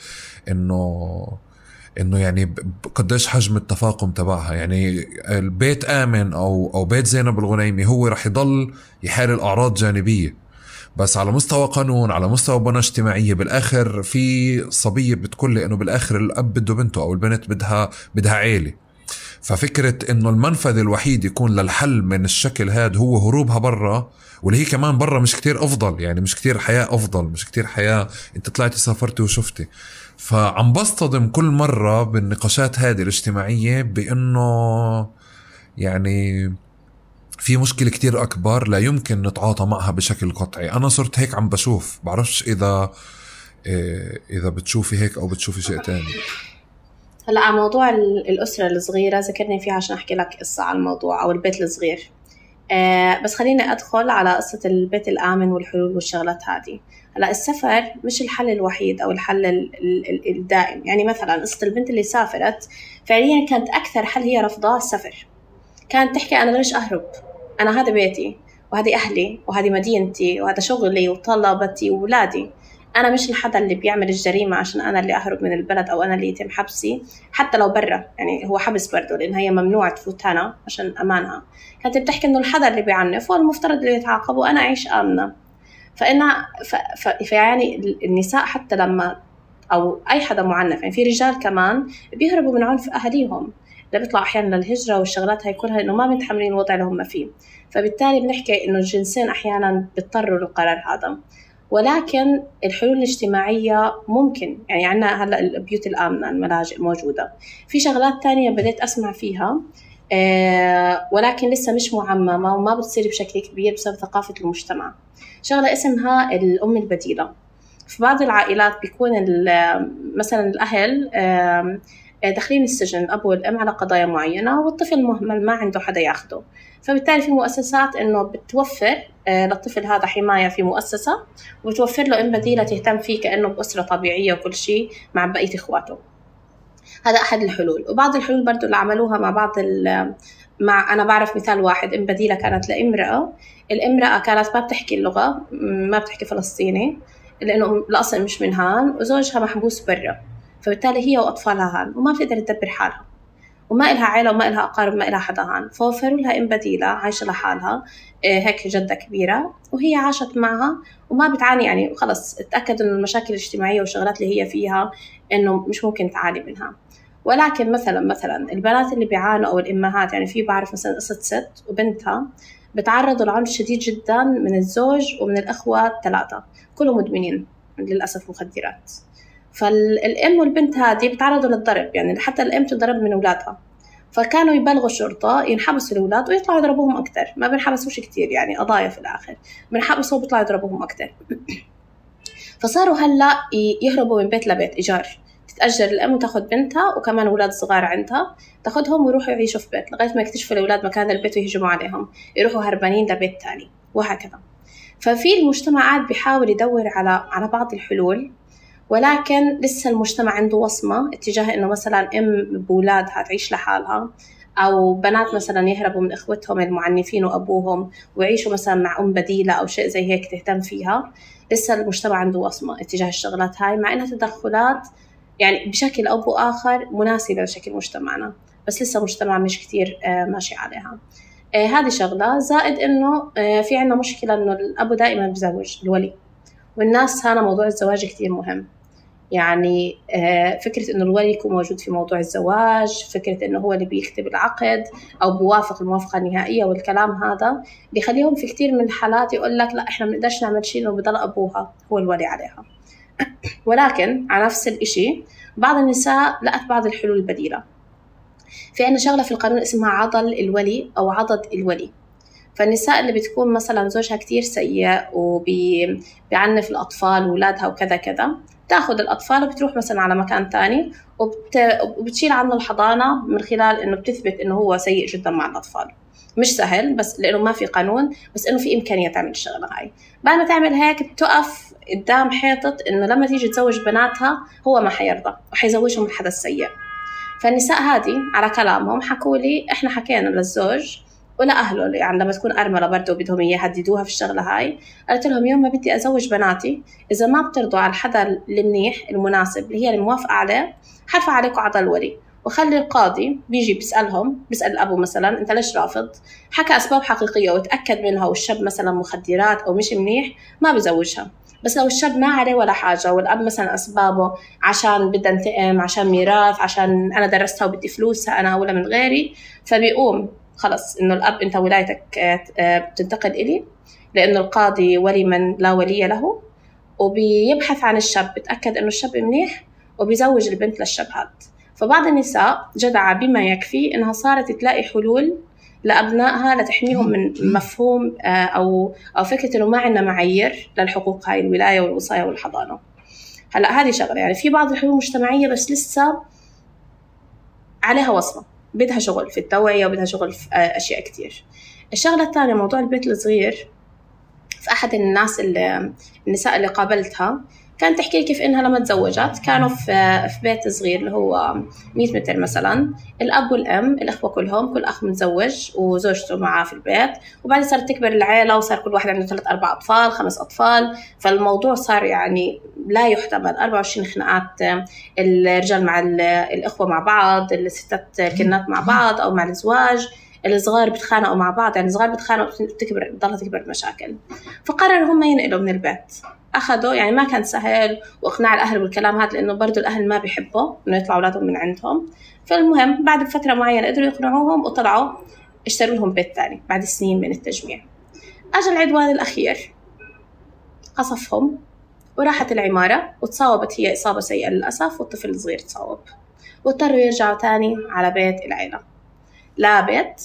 إنه إنه يعني قديش حجم التفاقم تبعها. يعني البيت آمن أو أو بيت زينب الغنيمي هو رح يضل يحارب أعراض جانبية، بس على مستوى قانون، على مستوى بنى اجتماعية، بالآخر في صبية بتقول لي إنه بالآخر الأب بده بنته أو البنت بدها بدها عيلة. ففكرة إنه المنفذ الوحيد يكون للحل من الشكل هاد هو هروبها برا، واللي هي كمان برا مش كتير أفضل، يعني مش كتير حياة أفضل، مش كتير حياة أنت طلعتي سافرتي وشفتي. فعم بصطدم كل مرة بالنقاشات هذه الاجتماعية بأنه يعني في مشكلة كتير أكبر لا يمكن نتعاطى معها بشكل قطعي. أنا صرت هيك عم بشوف، بعرفش إذا إذا بتشوفي هيك أو بتشوفي شيء تاني. هلا على موضوع الأسرة الصغيرة ذكرني فيها عشان أحكي لك قصة على الموضوع أو البيت الصغير. أه بس خليني أدخل على قصة البيت الآمن والحلول والشغلات هذه. هلا السفر مش الحل الوحيد أو الحل الدائم. يعني مثلا قصة البنت اللي سافرت فعليا كانت أكثر حل هي رفضها السفر. كانت تحكي أنا ليش أهرب، أنا هذا بيتي وهذه أهلي وهذه مدينتي وهذا شغلي وطلبتي وولادي. أنا مش الحدا اللي بيعمل الجريمة عشان أنا اللي أهرب من البلد أو أنا اللي يتم حبسي، حتى لو برا يعني هو حبس برضه لأن هي ممنوع تفوت هنا عشان أمانها. كانت بتحكي إنه الحدا اللي بيعنف هو المفترض اللي يتعاقب وأنا أعيش آمنة. فإنها ف... ف... فيعني النساء حتى لما أو أي حدا معنف، يعني في رجال كمان بيهربوا من عنف أهاليهم، اللي بيطلعوا أحيانا للهجرة والشغلات هاي كلها إنه ما متحملين الوضع اللي هم فيه. فبالتالي بنحكي إنه الجنسين أحيانا بيضطروا للقرار هذا. ولكن الحلول الاجتماعية ممكن، يعني عنا هلأ البيوت الآمنة، الملاجئ موجودة، في شغلات تانية بديت أسمع فيها آه ولكن لسه مش معممة وما بتصير بشكل كبير بسبب ثقافة المجتمع. شغلة اسمها الأم البديلة. في بعض العائلات بيكون مثلا الأهل آه داخلين السجن الأب والأم على قضايا معينة والطفل مهمل ما عنده حدا ياخده، فبالتالي في مؤسسات إنه بتوفر للطفل هذا حماية في مؤسسة وبتوفر له أم بديلة تهتم فيه كأنه بأسرة طبيعية وكل شيء مع بقية إخواته. هذا أحد الحلول. وبعض الحلول برضو اللي عملوها مع بعض مع أنا بعرف مثال واحد، أم بديلة كانت لامرأة، الامرأة كانت ما بتحكي اللغة، ما بتحكي فلسطيني لأنه الأصل مش من هان، وزوجها محبوس برا، فبالتالي هي وأطفالها هان وما بتقدر تدبر حالها وما إلها عائلة وما إلها أقارب ما إلها حدا هان، فوفروا لها أم بديلة عايشة لحالها هيك جدة كبيرة وهي عاشت معها وما بتعاني، يعني خلص اتأكد إنه المشاكل الاجتماعية والشغلات اللي هي فيها إنه مش ممكن تعاني منها. ولكن مثلا مثلا البنات اللي بيعانوا أو الأمهات، يعني في بعرف مثلا قصة ست وبنتها بتعرضوا لعنف شديد جدا من الزوج ومن الأخوة الثلاثة كلهم مدمنين للأسف مخدرات. فالأم والبنت هذه بتعرضوا للضرب، يعني حتى الأم تضرب من أولادها، فكانوا يبلغوا الشرطة ينحبسوا الأولاد ويطلعوا يضربوهم أكتر، ما بنحبسوش كتير يعني قضايا في الآخر، بنحبسوا وبيطلعوا يضربوهم أكتر. فصاروا هلأ يهربوا من بيت لبيت إيجار، تتأجر الأم وتاخد بنتها وكمان أولاد صغار عندها تاخدهم ويروحوا يعيشوا في بيت لغاية ما يكتشفوا الأولاد مكان البيت ويهجموا عليهم يروحوا هربانين لبيت تاني وهكذا. ففي المجتمع قاعد بيحاول يدور على على بعض الحلول، ولكن لسه المجتمع عنده وصمة اتجاه إنه مثلا أم بولادها تعيش لحالها، أو بنات مثلا يهربوا من إخوتهم المعنفين وأبوهم ويعيشوا مثلا مع أم بديلة أو شيء زي هيك تهتم فيها. لسه المجتمع عنده وصمة اتجاه الشغلات هاي، مع إنها تدخلات يعني بشكل أو بآخر مناسبة لشكل مجتمعنا، بس لسه مجتمع مش كتير ماشي عليها. هذه شغلة، زائد إنه في عنا مشكلة إنه الأب دائما بزوج الولي، والناس هنا موضوع الزواج كتير مهم. يعني فكرة إنه الولي يكون موجود في موضوع الزواج، فكرة إنه هو اللي بيكتب العقد أو بيوافق الموافقة النهائية والكلام هذا بيخليهم في كتير من الحالات يقول لك لا إحنا بنقدرش نعمل شيء إنه بضل أبوها هو الولي عليها. ولكن على نفس الإشي بعض النساء لقت بعض الحلول البديلة. في عنا شغلة في القانون اسمها عضل الولي أو عضد الولي. فالنساء اللي بتكون مثلا زوجها كتير سيء وبيعنف الأطفال وولادها وكذا كذا، تاخد الأطفال وبتروح مثلا على مكان تاني وبت... وبتشيل عنه الحضانة من خلال إنه بتثبت إنه هو سيء جدا مع الأطفال. مش سهل بس لأنه ما في قانون، بس إنه في إمكانية تعمل الشغلة هاي. بعد ما تعمل هيك بتقف قدام حيطة إنه لما تيجي تزوج بناتها هو ما حيرضى وحيزوجهم الحدا السيء. فالنساء هذه على كلامهم حكوا لي إحنا حكينا للزوج ولا أهله، يعني لما تكون أرملة برضو بدهم يهددوها في الشغلة هاي، قالت لهم يوم ما بدي أزوج بناتي إذا ما بترضوا على الحدا المنيح المناسب اللي هي الموافقة عليه حرفع عليكم عضل الولي، وخلي القاضي بيجي بيسألهم، بيسأل الأبو مثلا أنت ليش رافض، حكى أسباب حقيقية وتأكد منها والشاب مثلا مخدرات أو مش منيح ما بزوجها. بس لو الشاب ما عليه ولا حاجة والأب مثلا أسبابه عشان بدها انتقام، عشان ميراث، عشان أنا درستها وبدي فلوسها أنا ولا من غيري، فبيقوم خلص إنه الأب أنت ولايتك بتنتقل إلي، لأنه القاضي ولي من لا ولي له، وبيبحث عن الشاب بتأكد إنه الشاب منيح وبيزوج البنت للشاب هذا. فبعض النساء جدعة بما يكفي إنها صارت تلاقي حلول لأبنائها لتحميهم من مفهوم أو أو فكرة إنه ما عندنا معايير للحقوق هاي الولاية والوصاية والحضانة. هلا هذه شغلة، يعني في بعض الحلول مجتمعية بس لسه عليها وصمة، بدها شغل في التوعية وبدها شغل في أشياء كتير. الشغلة الثانية موضوع البيت الصغير. في أحد الناس اللي النساء اللي قابلتها كانت تحكي كيف إنها لما تزوجت كانوا في في بيت صغير اللي هو مية متر مثلا، الأب والأم الأخوة كلهم، كل أخ متزوج وزوجته معاه في البيت، وبعد صارت تكبر العائلة وصار كل واحد عنده ثلاث أربع أطفال خمس أطفال، فالموضوع صار يعني لا يحتمل. أربعة وعشرين خناقات، الرجال مع الأخوة مع بعض، الستات كنات مع بعض أو مع الزواج، الصغار بتخانقوا مع بعض، يعني الصغار بتخانقوا بتكبر بتضلها تكبر مشاكل. فقرروا هم ينقلوا من البيت، أخذوا يعني ما كان سهل وإقناع الأهل بالكلام هذا لأنه برضو الأهل ما بيحبوا إنه يطلعوا أولادهم من عندهم. فالمهم بعد فترة معينة قدروا يقنعوهم وطلعوا اشتروا لهم بيت تاني بعد سنين من التجميع. أجل العدوان الأخير قصفهم وراحت العمارة وتصاوبت هي إصابة سيئة للأسف، والطفل الصغير تصاوب، واضطروا يرجعوا تاني على بيت العيلة، لا بيت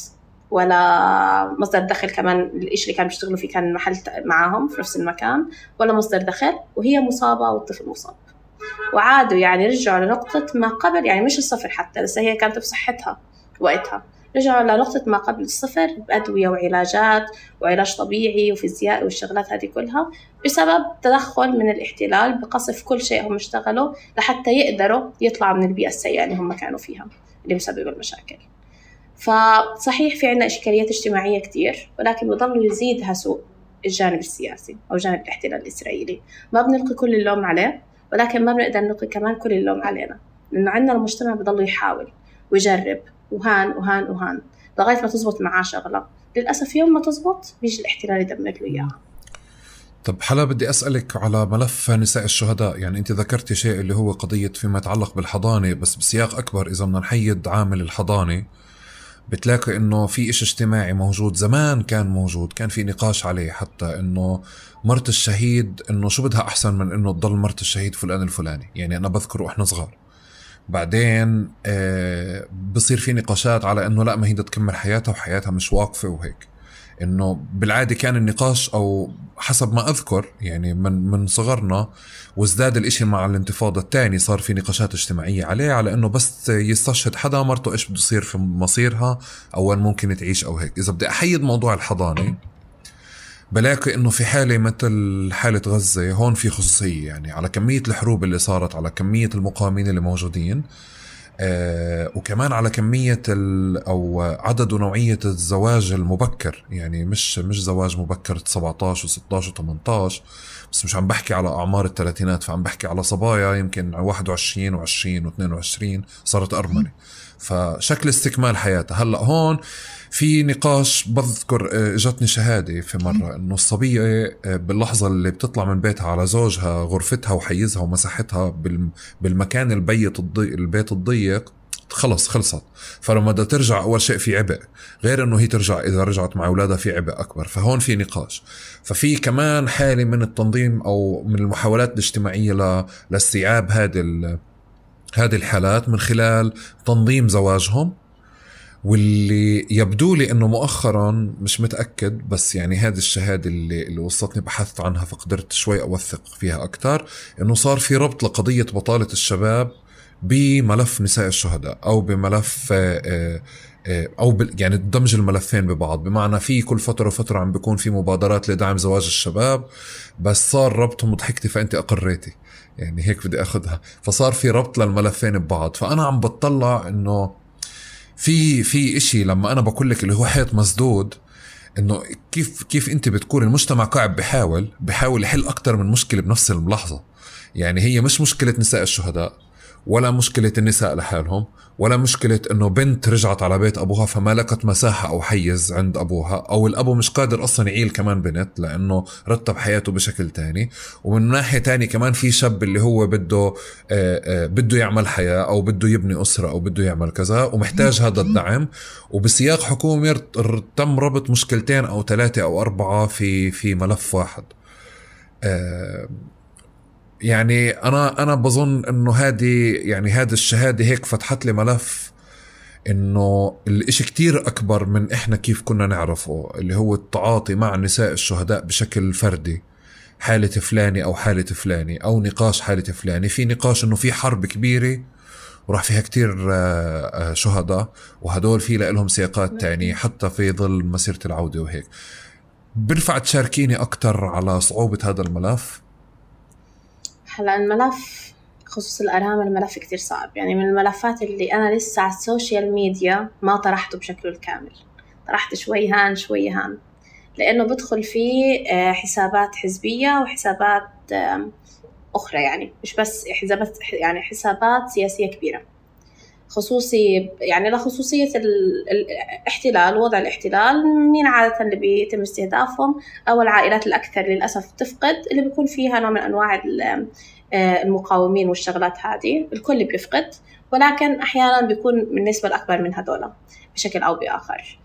ولا مصدر دخل، كمان الإشي اللي كانوا بيشتغلوا فيه كان محل معاهم في نفس المكان، ولا مصدر دخل، وهي مصابة والطفل مصاب. وعادوا يعني رجعوا لنقطة ما قبل، يعني مش الصفر حتى، لسه هي كانت بصحتها وقتها، رجعوا لنقطة ما قبل الصفر بأدوية وعلاجات وعلاج طبيعي وفيزيائي والشغلات هذه كلها، بسبب تدخل من الاحتلال بقصف كل شيء هم اشتغلوا لحتى يقدروا يطلعوا من البيئة السيئة اللي هم كانوا فيها اللي مسببوا المشاكل. فصحيح في عنا إشكاليات اجتماعية كتير، ولكن بضلوا يزيدها سوء الجانب السياسي أو جانب الاحتلال الإسرائيلي. ما بنلقي كل اللوم عليه، ولكن ما بنقدر نلقي كمان كل اللوم علينا، لأنه عنا المجتمع بضلوا يحاول ويجرب وهان وهان وهان لغاية ما تزبط معاه شغلة. للأسف يوم ما تزبط بيجي الاحتلال يدمر له إياها. طب حلا بدي أسألك على ملف نساء الشهداء، يعني أنت ذكرت شيء اللي هو قضية فيما يتعلق بالحضانة، بس بسياق أكبر إذا بدنا نحيد عامل الحضانة بتلاقي إنه في إشي اجتماعي موجود زمان، كان موجود، كان في نقاش عليه حتى إنه مرت الشهيد إنه شو بدها أحسن من إنه تضل مرت الشهيد فلان الفلاني. يعني أنا بذكر إحنا صغار، بعدين آه بصير في نقاشات على إنه لا ما هي تكمل حياتها وحياتها مش واقفة وهيك. إنه بالعادة كان النقاش أو حسب ما أذكر يعني من من صغرنا، وازداد الإشي مع الانتفاضة الثاني صار في نقاشات اجتماعية عليه، على إنه بس يستشهد حدا مرته إيش بده يصير في مصيرها أو وين ممكن تعيش أو هيك. إذا بدي أحيد موضوع الحضانة بلاقي إنه في حالة مثل حالة غزة هون في خصوصية، يعني على كمية الحروب اللي صارت، على كمية المقاومين اللي موجودين، آه وكمان على كمية أو عدد ونوعية الزواج المبكر. يعني مش مش زواج مبكر سبعتاشر وستاشر وثمانتاشر، بس مش عم بحكي على أعمار الثلاثينات، فعم بحكي على صبايا يمكن واحد وعشرين وعشرين واثنين وعشرين صارت أرملة، فشكل استكمال حياتها. هلأ هون في نقاش، بذكر اجتني شهادة في مرة انه الصبية باللحظة اللي بتطلع من بيتها على زوجها غرفتها وحيزها ومساحتها بالمكان البيت الضيق البيت الضيق خلص خلصت. فلما بدها ترجع اول شيء في عبء، غير انه هي ترجع اذا رجعت مع اولادها في عبء اكبر. فهون في نقاش، ففي كمان حالة من التنظيم او من المحاولات الاجتماعية لاستيعاب هذه هذه الحالات من خلال تنظيم زواجهم. واللي يبدو لي انه مؤخرا مش متأكد، بس يعني هذه الشهادة اللي, اللي وصلتني بحثت عنها فقدرت شوي اوثق فيها اكتر، انه صار في ربط لقضية بطالة الشباب بملف نساء الشهداء او بملف او يعني دمج الملفين ببعض. بمعنى في كل فترة وفترة عم بيكون في مبادرات لدعم زواج الشباب، بس صار ربطهم، ضحكتي فانت اقريتي يعني هيك بدي اخذها، فصار في ربط للملفين ببعض. فانا عم بتطلع انه في في اشي لما انا بقول لك اللي هو حيط مسدود، انه كيف كيف انت بتقول المجتمع قاعد بحاول بحاول يحل اكتر من مشكلة بنفس اللحظة. يعني هي مش مشكلة نساء الشهداء، ولا مشكلة النساء لحالهم، ولا مشكلة انه بنت رجعت على بيت ابوها فما لقت مساحة او حيز عند ابوها، او الابو مش قادر اصلا يعيل كمان بنت لانه رتب حياته بشكل تاني. ومن ناحية تاني كمان في شاب اللي هو بده آآ آآ بده يعمل حياة او بده يبني اسرة او بده يعمل كذا ومحتاج هذا الدعم، وبسياق حكومي تم ربط مشكلتين او ثلاثة او اربعة في في ملف واحد. يعني أنا أنا بظن إنه هذه يعني هذه الشهادة هيك فتحت لي ملف إنه الإشي كتير أكبر من إحنا كيف كنا نعرفه، اللي هو التعاطي مع نساء الشهداء بشكل فردي، حالة فلاني أو حالة فلاني أو نقاش حالة فلاني. في نقاش إنه في حرب كبيرة وراح فيها كتير شهداء، وهدول في لهم سياقات تانية حتى في ظل مسيرة العودة وهيك. بنفع تشاركيني أكتر على صعوبة هذا الملف؟ هلا الملف خصوص الأرامل ملف كتير صعب، يعني من الملفات اللي أنا لسه على السوشيال ميديا ما طرحته بشكله الكامل، طرحت شوي هان شوي هان، لأنه بدخل فيه حسابات حزبية وحسابات أخرى، يعني مش بس حسابات، يعني حسابات سياسية كبيرة خصوصي، يعني لخصوصية الاحتلال، وضع الاحتلال، مين عادة اللي بيتم استهدافهم، أو العائلات الأكثر للأسف تفقد، اللي بيكون فيها نوع من أنواع المقاومين والشغلات هذه، الكل بيفقد، ولكن أحيانا بيكون بالنسبة الأكبر من هذولا بشكل أو بآخر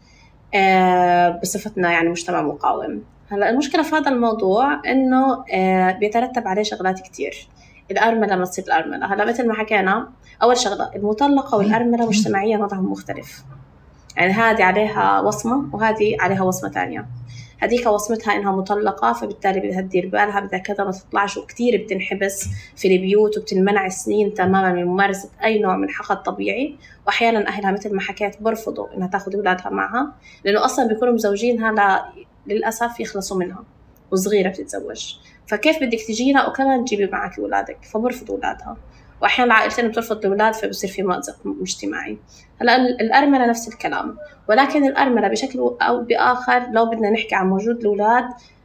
بصفتنا يعني مجتمع مقاوم. هلا المشكلة في هذا الموضوع إنه بيترتب عليه شغلات كتير. الأرملة ما تصير الأرملة، هلا مثل ما حكينا أول شغلة، المطلقة والأرملة مجتمعيا وضعهم مختلف، يعني هذه عليها وصمة وهذه عليها وصمة تانية. هذيك وصمتها إنها مطلقة، فبالتالي بدها تدير بالها، بدها كذا ما تطلعش، وكتير بتنحبس في البيوت وبتنمنع سنين تماما من ممارسة أي نوع من حق الطبيعي. وأحيانا أهلها مثل ما حكيت برفضوا إنها تأخذ أولادها معها، لأنه أصلا بيكونوا مزوجينها لا للأسف يخلصوا منها وصغيرة بتتزوج، فكيف بدك تجينا وكمان تجيبي معك أولادك؟ فبرفضوا أولادها، وأحيانا العائلتين بترفض الأولاد، فبصير في مأزق مجتمعي. هلا الأرملة نفس الكلام، ولكن الأرملة بشكل أو بآخر لو بدنا نحكي عن موجود الأولاد،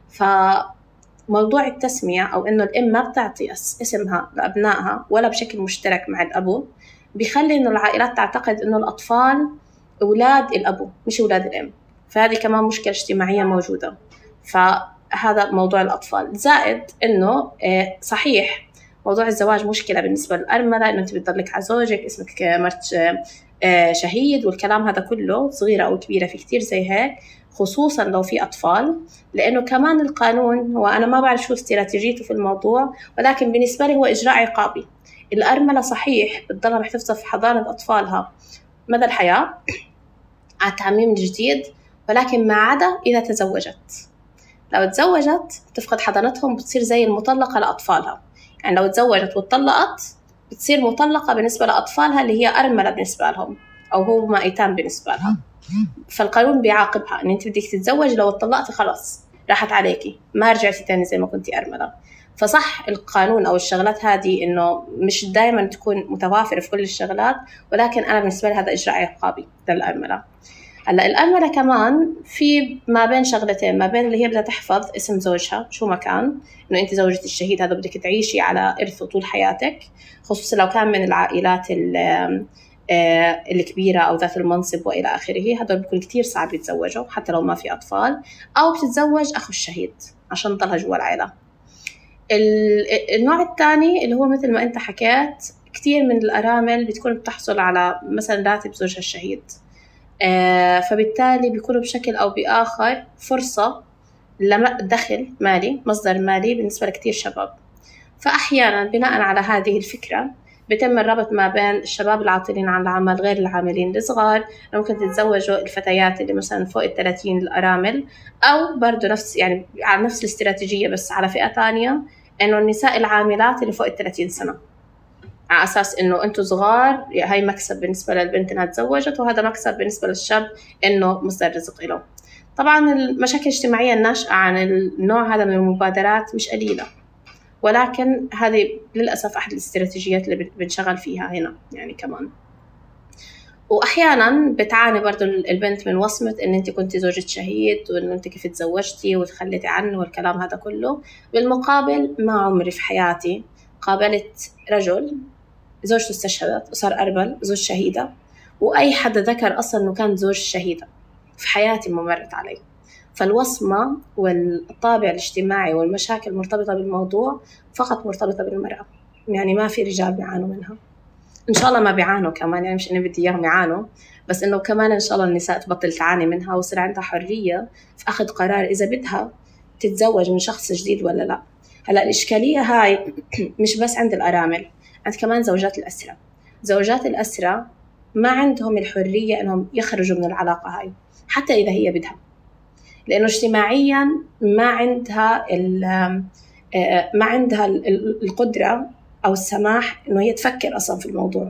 فموضوع التسمية أو إنه الأم ما بتعطي اسمها لأبنائها ولا بشكل مشترك مع الأبو، بيخلي إنه العائلات تعتقد إنه الأطفال أولاد الأبو مش أولاد الأم، فهذه كمان مشكلة اجتماعية موجودة. فهذا موضوع الأطفال، زائد إنه صحيح موضوع الزواج مشكلة بالنسبة للأرملة، إنه أنت بتضلك على زوجك، اسمك مرت شهيد، والكلام هذا كله صغيرة أو كبيرة في كتير زي هيك، خصوصا لو في أطفال. لأنه كمان القانون، وأنا ما بعرف شو استراتيجيته في الموضوع، ولكن بالنسبة لي هو إجراء عقابي. الأرملة صحيح بتضلها محتفظة في حضانة أطفالها مدى الحياة على التعميم الجديد، ولكن ما عدا إذا تزوجت. لو تزوجت تفقد حضانتهم، بتصير زي المطلقة لأطفالها، يعني لو تزوجت واتطلقت بتصير مطلقة بالنسبة لأطفالها اللي هي أرملة بالنسبة لهم، أو هو ما أيتام بالنسبة لها. فالقانون بيعاقبها إن أنت بدك تتزوج، لو اتطلقتي خلاص راحت عليكي، ما رجعتي تاني زي ما كنتي أرملة. فصح القانون أو الشغلات هذه إنه مش دائما تكون متوافرة في كل الشغلات، ولكن أنا بالنسبة لي هذا إجراء عقابي للأرملة. هلا الأرملة كمان في ما بين شغلتين، ما بين اللي هي بدها تحفظ اسم زوجها شو ما كان، إنه أنت زوجة الشهيد هذا بدك تعيشي على إرثه طول حياتك، خصوصا لو كان من العائلات الكبيرة أو ذات المنصب وإلى آخره، هذول بيكون كتير صعب يتزوجوا حتى لو ما في أطفال، أو بتتزوج أخو الشهيد عشان تضلها جوا العائلة. النوع الثاني اللي هو مثل ما أنت حكيت، كتير من الأرامل بتكون بتحصل على مثلا راتب زوجها الشهيد، آه فبالتالي بيكونوا بشكل أو بآخر فرصة لدخل مالي، مصدر مالي بالنسبة لكتير شباب. فأحيانا بناء على هذه الفكرة بيتم الربط ما بين الشباب العاطلين عن العمل غير العاملين الصغار، ممكن تتزوجوا الفتيات اللي مثلا فوق الثلاثين الأرامل، أو برضو نفس يعني على نفس الاستراتيجية بس على فئة تانية، إنه النساء العاملات اللي فوق الثلاثين سنة، على أساس إنه أنتوا صغار، هاي مكسب بالنسبة للبنت إنها تزوجت، وهذا مكسب بالنسبة للشاب إنه مصدر رزق له. طبعا المشاكل الاجتماعية الناشئة عن النوع هذا من المبادرات مش قليلة، ولكن هذه للأسف أحد الاستراتيجيات اللي بنشغل فيها هنا يعني كمان. وأحيانا بتعاني برضو البنت من وصمة إن أنت كنت زوجة شهيد، وإن أنت كيف تزوجتي وتخليتي عنه والكلام هذا كله. بالمقابل ما عمري في حياتي قابلت رجل زوجته استشهدت وصار أرمل، زوج شهيدة، وأي حد ذكر أصلا إنه كان زوج شهيدة في حياتي ما مرت علي. فالوصمة والطابع الاجتماعي والمشاكل المرتبطة بالموضوع فقط مرتبطة بالمرأة، يعني ما في رجال بيعانوا منها. إن شاء الله ما بيعانوا كمان، يعني مش إني بدي إياهم يعانوا، بس إنه كمان إن شاء الله النساء تبطل تعاني منها ويصير عندها حرية في أخذ قرار إذا بدها تتزوج من شخص جديد ولا لا. هلا الإشكالية هاي مش بس عند الأرامل، عند كمان زوجات الأسرة. زوجات الأسرة ما عندهم الحرية إنهم يخرجوا من العلاقة هاي حتى إذا هي بدها، لأنه اجتماعيا ما عندها ما عندها القدرة أو السماح إنه هي تفكر أصلا في الموضوع.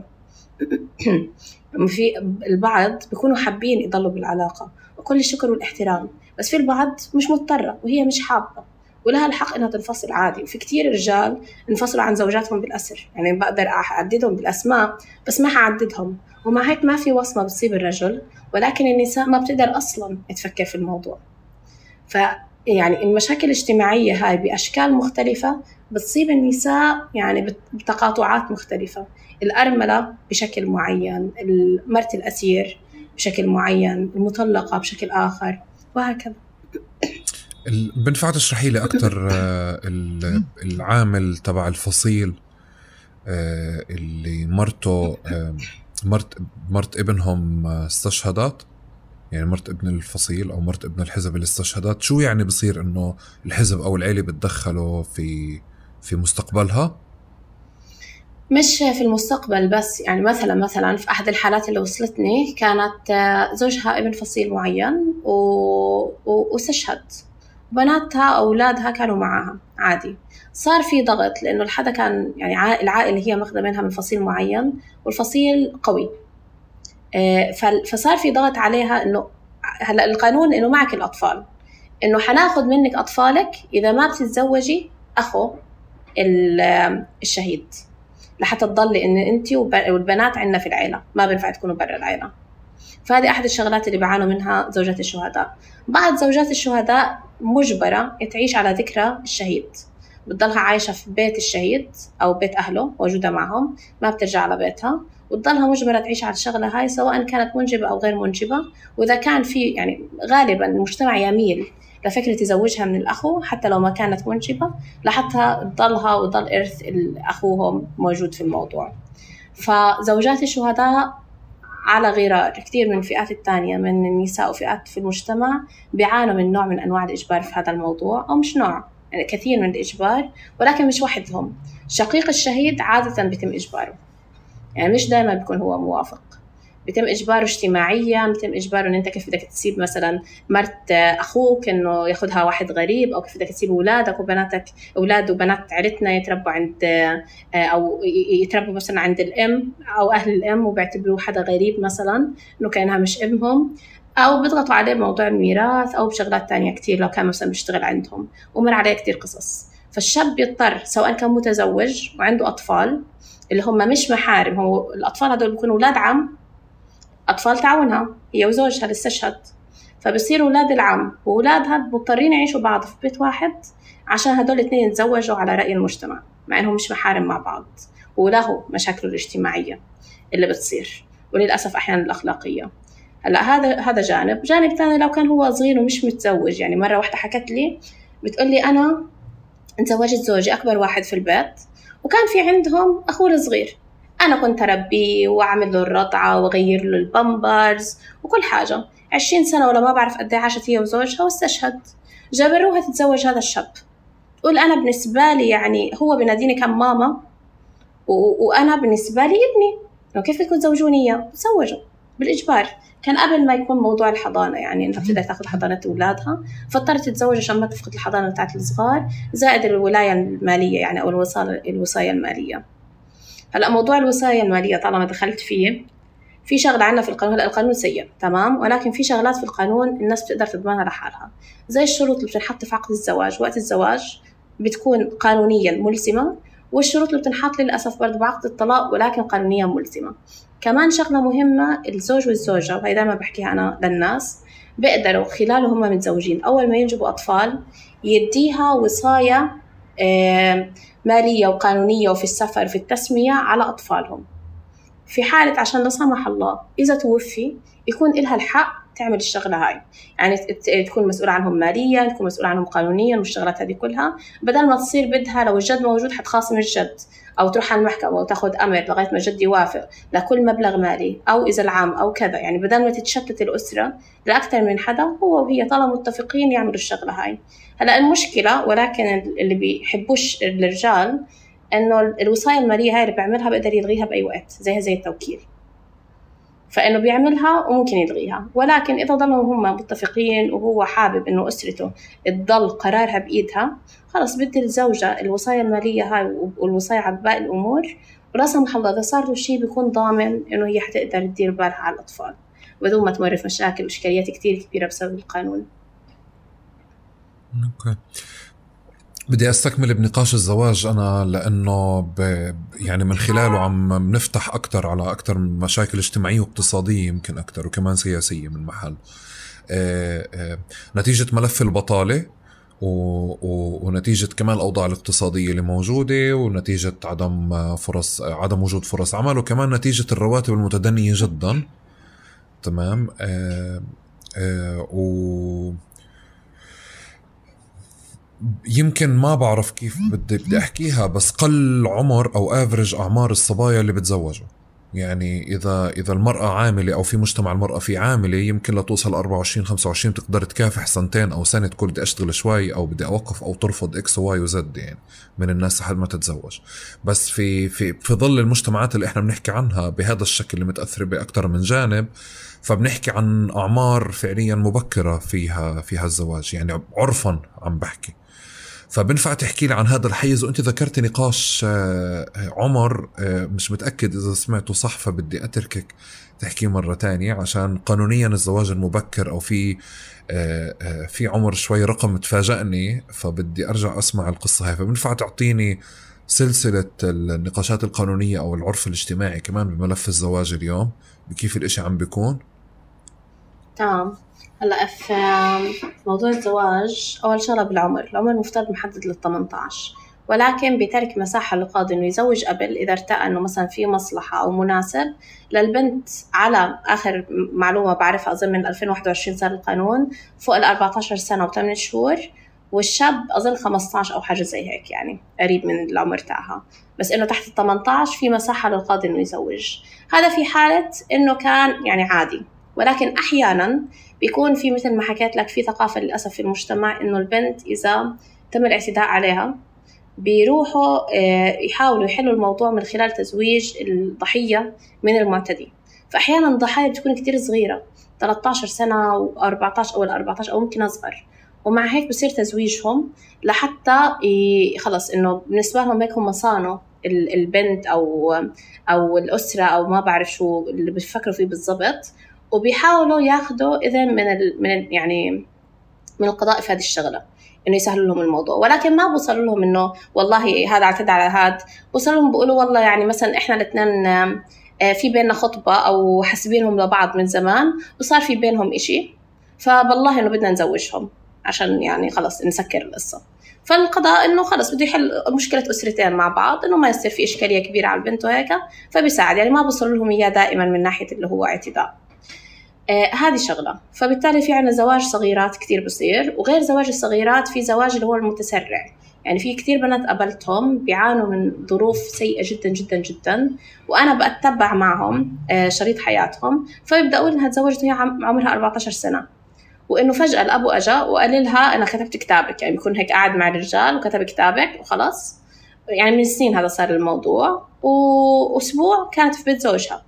في البعض بيكونوا حابين يضلوا بالعلاقة وكل الشكر والاحترام، بس في البعض مش مضطرة وهي مش حابة، ولها الحق إنها تنفصل عادي. وفي كتير رجال انفصلوا عن زوجاتهم بالأسر، يعني بقدر أعددهم بالأسماء بس ما حعددهم، ومع هيك ما في وصمة بتصيب الرجل، ولكن النساء ما بتقدر أصلا تفكر في الموضوع. ف يعني المشاكل الاجتماعية هاي بأشكال مختلفة بتصيب النساء يعني بتقاطعات مختلفة. الأرملة بشكل معين، مرت الأسير بشكل معين، المطلقة بشكل آخر، وهكذا. بنفع تشرحي لي أكتر العامل تبع الفصيل اللي مرته مرت مرت ابنهم استشهدت، يعني مرت ابن الفصيل أو مرت ابن الحزب اللي استشهدت، شو يعني بصير إنه الحزب أو العيلة بتدخلوا في في مستقبلها؟ مش في المستقبل بس، يعني مثلا مثلا في أحد الحالات اللي وصلتني كانت زوجها ابن فصيل معين واستشهد، بناتها أولادها كانوا معها عادي. صار في ضغط لأنه الحدا كان يعني العائلة هي ماخذة منها من فصيل معين والفصيل قوي، فصار في ضغط عليها إنه هلا القانون إنه معك الأطفال، إنه حناخد منك أطفالك إذا ما بتتزوجي أخو الشهيد لحتى تضلي إن أنتي والبنات عندنا في العائلة، ما بينفع تكونوا برا العائلة. فهذه أحد الشغلات اللي بيعانوا منها زوجات الشهداء. بعض زوجات الشهداء مجبرة تعيش على ذكرى الشهيد، بتضلها عايشة في بيت الشهيد أو بيت أهله موجودة معهم، ما بترجع على بيتها، وتضلها مجبرة تعيش على الشغلة هاي سواء كانت منجبة أو غير منجبة. وإذا كان في يعني غالبا المجتمع يميل لفكرة يزوجها من الأخو حتى لو ما كانت منجبة لحتى تضلها وضل إرث أخوهم موجود في الموضوع. فزوجات الشهداء على غرار كثير من الفئات الثانية من النساء وفئات في المجتمع بيعانوا من نوع من أنواع الإجبار في هذا الموضوع، أو مش نوع، يعني كثير من الإجبار، ولكن مش وحدهم. شقيق الشهيد عادة بيتم إجباره، يعني مش دائما بيكون هو موافق، بيتم إجباره اجتماعيا، بيتم إجباره إن أنت كيف بدك تسيب مثلا مرت أخوك إنه ياخدها واحد غريب، أو كيف بدك تسيب أولادك وبناتك، أولاد وبنات عيلتنا يتربوا عند أو يتربوا مثلا عند الأم أو أهل الأم وبيعتبروه حدا غريب مثلا إنه كأنها مش ابنهم، أو بيضغطوا عليه بموضوع الميراث أو بشغلات تانية كتير لو كان مثلا بيشتغل عندهم ومر عليه كتير قصص. فالشاب يضطر سواء كان متزوج وعنده أطفال اللي هم مش محارم، هو الأطفال هذول بيكونوا أولاد عم، أطفال تعاونها هي وزوجها اللي استشهد، فبصيروا أولاد العم وأولادها مضطرين يعيشوا بعض في بيت واحد عشان هدول الاثنين يتزوجوا على رأي المجتمع مع إنهم مش محارم مع بعض، وله مشاكل الاجتماعية اللي بتصير وللأسف أحيانا الأخلاقية. هلا هذا هذا جانب. جانب ثاني لو كان هو صغير ومش متزوج، يعني مرة واحدة حكت لي بتقول لي أنا تزوجت زوجي أكبر واحد في البيت وكان في عندهم أخوه الصغير، أنا كنت أربيه وأعمل له الرضعة وأغير له البامبرز وكل حاجة. عشرين سنة ولا ما بعرف قد ايه عاشت هي وزوجها واستشهد. جبروها تتزوج هذا الشاب. تقول أنا بالنسبة لي يعني هو بناديني كم ماما و... وأنا بالنسبة لي ابني، لو كيف بدكم تزوجوني إياه؟ تزوجوا بالإجبار. كان قبل ما يكون موضوع الحضانة، يعني إنها بتقدر تأخذ حضانة أولادها، فاضطرت تتزوج عشان ما تفقد الحضانة بتاعت الصغار، زائد الولاية المالية يعني أو الوصاية الوصاية المالية. هلا موضوع الوصاية المالية طالما دخلت فيه، في شغلة عنا في القانون، هلا القانون سيء تمام، ولكن في شغلات في القانون الناس بتقدر تضمنها لحالها، زي الشروط اللي بتنحط في عقد الزواج. وقت الزواج بتكون قانونيا ملزمة، والشروط اللي بتنحط للأسف برضه بعقد الطلاق ولكن قانونيا ملزمة. كمان شغلة مهمة، الزوج والزوجة، وهي دائما بحكيها أنا للناس، بيقدروا خلاله هم متزوجين أول ما ينجبوا أطفال يديها وصاية مالية وقانونية وفي السفر في التسمية على أطفالهم، في حالة عشان لا سمح الله إذا توفي يكون إلها الحق تعمل الشغلة هاي، يعني تكون مسؤولة عنهم ماليا، تكون مسؤولة عنهم قانونيا والشغلات هذه كلها، بدل ما تصير بدها لو الجد موجود حتخاصم الجد أو تروح على المحكمة وتاخد أمر لغاية ما الجد يوافق لكل مبلغ مالي، أو إذا العام أو كذا، يعني بدل ما تتشتت الأسرة لأكثر من حدا، هو وهي طالما متفقين يعملوا الشغلة هاي. هلأ المشكلة ولكن اللي بيحبوش الرجال إنه الوصاية المالية هاي اللي بيعملها بيقدر يلغيها بأي وقت، زيها زي التوكيل، فإنه بيعملها وممكن يلغيها. ولكن إذا ضلوا هم متفقين وهو حابب إنه أسرته تضل قرارها بإيدها، خلاص بدي الزوجة الوصاية المالية هاي والوصاية على باقي الأمور، ولا سمح الله إذا صار له شيء بيكون ضامن إنه هي حتقدر تدير بالها على الأطفال بدون ما تمر في مشاكل وإشكاليات كتير كبيرة بسبب القانون. أوكي. بدي أستكمل بنقاش الزواج أنا، لأنه ب... يعني من خلاله عم بنفتح أكتر على أكتر مشاكل اجتماعية واقتصادية يمكن أكتر، وكمان سياسية من محل آه آه نتيجة ملف البطالة و... و... ونتيجة كمان الأوضاع الاقتصادية اللي موجودة، ونتيجة عدم فرص عدم وجود فرص عمل، وكمان نتيجة الرواتب المتدنية جدا. تمام. آه آه و يمكن ما بعرف كيف بدي بدي احكيها، بس قل عمر او افرج اعمار الصبايا اللي بتزوجوا. يعني اذا اذا المراه عامله او في مجتمع المراه في عامله، يمكن لتوصل أربعة وعشرين خمسة وعشرين بتقدر تكافح سنتين او سنه تقول بدي اشتغل شوي او بدي اوقف او ترفض اكس وواي وزد يعني من الناس لحد ما تتزوج. بس في في في ظل المجتمعات اللي احنا بنحكي عنها بهذا الشكل اللي متاثره باكثر من جانب، فبنحكي عن اعمار فعليا مبكره فيها فيها الزواج، يعني عرفا عم بحكي. فبنفع تحكي لي عن هذا الحيز؟ وانت ذكرت نقاش عمر، مش متأكد إذا سمعته صح، فبدي أتركك تحكي مرة تانية، عشان قانونيا الزواج المبكر أو في في عمر شوي رقم تفاجأني، فبدي أرجع أسمع القصة هاي. فبنفع تعطيني سلسلة النقاشات القانونية أو العرف الاجتماعي كمان بملف الزواج اليوم، بكيف الإشي عم بيكون؟ تمام. هلا في موضوع الزواج، اول شغله بالعمر، العمر مفترض محدد لل ثمانية عشر، ولكن بترك مساحه للقاضي انه يزوج قبل اذا ارتأى انه مثلا في مصلحه او مناسب للبنت. على اخر معلومه بعرفها اظن من ألفين وواحد وعشرين صار القانون فوق ال أربعة عشر سنه وثمانية شهور، والشاب اظن خمسة عشر او حاجه زي هيك، يعني قريب من العمر تاعها، بس انه تحت ال ثمانية عشر في مساحه للقاضي انه يزوج. هذا في حاله انه كان يعني عادي. ولكن احيانا بيكون في مثل ما حكيت لك في ثقافة للأسف في المجتمع إنه البنت إذا تم الاعتداء عليها بيروحوا يحاولوا يحلوا الموضوع من خلال تزويج الضحية من المعتدي. فأحيانا الضحايا بتكون كتير صغيرة، ثلاثة عشر سنة وأربعة عشر أو الأربعة عشر أو ممكن أصغر، ومع هيك بصير تزويجهم لحتى خلص إنه بالنسبة لهم هيك هم صانوا البنت أو أو الأسرة أو ما بعرف شو اللي بيفكروا فيه بالضبط، وبيحاولوا ياخدوا إذن من ال من ال يعني من القضاء في هذه الشغلة إنه يسهلوا لهم الموضوع. ولكن ما بوصلوا لهم إنه والله هذا اعتدى على هذا، بوصلوا لهم بيقولوا والله يعني مثلا إحنا الاثنين في بيننا خطبة أو حاسبينهم لبعض من زمان وصار في بينهم إشي، فبالله إنه بدنا نزوجهم عشان يعني خلص نسكر القصة. فالقضاء إنه خلص بده يحل مشكلة أسرتين مع بعض، إنه ما يصير في إشكالية كبيرة على البنت وهيك، فبيساعد يعني ما بوصلوا لهم إياه دائما من ناحية اللي هو اعتداء. آه هذه شغلة. فبالتالي في عنا زواج صغيرات كتير بصير، وغير زواج الصغيرات في زواج اللي هو المتسرع. يعني في كتير بنات قابلتهم بيعانوا من ظروف سيئة جدا جدا جدا، وأنا بأتبع معهم آه شريط حياتهم، فبيبدأوا لها تزوجت وهي عمرها أربعة عشر سنة، وإنه فجأة الأبو أجا وقال لها أنا كتبت كتابك، يعني بيكون هيك قاعد مع الرجال وكتب كتابك وخلاص. يعني من سنين هذا صار الموضوع، وأسبوع كانت في بيت زوجها.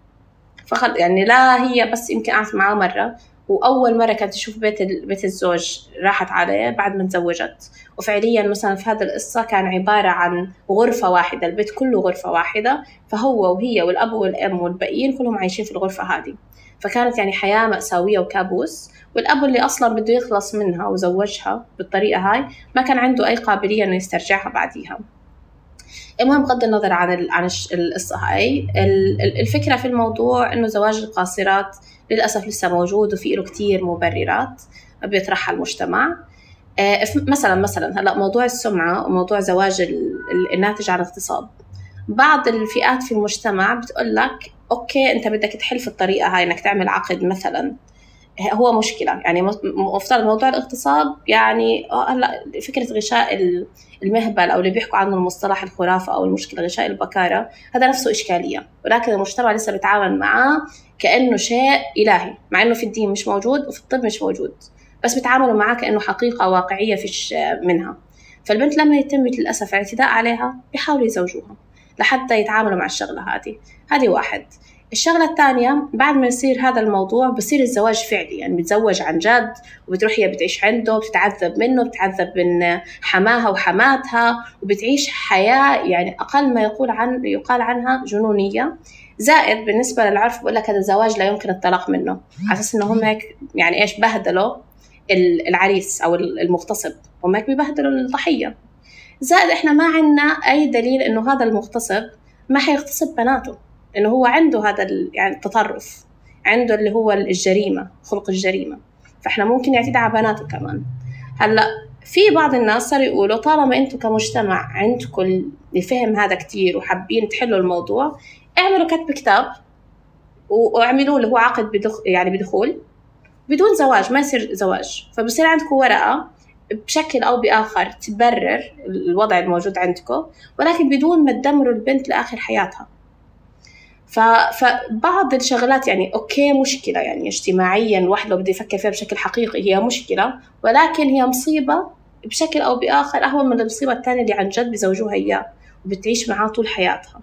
فخل يعني لا هي بس يمكن قعدت معاه مرة، وأول مرة كانت تشوف بيت بيت الزوج راحت عليه بعد ما تزوجت. وفعليا مثلا في هذا القصة كان عبارة عن غرفة واحدة، البيت كله غرفة واحدة، فهو وهي والأب والأم والباقيين كلهم عايشين في الغرفة هذه. فكانت يعني حياة مأساوية وكابوس. والأب اللي أصلا بده يخلص منها وزوجها بالطريقة هاي ما كان عنده أي قابلية إنه يسترجعها بعديها. المهم بغض النظر عن عن القصة هاي، الفكرة في الموضوع إنه زواج القاصرات للأسف لسه موجود وفي له كتير مبررات بيطرحها المجتمع. مثلا مثلا هلا موضوع السمعة وموضوع زواج الناتج عن اغتصاب، بعض الفئات في المجتمع بتقول لك أوكي أنت بدك تحل في الطريقة هاي إنك تعمل عقد مثلا، هو مشكلة. يعني مفترض موضوع الاغتصاب يعني هلا فكرة غشاء المهبل أو اللي بيحكوا عنه المصطلح الخرافة أو المشكلة غشاء البكارة، هذا نفسه إشكالية، ولكن المجتمع لسه بيتعامل معاه كأنه شيء إلهي، مع إنه في الدين مش موجود وفي الطب مش موجود، بس بيتعاملوا معاه كأنه حقيقة واقعية فيش منها. فالبنت لما يتم للأسف اعتداء عليها بيحاولوا يزوجوها لحتى يتعاملوا مع الشغلة هذه. هذه واحد. الشغلة الثانية، بعد ما يصير هذا الموضوع بصير الزواج فعلي، يعني بتزوج عن جد وبتروح هي بتعيش عنده، بتتعذب منه، بتتعذب من حماها وحماتها، وبتعيش حياة يعني أقل ما يقول عن يقال عنها جنونية. زائد بالنسبة للعرف بقول لك هذا الزواج لا يمكن الطلاق منه، على أساس إنه هم هيك يعني إيش بهدلوا العريس أو المغتصب، هم هيك بيبهدلوا الضحية. زائد إحنا ما عنا أي دليل إنه هذا المغتصب ما حيغتصب بناته، إنه هو عنده هذا يعني التطرف، عنده اللي هو الجريمة، خلق الجريمة، فإحنا ممكن يعتدي على بناته كمان. هلأ في بعض الناس صار يقولوا طالما أنتم كمجتمع عندكم الفهم هذا كتير وحابين تحلوا الموضوع، اعملوا كتب كتاب واعملوا اللي هو عقد بدخ يعني بدخول بدون زواج، ما يصير زواج، فبصير عندكم ورقة بشكل أو بآخر تبرر الوضع الموجود عندكم، ولكن بدون ما تدمروا البنت لآخر حياتها. فبعض الشغلات يعني أوكي مشكلة يعني اجتماعيا الواحد لو بده يفكر فيها بشكل حقيقي هي مشكلة، ولكن هي مصيبة بشكل أو بآخر أهون من المصيبة الثانية اللي عن جد بزوجوها إياه وبتعيش معاه طول حياتها.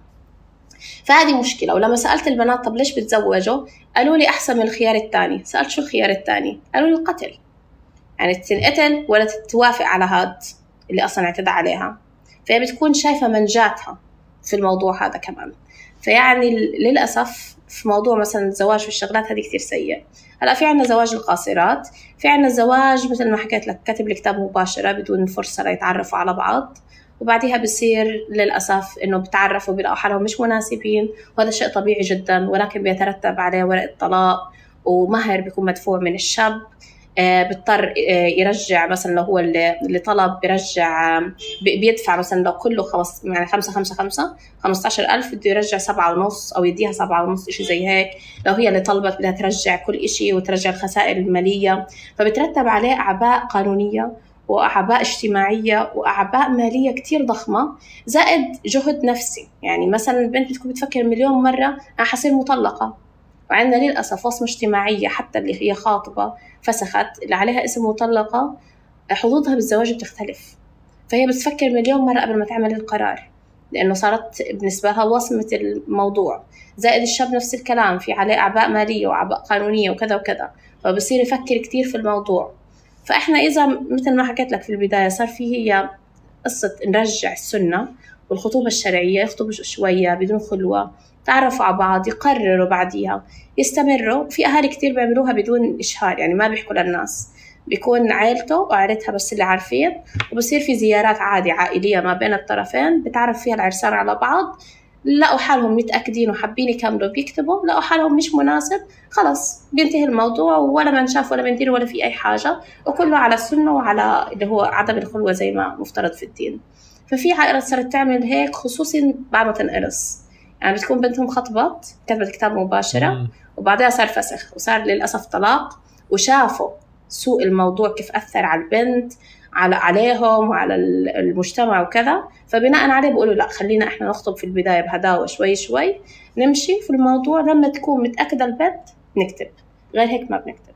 فهذه مشكلة. ولما سألت البنات طب ليش بتزوجوا، قالوا لي أحسن من الخيار الثاني. سألت شو الخيار الثاني، قالوا لي القتل، يعني تنقتل ولا تتوافق على هاد اللي أصلا اعتدى عليها. فهي بتكون شايفة منجاتها في الموضوع هذا كمان. فيعني للأسف في موضوع مثلا الزواج والشغلات هذه كتير سيء. هلا في عنا زواج القاصرات، في عنا زواج مثل ما حكيت لك كتب الكتاب مباشرة بدون فرصة ليتعرفوا على بعض، وبعدها بصير للأسف إنه بتعرفوا بيلاقوا حالهم مش مناسبين، وهذا شيء طبيعي جدا، ولكن بيترتب عليه ورقة طلاق ومهر بيكون مدفوع من الشاب. آه بيضطر آه يرجع مثلا لو هو اللي, اللي طلب بيرجع آه بيدفع مثلا لو كله خمس يعني خمسة خمسة خمسة خمسة عشر ألف بده يرجع سبعة ونص أو يديها سبعة ونص إشي زي هيك. لو هي اللي طلبت بدها ترجع كل إشي وترجع الخسائر المالية. فبترتب عليه أعباء قانونية وأعباء اجتماعية وأعباء مالية كتير ضخمة، زائد جهد نفسي. يعني مثلا البنت بتكون بتفكر مليون مرة أنا حصير مطلقة، وعندنا للأسف وصمة اجتماعية حتى اللي هي خاطبة فسخت اللي عليها اسم مطلقة حظوظها بالزواج بتختلف. فهي بتفكر مليون مرة قبل ما تعمل القرار، لأنه صارت بالنسبة لها وصمة الموضوع. زائد الشاب نفس الكلام، في عليه أعباء مالية وأعباء قانونية وكذا وكذا، فبصير يفكر كتير في الموضوع. فإحنا إذا مثل ما حكيت لك في البداية صار فيه هي قصة نرجع السنة والخطوبة الشرعية، يخطبوا شوية بدون خلوة، تعرفوا على بعض، يقرروا بعديها يستمروا. في أهالي كتير بيعملوها بدون إشهار، يعني ما بيحكوا للناس، بيكون عائلته وعائلتها بس اللي عارفين، وبصير في زيارات عادي عائلية ما بين الطرفين بتعرف فيها العرسان على بعض. لقوا حالهم متأكدين وحابين يكملوا بيكتبوا، لقوا حالهم مش مناسب، خلاص بينتهي الموضوع، ولا من شاف ولا من دين ولا في أي حاجة، وكله على السنة وعلى اللي هو عدم الخلوة زي ما مفترض في الدين. ففي عائلات صارت تعمل هيك خصوصا بعد ما تنقرص، يعني بتكون بنتهم خطبت كتبت كتاب مباشرة وبعدها صار فسخ وصار للأسف طلاق، وشافوا سوء الموضوع كيف أثر على البنت على عليهم وعلى المجتمع وكذا. فبناء عليه بيقولوا لا خلينا إحنا نخطب في البداية بهداوة شوي شوي نمشي في الموضوع، لما تكون متأكدة البنت نكتب، غير هيك ما بنكتب.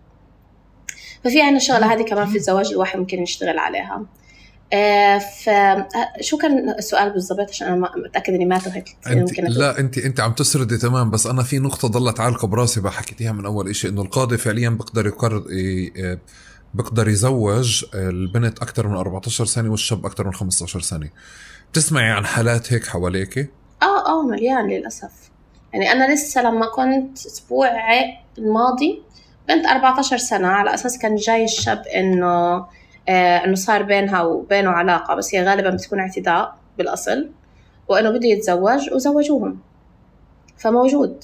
ففي عنا شغلة هذه كمان في الزواج الواحد ممكن يشتغل عليها. آه فشو كان السؤال بالضبط عشان أنا متأكد إني ما تهت. أنت لا أنت أنت عم تسردي تمام، بس أنا في نقطة ضلت عالقة براسي بحكيتيها من أول إشي، إنه القاضي فعليا بقدر يقرر بقدر يزوج البنت أكتر من أربعة عشر سنة والشاب أكتر من خمسة عشر سنة. بتسمعي عن حالات هيك حواليك؟ آه آه مليان للأسف. يعني أنا لسه لما كنت أسبوع الماضي بنت أربعة عشر سنة، على أساس كان جاي الشاب إنه آه إنه صار بينها وبينه علاقة، بس هي غالبا بتكون اعتداء بالأصل، وإنه بده يتزوج وزوجوهم. فموجود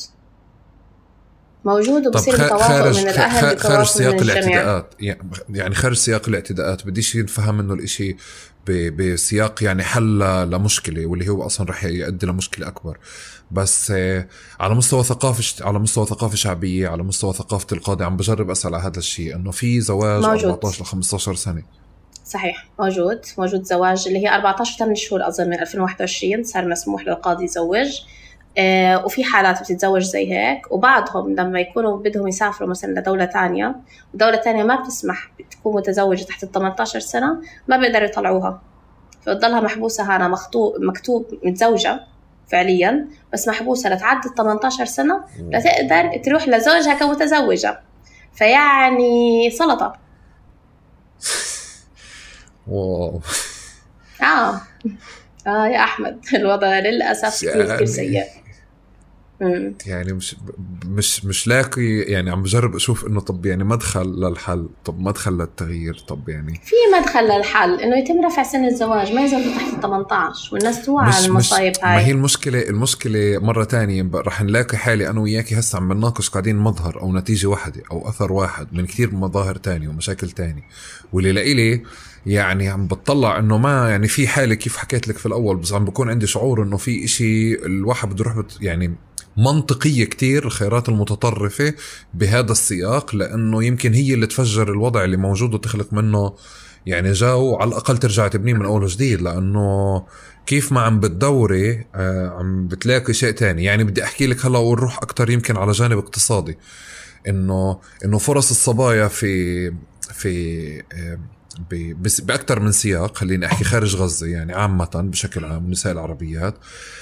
موجود وبصير بتوافق من الأهل، خارج سياق الاعتداءات، يعني خارج سياق الاعتداءات بديش ينفهم إنه الإشي بسياق يعني حل لمشكلة واللي هو أصلا رح يؤدي لمشكلة أكبر. بس على مستوى ثقافة على مستوى ثقافة شعبية، على مستوى ثقافة القاضي، عم بجرب أسأل على هذا الشيء، إنه في زواج أربعة عشر ل خمسة عشر سنة. صحيح موجود موجود زواج اللي هي أربعة عشر ثمانية شهور أظن من ألفين وواحد وعشرين صار مسموح للقاضي يزوج. آه وفي حالات بتتزوج زي هيك، وبعضهم لما يكونوا بدهم يسافروا مثلا لدولة تانية ودولة تانية ما بتسمح بتكون متزوجة تحت ثمانية عشر سنة، ما بيقدروا يطلعوها، فبتضلها محبوسة هنا مخطوب مكتوب متزوجة فعليا بس محبوسة لتعدي ثمانية عشر سنة لتقدر تروح لزوجها كمتزوجة. فيعني سلطة. واو. آه آه يا أحمد الوضع للأسف كتير كتير سيء. مم. يعني مش مش مش لاقي، يعني عم بجرب اشوف انه طب يعني مدخل للحل، طب مدخل للتغيير، طب يعني في مدخل للحل انه يتم رفع سن الزواج، ما يزال تحت ثمانية عشر، والناس توعى على مش مش المصايب ما هي هاي. المشكله المشكله مره تانية رح نلاقي حالي انا وياكي هسه عم بنناقش قاعدين مظهر او نتيجه واحده او اثر واحد من كثير مظاهر تانية ومشاكل تانية. واللي لإلي يعني عم بتطلع انه ما يعني في حالة كيف حكيت لك في الاول، بس عم بكون عندي شعور انه في اشي الواحد بده يروح بت يعني منطقية كتير الخيارات المتطرفة بهذا السياق، لانه يمكن هي اللي تفجر الوضع اللي موجود وتخلق منه يعني جاو على الاقل ترجع تبنيه من اول وجديد. لانه كيف ما عم بتدوري آه عم بتلاقي شيء تاني. يعني بدي احكي لك هلا ونروح اكتر يمكن على جانب اقتصادي، انه انه فرص الصبايا في في آه بأكثر من سياق، خليني أحكي خارج غزة يعني عامة بشكل عام النساء العربيات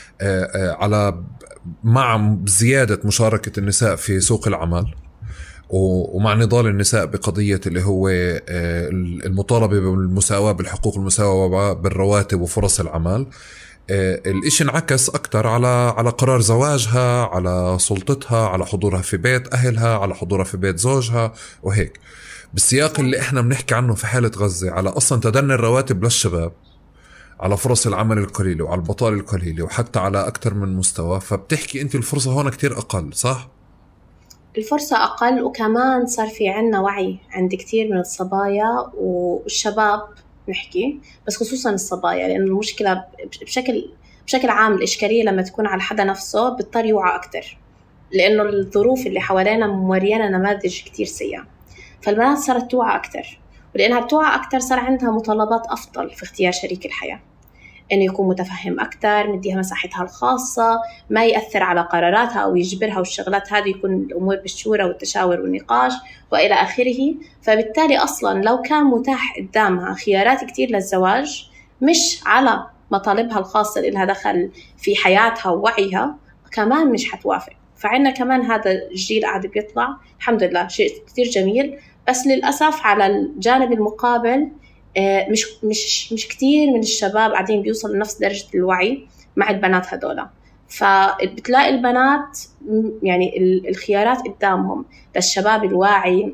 على مع زيادة مشاركة النساء في سوق العمل، ومع نضال النساء بقضية اللي هو المطالبة بالمساواة بالحقوق، المساواة بالرواتب وفرص العمل. الاشي انعكس أكتر على على قرار زواجها، على سلطتها، على حضورها في بيت أهلها، على حضورها في بيت زوجها وهيك. بالسياق اللي احنا بنحكي عنه في حالة غزة على أصلا تدني الرواتب للشباب، على فرص العمل القليلة وعلى البطالة القليلة وحتى على أكتر من مستوى، فبتحكي أنت الفرصة هون كتير أقل، صح؟ الفرصة أقل، وكمان صار في عنا وعي عند كتير من الصبايا والشباب نحكي، بس خصوصا الصبايا، لأن المشكلة بشكل بشكل عام الإشكالية لما تكون على حدا نفسه بيضطر يوعى أكتر، لأنه الظروف اللي حوالينا موريانا نماذج كتير سيئة. فالبنات صارت توعى أكتر، ولأنها بتوعى أكتر صار عندها مطالبات أفضل في اختيار شريك الحياة، إنه يكون متفهم أكتر، مديها مساحتها الخاصة، ما يأثر على قراراتها أو يجبرها، والشغلات هذه يكون الأمور بالشورى والتشاور والنقاش وإلى آخره. فبالتالي أصلاً لو كان متاح قدامها خيارات كتير للزواج مش على مطالبها الخاصة اللي لها دخل في حياتها ووعيها، كمان مش حتوافق. فعنا كمان هذا الجيل قاعد بيطلع الحمد لله، شيء كتير جميل، بس للأسف على الجانب المقابل مش مش مش كتير من الشباب قاعدين بيوصلوا لنفس درجة الوعي مع البنات هذولا. فبتلاقي البنات يعني الخيارات قدامهم للشباب الواعي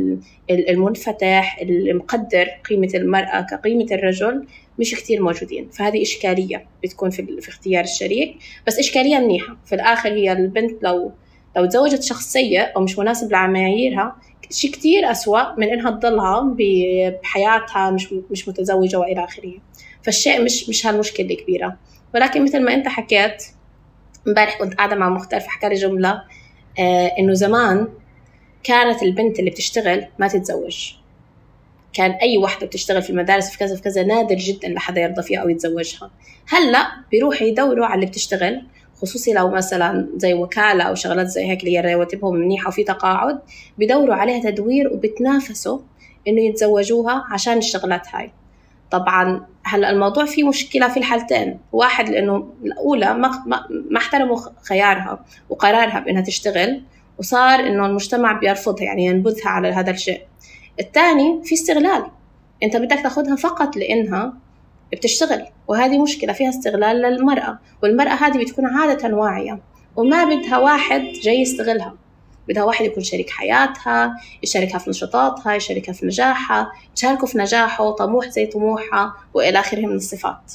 المنفتح المقدر قيمة المرأة كقيمة الرجل مش كتير موجودين. فهذه إشكالية بتكون في, في اختيار الشريك، بس إشكالية منيحة في الآخر. هي البنت لو لو تزوجت شخص سيء أو مش مناسب لعمايرها شيء كتير أسوأ من إنها تضلها بحياتها مش مش متزوجة وإلى آخره. فالشيء مش مش هالمشكلة الكبيرة. ولكن مثل ما أنت حكيت امبارح كنت قاعدة مع مختار فحكى لي جملة آه إنه زمان كانت البنت اللي بتشتغل ما تتزوج، كان أي واحدة بتشتغل في المدارس في كذا في كذا نادر جدا لحدا يرضى فيها أو يتزوجها. هلأ بيروحوا يدوروا على اللي بتشتغل، خصوصي لو مثلا زي وكالة أو شغلات زي هيك اللي رواتبهم منيحة وفي تقاعد، بيدوروا عليها تدوير وبتنافسوا إنه يتزوجوها عشان الشغلات هاي. طبعا هلأ الموضوع فيه مشكلة في الحالتين، واحد لأنه الأولى ما ما احترموا خيارها وقرارها بأنها تشتغل، وصار إنه المجتمع بيرفضها يعني ينبذها على هذا الشيء. الثاني في استغلال، أنت بدك تاخدها فقط لأنها بتشتغل، وهذه مشكلة فيها استغلال للمرأة. والمرأة هذه بتكون عادة واعية وما بدها واحد جاي يستغلها، بدها واحد يكون شريك حياتها، يشاركها في نشاطاتها، يشاركها في نجاحها، يشاركوا في نجاحه، طموح زي طموحها وإلى آخره من الصفات.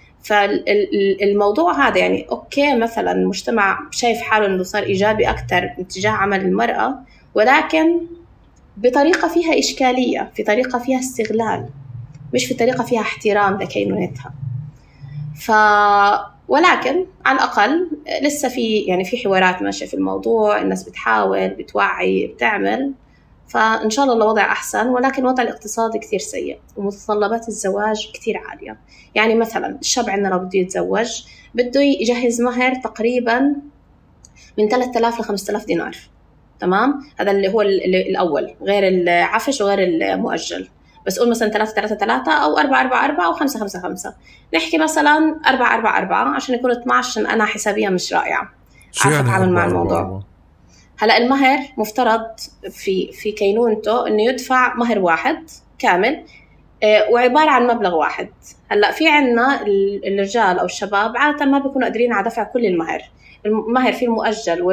فالموضوع هذا يعني أوكي مثلا المجتمع شايف حاله إنه صار إيجابي أكتر اتجاه عمل المرأة، ولكن بطريقة فيها إشكالية، في طريقة فيها استغلال، مش في طريقة فيها احترام لكينونتها. ف ولكن على الأقل لسه في يعني في حوارات ماشية في الموضوع، الناس بتحاول بتوعي بتعمل، فإن شاء الله الوضع أحسن. ولكن الوضع الاقتصادي كتير سيء ومتطلبات الزواج كتير عالية. يعني مثلا الشاب عندنا لو بده يتزوج بده يجهز مهر تقريبا من ثلاثة آلاف ل خمسة آلاف دينار، تمام؟ هذا اللي هو الأول غير العفش وغير المؤجل. بس قول مثلا ثلاثة ثلاثة ثلاثة أو أربعة أربعة أربعة أو خمسة خمسة خمسة. نحكي مثلا أربعة أربعة أربعة عشان يكون اثنا عشر، عشان أنا حسابيا مش رائعة عارفة يعني أتعامل مع الموضوع. هلأ المهر مفترض في في كينونته إنه يدفع مهر واحد كامل وعبارة عن مبلغ واحد. هلأ في عنا الرجال أو الشباب عادة ما بيكونوا قادرين على دفع كل المهر، المهر في المؤجل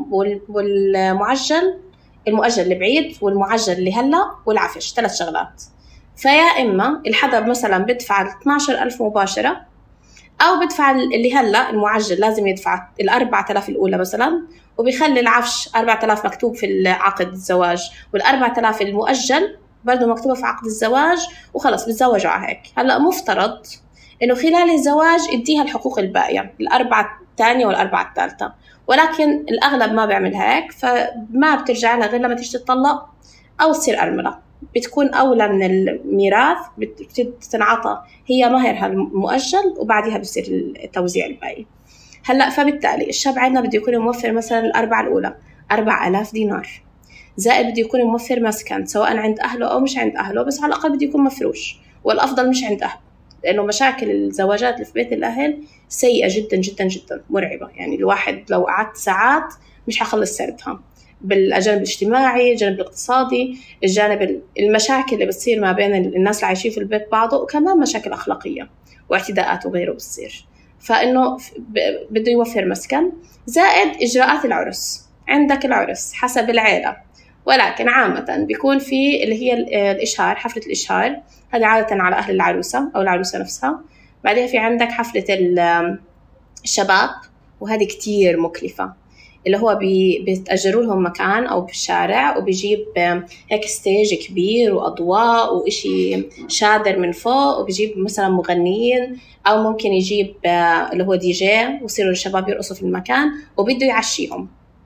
والمعجل، المؤجل اللي بعيد والمعجل اللي هلا والعفش، ثلاث شغلات. فيا إما الحدا مثلا بدفع اثناشر ألف مباشرة، أو بدفع اللي هلا المعجل لازم يدفع الأربعة آلاف الأولى مثلا، وبيخلي العفش أربعة آلاف مكتوب في عقد الزواج، والأربعة آلاف المؤجل برضو مكتوبة في عقد الزواج، وخلص بتزوجوا على هيك. هلا مفترض إنه خلال الزواج يديها الحقوق الباقية، الأربعة الثانية والأربعة الثالثة، ولكن الأغلب ما بيعمل هيك، فما بترجع لها غير لما تيجي تطلق أو تصير أرملة. بتكون أولى من الميراث، بتنعطى هي مهرها المؤجل وبعدها بصير التوزيع الباقي. هلأ فبالتالي الشاب عندنا بده يكون موفر مثلا الأربعة الأولى أربعة آلاف دينار، زائد بده يكون موفر مسكن سواء عند أهله أو مش عند أهله، بس على الأقل بده يكون مفروش، والأفضل مش عند أهله، لأنه مشاكل الزواجات اللي في بيت الأهل سيئة جدا جدا جدا، مرعبة. يعني الواحد لو قعدت ساعات مش حخلص سردها، بالجانب الاجتماعي، الجانب الاقتصادي، الجانب المشاكل اللي بتصير ما بين الناس اللي عايشين في البيت بعضه، وكمان مشاكل أخلاقية واعتداءات وغيره بتصير. فإنه بده يوفر مسكن، زائد إجراءات العرس. عندك العرس حسب العائلة، ولكن عامة بيكون في اللي هي الإشهار، حفلة الإشهار، هذه عادة على أهل العروسة أو العروسة نفسها. بعدها في عندك حفلة الشباب، وهذه كتير مكلفة، اللي هو بيتأجروا لهم مكان أو بالشارع، وبيجيب هيك ستيج كبير وأضواء وإشي شادر من فوق، وبيجيب مثلا مغنيين، أو ممكن يجيب اللي هو دي جي، ويصيروا الشباب يرقصوا في المكان، وبده يعشيهم.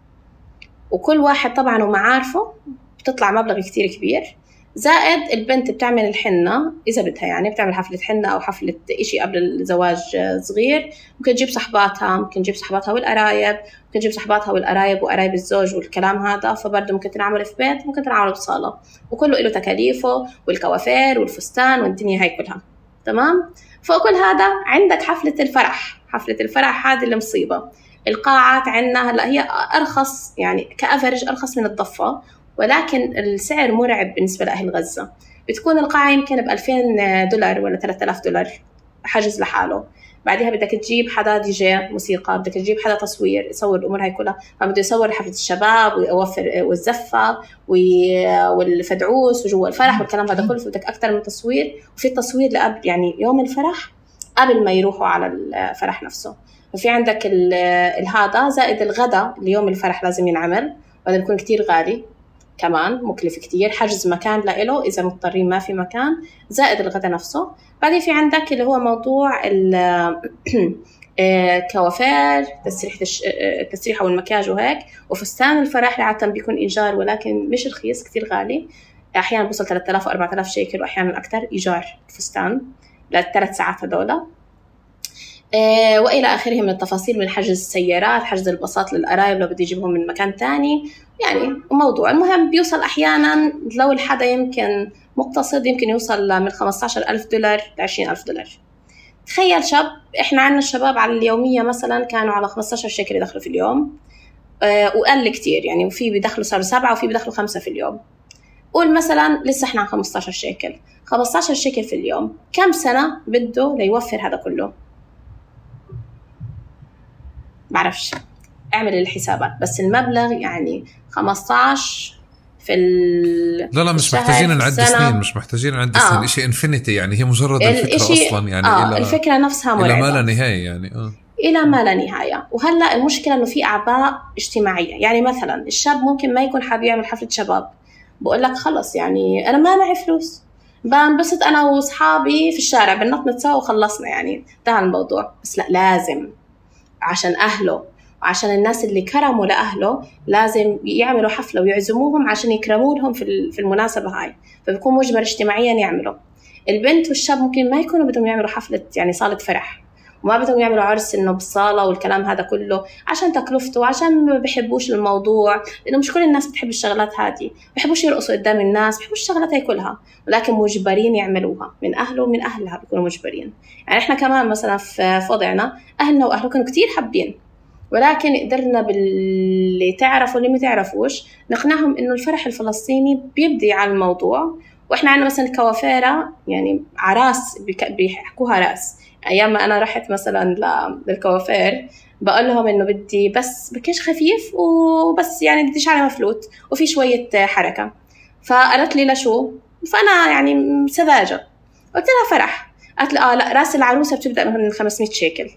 وكل واحد طبعا ومعارفه بتطلع مبلغ كتير كبير. زائد البنت بتعمل الحنة إذا بدها، يعني بتعمل حفلة حنة أو حفلة إشي قبل الزواج صغير، ممكن تجيب صحباتها، ممكن تجيب صحباتها والقرايب، ممكن تجيب صحباتها والقرايب وقرايب الزوج والكلام هذا. فبرضه ممكن تنعمل في بيت، ممكن تنعمل بصالة، وكله له تكاليفه والكوافير والفستان والدنيا هاي كلها. تمام. فوق كل هذا عندك حفلة الفرح. حفلة الفرح هذه المصيبة. القاعات عندنا هلا هي أرخص، يعني كأفرج أرخص من الضفة، ولكن السعر مرعب بالنسبة لأهل غزة. بتكون القاعة يمكن بألفين دولار ولا ثلاثة آلاف دولار حجز لحاله. بعدها بدك تجيب حدا دي جي موسيقى، بدك تجيب حدا تصوير يصور الأمور هاي كلها، فبده يصور حفلة الشباب ويوفر والزفة والفدعوس وجوا الفرح والكلام هذا كله، فبدك أكتر من تصوير. وفي التصوير لقبل يعني يوم الفرح قبل ما يروحوا على الفرح نفسه. وفي عندك هذا، زائد الغداء اليوم الفرح لازم ينعمل، وهذا بيكون كتير غالي كمان، مكلف كتير. حجز مكان لإله إذا مضطرين ما في مكان، زائد الغداء نفسه. بعدين في عندك اللي هو موضوع الكوافير، تسريحة التسريحة والمكياج وهيك، وفستان الفرح عادة بيكون إيجار، ولكن مش رخيص، كتير غالي، أحيانا بوصل ثلاثة آلاف وأربعة آلاف شيكل، وأحيانا أكتر إيجار الفستان للثلاث ساعات هدول. آه وإلى آخره من التفاصيل، من حجز السيارات، حجز الباصات للقرايب لو بدي يجيبهم من مكان تاني، يعني موضوع. المهم بيوصل أحيانا لو الحدا يمكن مقتصد يمكن يوصل من خمسة عشر ألف دولار ل عشرين ألف دولار. تخيل شاب، إحنا عنا الشباب على اليومية مثلا كانوا على خمسة عشر شيكل يدخلوا في اليوم، آه وقل كتير يعني، وفي بيدخلوا صاروا سبعة وفي بيدخلوا خمسة في اليوم. قول مثلا لسه إحنا عن خمسة عشر شيكل، خمسة عشر شيكل في اليوم، كم سنة بده ليوفر هذا كله؟ بعرفش، اعمل الحسابات، بس المبلغ يعني خمسة عشر في ال لا لا مش محتاجين نعد سنين، مش محتاجين نعد سنين، إشي إنفينيتي يعني، هي مجرد الفكرة أصلا يعني، آه إلى الفكرة نفسها مرعبة إلى ما لا نهاية يعني آه. إلى ما لا نهاية. وهلأ المشكلة إنه في أعباء اجتماعية، يعني مثلا الشاب ممكن ما يكون حابب يعمل حفلة شباب، بقول لك خلص يعني أنا ما معي فلوس، بنبسط أنا وصحابي في الشارع بنطنط سوا وخلصنا، يعني انتهى الموضوع. بس لا، لازم عشان أهله وعشان الناس اللي كرموا لأهله لازم يعملوا حفلة ويعزموهم عشان يكرموا لهم في في المناسبة هاي، فبيكون مجبر اجتماعيا يعملوا. البنت والشاب ممكن ما يكونوا بدهم يعملوا حفلة يعني صالة فرح، وما بدهم يعملوا عرس إنه بالصالة والكلام هذا كله، عشان تكلفته وعشان ما بيحبوش الموضوع، لأنه مش كل الناس بتحب الشغلات هذه، بيحبوش يرقصوا قدام الناس، بيحبوش الشغلات هاي كلها، ولكن مجبرين يعملوها من أهله ومن أهلها، بيكونوا مجبرين. يعني إحنا كمان مثلا في وضعنا أهلنا وأهله كانوا كتير حابين، ولكن قدرنا باللي تعرفوا واللي ما تعرفوش نقنعهم إنه الفرح الفلسطيني بيبدي على الموضوع. وإحنا عندنا مثلا الكوافيرة يعني عراس بيحكوها راس. أيام ما أنا رحت مثلا للكوافير بقول لهم إنه بدي بس مكياج خفيف وبس، يعني بدي شعري مفلوت وفي شوية حركة. فقالت لي لشو؟ فأنا يعني سذاجة قلت لها فرح. قالت لي آه لا، راس العروسة بتبدأ من خمسمية شيكل.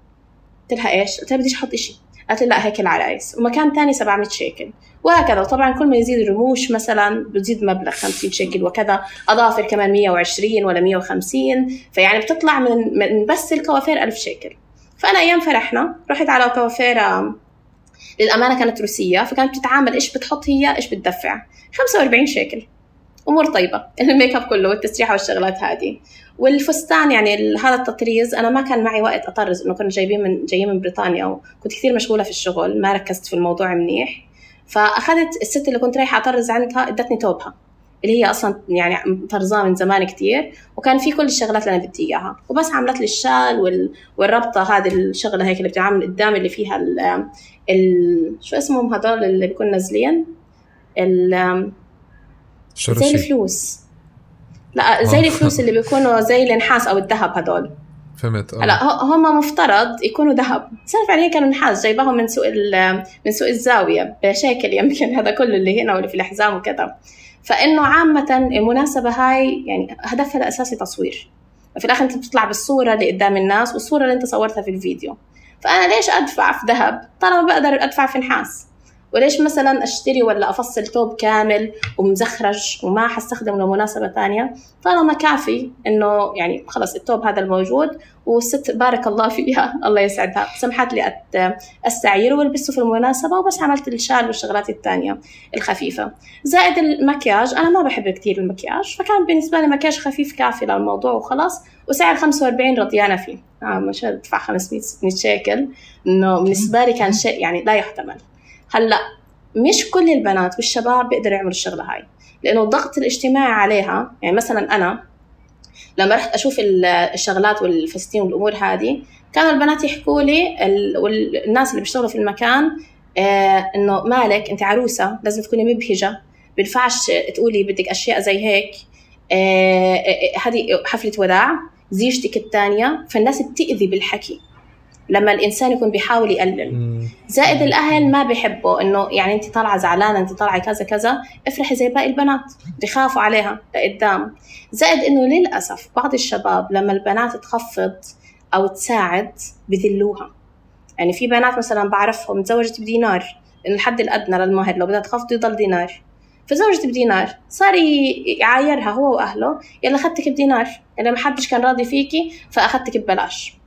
قلت لها إيش؟ قلت لها بديش أحط إشي. قالت لي لا، هيك العرايس. ومكان تاني سبعمية شيكل وهكذا. وطبعا كل ما يزيد الرموش مثلا بتزيد مبلغ خمسين شيكل وكذا، أظافر كمان مية وعشرين ولا مية وخمسين، فيعني بتطلع من, من بس الكوافير ألف شيكل. فأنا أيام فرحنا رحت على كوافيرة للأمانة كانت روسية، فكانت بتتعامل إيش بتحط هي إيش بتدفع، خمسة وأربعين شيكل أمور طيبة. الميك اب كله والتسريحة والشغلات هذه والفستان. يعني هذا التطريز أنا ما كان معي وقت أطرز، إنه كنا جايبين من جايين من بريطانيا وكنت كثير مشغولة في الشغل، ما ركزت في الموضوع منيح. فأخذت الست اللي كنت رايحة أطرز عندها ادتني توبها اللي هي أصلا يعني طرزاه من زمان كتير، وكان في كل الشغلات اللي أنا بدي إياها، وبس عملت لي الشال وال... والربطة هذه الشغلة هيك اللي بتعمل قدام اللي فيها ال... ال... شو اسمهم هذول اللي بيكون نازلين ال... زي الفلوس. لا زي الفلوس اللي بيكونوا زي النحاس أو الذهب هذول. فهمت. لا هم مفترض يكونوا ذهب، صرف عليه كانوا نحاس جايباهم من سوق من سوق الزاوية بشكل يمكن هذا كله اللي هنا واللي في الأحزام وكذا. فإنه عامة المناسبة هاي يعني هدفها الأساسي تصوير، في الآخر أنت بتطلع بالصورة اللي قدام الناس والصورة اللي أنت صورتها في الفيديو. فأنا ليش أدفع في ذهب طالما بقدر أدفع في نحاس؟ وليش مثلا أشتري ولا أفصل توب كامل ومزخرج وما حستخدم لمناسبة تانية طالما كافي إنه يعني خلص التوب هذا الموجود، والست بارك الله فيها الله يسعدها سمحت لي أستعيره والبسه في المناسبة، وبس عملت الشال والشغلات التانية الخفيفة. زائد المكياج أنا ما بحب كتير المكياج، فكان بالنسبة لي مكياج خفيف كافي للموضوع وخلاص. وسعر خمسة وأربعين رضيانة فيه، آه مش هدفع خمسمية ستمية شيكل، إنه بالنسبة لي كان شيء يعني لا يحتمل. هلأ مش كل البنات والشباب بيقدروا يعملوا الشغلة هاي، لأنه الضغط الاجتماعي عليها. يعني مثلا أنا لما رحت أشوف الشغلات والفستين والأمور هذه كانوا البنات يحكوا لي والناس اللي بيشتغلوا في المكان آه إنه مالك أنت عروسة لازم تكوني مبهجة، بنفعش تقولي بدك أشياء زي هيك، هذه آه حفلة وداع زيجتك الثانية. فالناس بتأذي بالحكي لما الإنسان يكون بيحاول يقلل. زائد الأهل ما بيحبوا إنه يعني أنت طالعة زعلانة، أنت طالعة كذا كذا، افرحي زي باقي البنات، بيخافوا عليها لقدام. زائد إنه للأسف بعض الشباب لما البنات تخفض أو تساعد بذلوها. يعني في بنات مثلا بعرفهم تزوجت بدينار، إنه الحد الأدنى للمهر لو بدها تخفض يضل دينار، فزوجت بدينار صار يعايرها هو وأهله، يلا أخذتك بدينار، يلا ما حدش كان راضي فيكي فأخذتك ببلاش.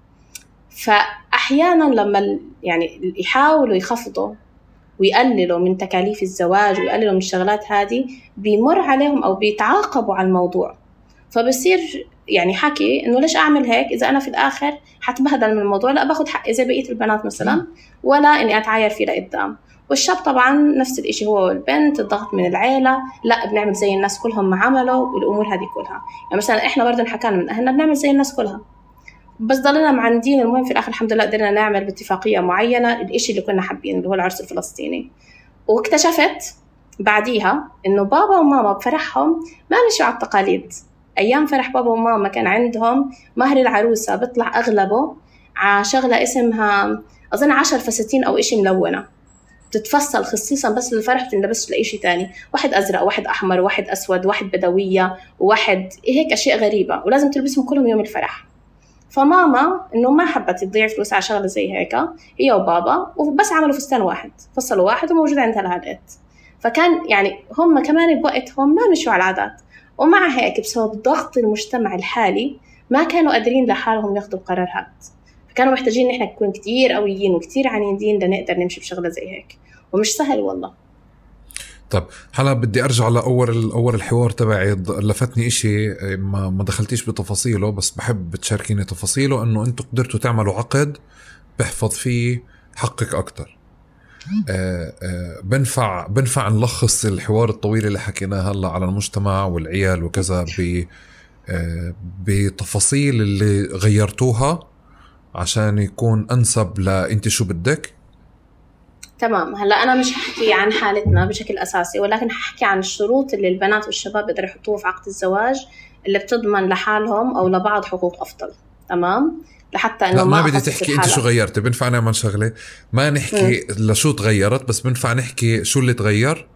فأحياناً لما يعني يحاولوا يخفضوا ويقللوا من تكاليف الزواج ويقللوا من الشغلات هذه بيمر عليهم أو بيتعاقبوا على الموضوع، فبصير يعني حكي إنه ليش أعمل هيك إذا أنا في الآخر حتبهدل من الموضوع، لا باخد حقي زي بقية البنات مثلاً، ولا إني أتعاير فيه لقدام. والشاب طبعاً نفس الإشي هو والبنت، الضغط من العيلة، لا بنعمل زي الناس كلهم ما عملوا والأمور هذه كلها. يعني مثلاً إحنا برضه حكانا من أهلنا بنعمل زي الناس كلها، بس ضلنا معندين. المهم في الآخر الحمد لله قدرنا نعمل باتفاقية معينة الإشي اللي كنا حابين اللي هو العرس الفلسطيني. واكتشفت بعديها إنه بابا وماما بفرحهم ما مشوا على التقاليد. أيام فرح بابا وماما كان عندهم مهر العروسة بيطلع أغلبه على شغلة اسمها أظن عشر فساتين أو إشي ملونة بتتفصل خصيصا بس للفرح، بتنلبس لإشي تاني، واحد أزرق واحد أحمر واحد أسود واحد بدوية وواحد هيك أشياء غريبة، ولازم تلبسهم كلهم يوم الفرح. فماما إنه ما حبت تضيع فلوس على شغلة زي هيك هي وبابا، وبس عملوا فستان واحد فصلوا واحد وموجود عندها لهالقد. فكان يعني هم كمان بوقتهم ما مشوا على العادات، ومع هيك بسبب ضغط المجتمع الحالي ما كانوا قادرين لحالهم ياخدوا القرار هذا، فكانوا محتاجين نحن نكون كتير قويين وكتير عنيدين لنقدر نمشي بشغلة زي هيك، ومش سهل والله. طب هلا بدي ارجع لاول اول الحوار تبعي، لفتني إشي ما ما دخلتيش بتفاصيله بس بحب تشاركيني تفاصيله، انه انتم قدرتوا تعملوا عقد بحفظ فيه حقك اكتر. آه آه بنفع بنفع نلخص الحوار الطويل اللي حكيناه هلا على المجتمع والعيال وكذا ب آه بتفاصيل اللي غيرتوها عشان يكون انسب لانت شو بدك. تمام. هلا أنا مش هحكي عن حالتنا بشكل أساسي، ولكن هحكي عن الشروط اللي البنات والشباب يقدروا يحطوها في عقد الزواج اللي بتضمن لحالهم أو لبعض حقوق أفضل. تمام. لحتى انه لا ما ما بدي تحكي انت شو غيرتي، بنفع نعمل شغله ما نحكي م. لشو تغيرت، بس بنفع نحكي شو اللي تغير.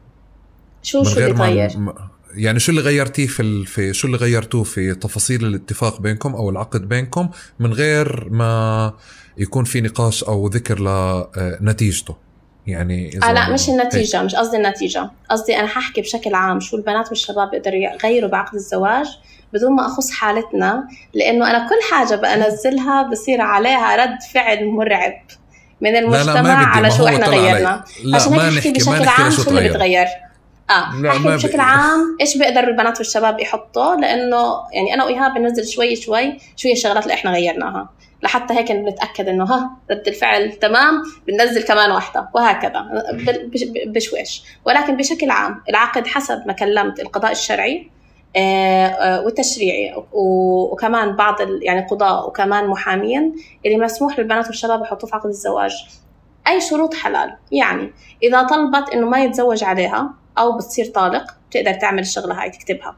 شو شو اللي تغير م... يعني شو اللي غيرتيه في ال... في شو اللي غيرتوه في تفاصيل الاتفاق بينكم او العقد بينكم من غير ما يكون في نقاش او ذكر لنتيجته. يعني إذا آه لا مش النتيجة هي. مش قصدي النتيجة، قصدي أنا ححكي بشكل عام شو البنات والشباب بيقدروا يغيروا بعقد الزواج بدون ما أخص حالتنا، لأنه أنا كل حاجة بنزلها بصير عليها رد فعل مرعب من المجتمع. لا لا على شو إحنا غيرنا، عشان هيك أحكي بشكل عام شو اللي بتغير. آه أحكي بشكل عام إيش بيقدر البنات والشباب يحطوا، لأنه يعني أنا وإيهاب بننزل شوي شوي شو هي الشغلات اللي إحنا غيرناها، لحتى هيك بنتأكد إنه ها رد الفعل تمام بننزل كمان واحدة، وهكذا بشويش. ولكن بشكل عام العقد حسب ما كلمت القضاء الشرعي والتشريعي وكمان بعض يعني قضاء وكمان محامين اللي مسموح للبنات والشباب يحطوا في عقد الزواج أي شروط حلال. يعني إذا طلبت إنه ما يتزوج عليها أو بتصير طالق تقدر تعمل الشغلة هاي تكتبها.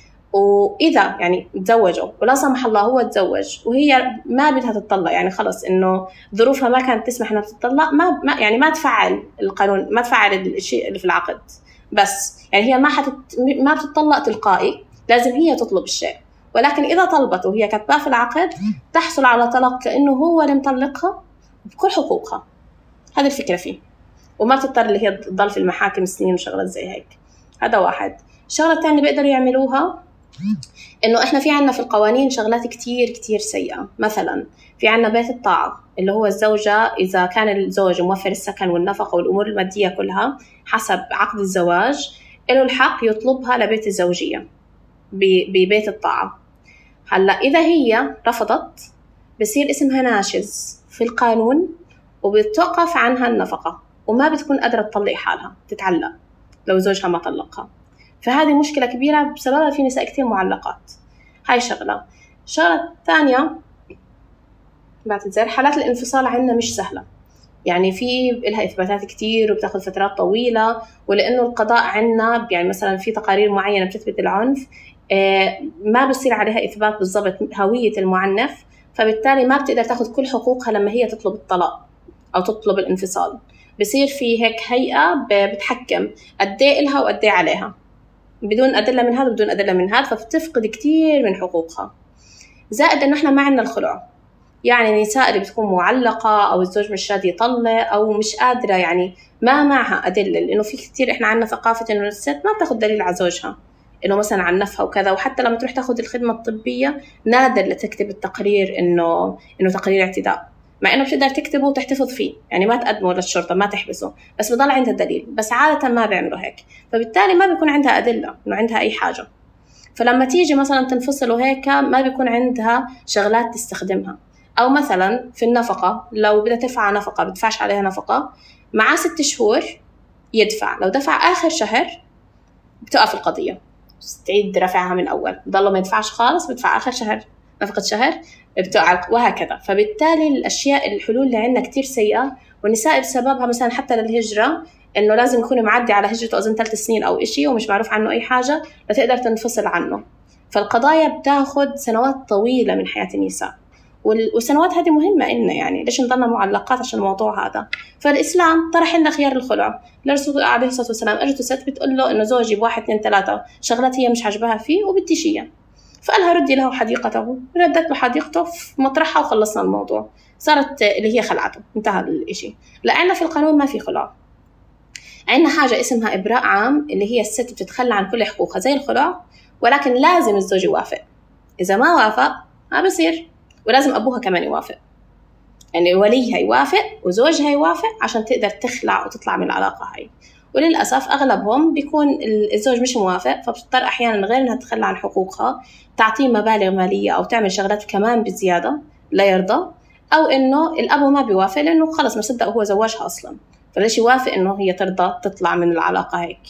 وإذا يعني تزوجوا ولا سمح الله هو تزوج وهي ما بدها تطلق، يعني خلص إنه ظروفها ما كانت تسمح إنها تطلق، ما, ما يعني ما تفعل القانون، ما تفعل الشيء اللي في العقد، بس يعني هي ما حتت ما بتطلق تلقائي، لازم هي تطلب الشيء. ولكن إذا طلبت وهي كاتباه في العقد تحصل على طلاق كأنه هو اللي مطلقها بكل حقوقها. هذه الفكرة فيه، وما بتضطر اللي هي تضل في المحاكم سنين وشغلات زي هيك. هذا واحد. الشغلة الثانية بيقدروا يعملوها إنه إحنا في عنا في القوانين شغلات كتير كتير سيئة. مثلا في عنا بيت الطاعة اللي هو الزوجة إذا كان الزوج موفر السكن والنفقة والأمور المادية كلها حسب عقد الزواج له الحق يطلبها لبيت الزوجية ببيت الطاعة. هلأ إذا هي رفضت بصير اسمها ناشز في القانون وبتوقف عنها النفقة وما بتكون قادرة تطلق حالها، تتعلق لو زوجها ما طلقها. فهذه مشكلة كبيرة بسببها في نساء كتير معلقات. هاي شغلة. الشغلة الثانية بعتذر حالات الانفصال عندنا مش سهلة، يعني في لها إثباتات كتير وبتاخد فترات طويلة، ولأنه القضاء عندنا يعني مثلا في تقارير معينة بتثبت العنف ما بصير عليها إثبات بالضبط هوية المعنف، فبالتالي ما بتقدر تاخد كل حقوقها لما هي تطلب الطلاق أو تطلب الانفصال. بصير في هيك هيئة بتحكم قد ايه إلها وقد ايه عليها بدون أدلة من هذا بدون أدلة من هذا، فبتفقد كتير من حقوقها. زائد إنه إحنا ما عندنا الخلع، يعني النساء اللي بتكون معلقة أو الزوج مش راضي يطلق أو مش قادرة يعني ما معها أدلة، لأنه في كتير إحنا عندنا ثقافة إنه الست ما بتاخد دليل على زوجها إنه مثلا عنفها وكذا، وحتى لما تروح تاخد الخدمة الطبية نادر لتكتب التقرير إنه إنه تقرير اعتداء، مع إنه بتقدر تكتبه وتحتفظ فيه، يعني ما تقدمه للشرطة ما تحبسه، بس بضل عندها دليل. بس عادة ما بيعملوا هيك، فبالتالي ما بيكون عندها أدلة إنه عندها أي حاجة. فلما تيجي مثلا تنفصل وهيك ما بيكون عندها شغلات تستخدمها. أو مثلا في النفقة لو بدها تدفع نفقة بدفعش عليها نفقة مع ست شهور يدفع، لو دفع آخر شهر بتقف القضية تعيد رفعها من أول، بضله ما يدفعش خالص بدفع آخر شهر نفقة شهر بتقع وهكذا. فبالتالي الأشياء الحلول اللي عندنا كتير سيئة، والنساء بسببها مثلا حتى للهجرة إنه لازم يكون معدي على هجرته أظن ثلاث سنين أو إشي ومش معروف عنه أي حاجة لتقدر تنفصل عنه. فالقضايا بتاخد سنوات طويلة من حياة النساء، والسنوات هذه مهمة إلنا، يعني ليش نضلنا معلقات عشان الموضوع هذا. فالإسلام طرح لنا خيار الخلع. الرسول عليه الصلاة والسلام أجت ست بتقول له إنه زوجي بواحد اثنين ثلاثة شغلات هي مش عجبها فيه وبدي شيء، فقالها ردي له حديقته، ردت له حديقته في مطرحها وخلصنا الموضوع، صارت اللي هي خلعته، انتهى الإشي. لأننا في القانون ما في خلع، عندنا حاجة اسمها إبراء عام اللي هي الست بتتخلى عن كل حقوقها زي الخلع، ولكن لازم الزوج يوافق. إذا ما وافق ما بصير، ولازم أبوها كمان يوافق، يعني وليها يوافق وزوجها يوافق عشان تقدر تخلع وتطلع من العلاقة هاي. وللأسف أغلبهم بيكون الزوج مش موافق، فبتضطر أحيانا غير أنها تتخلى عن حقوقها تعطيه مبالغ مالية أو تعمل شغلات كمان بزيادة لا يرضى، أو إنه الأبو ما بيوافق لأنه خلص ما صدق هو زواجها أصلا، فليش يوافق إنه هي ترضى تطلع من العلاقة هيك.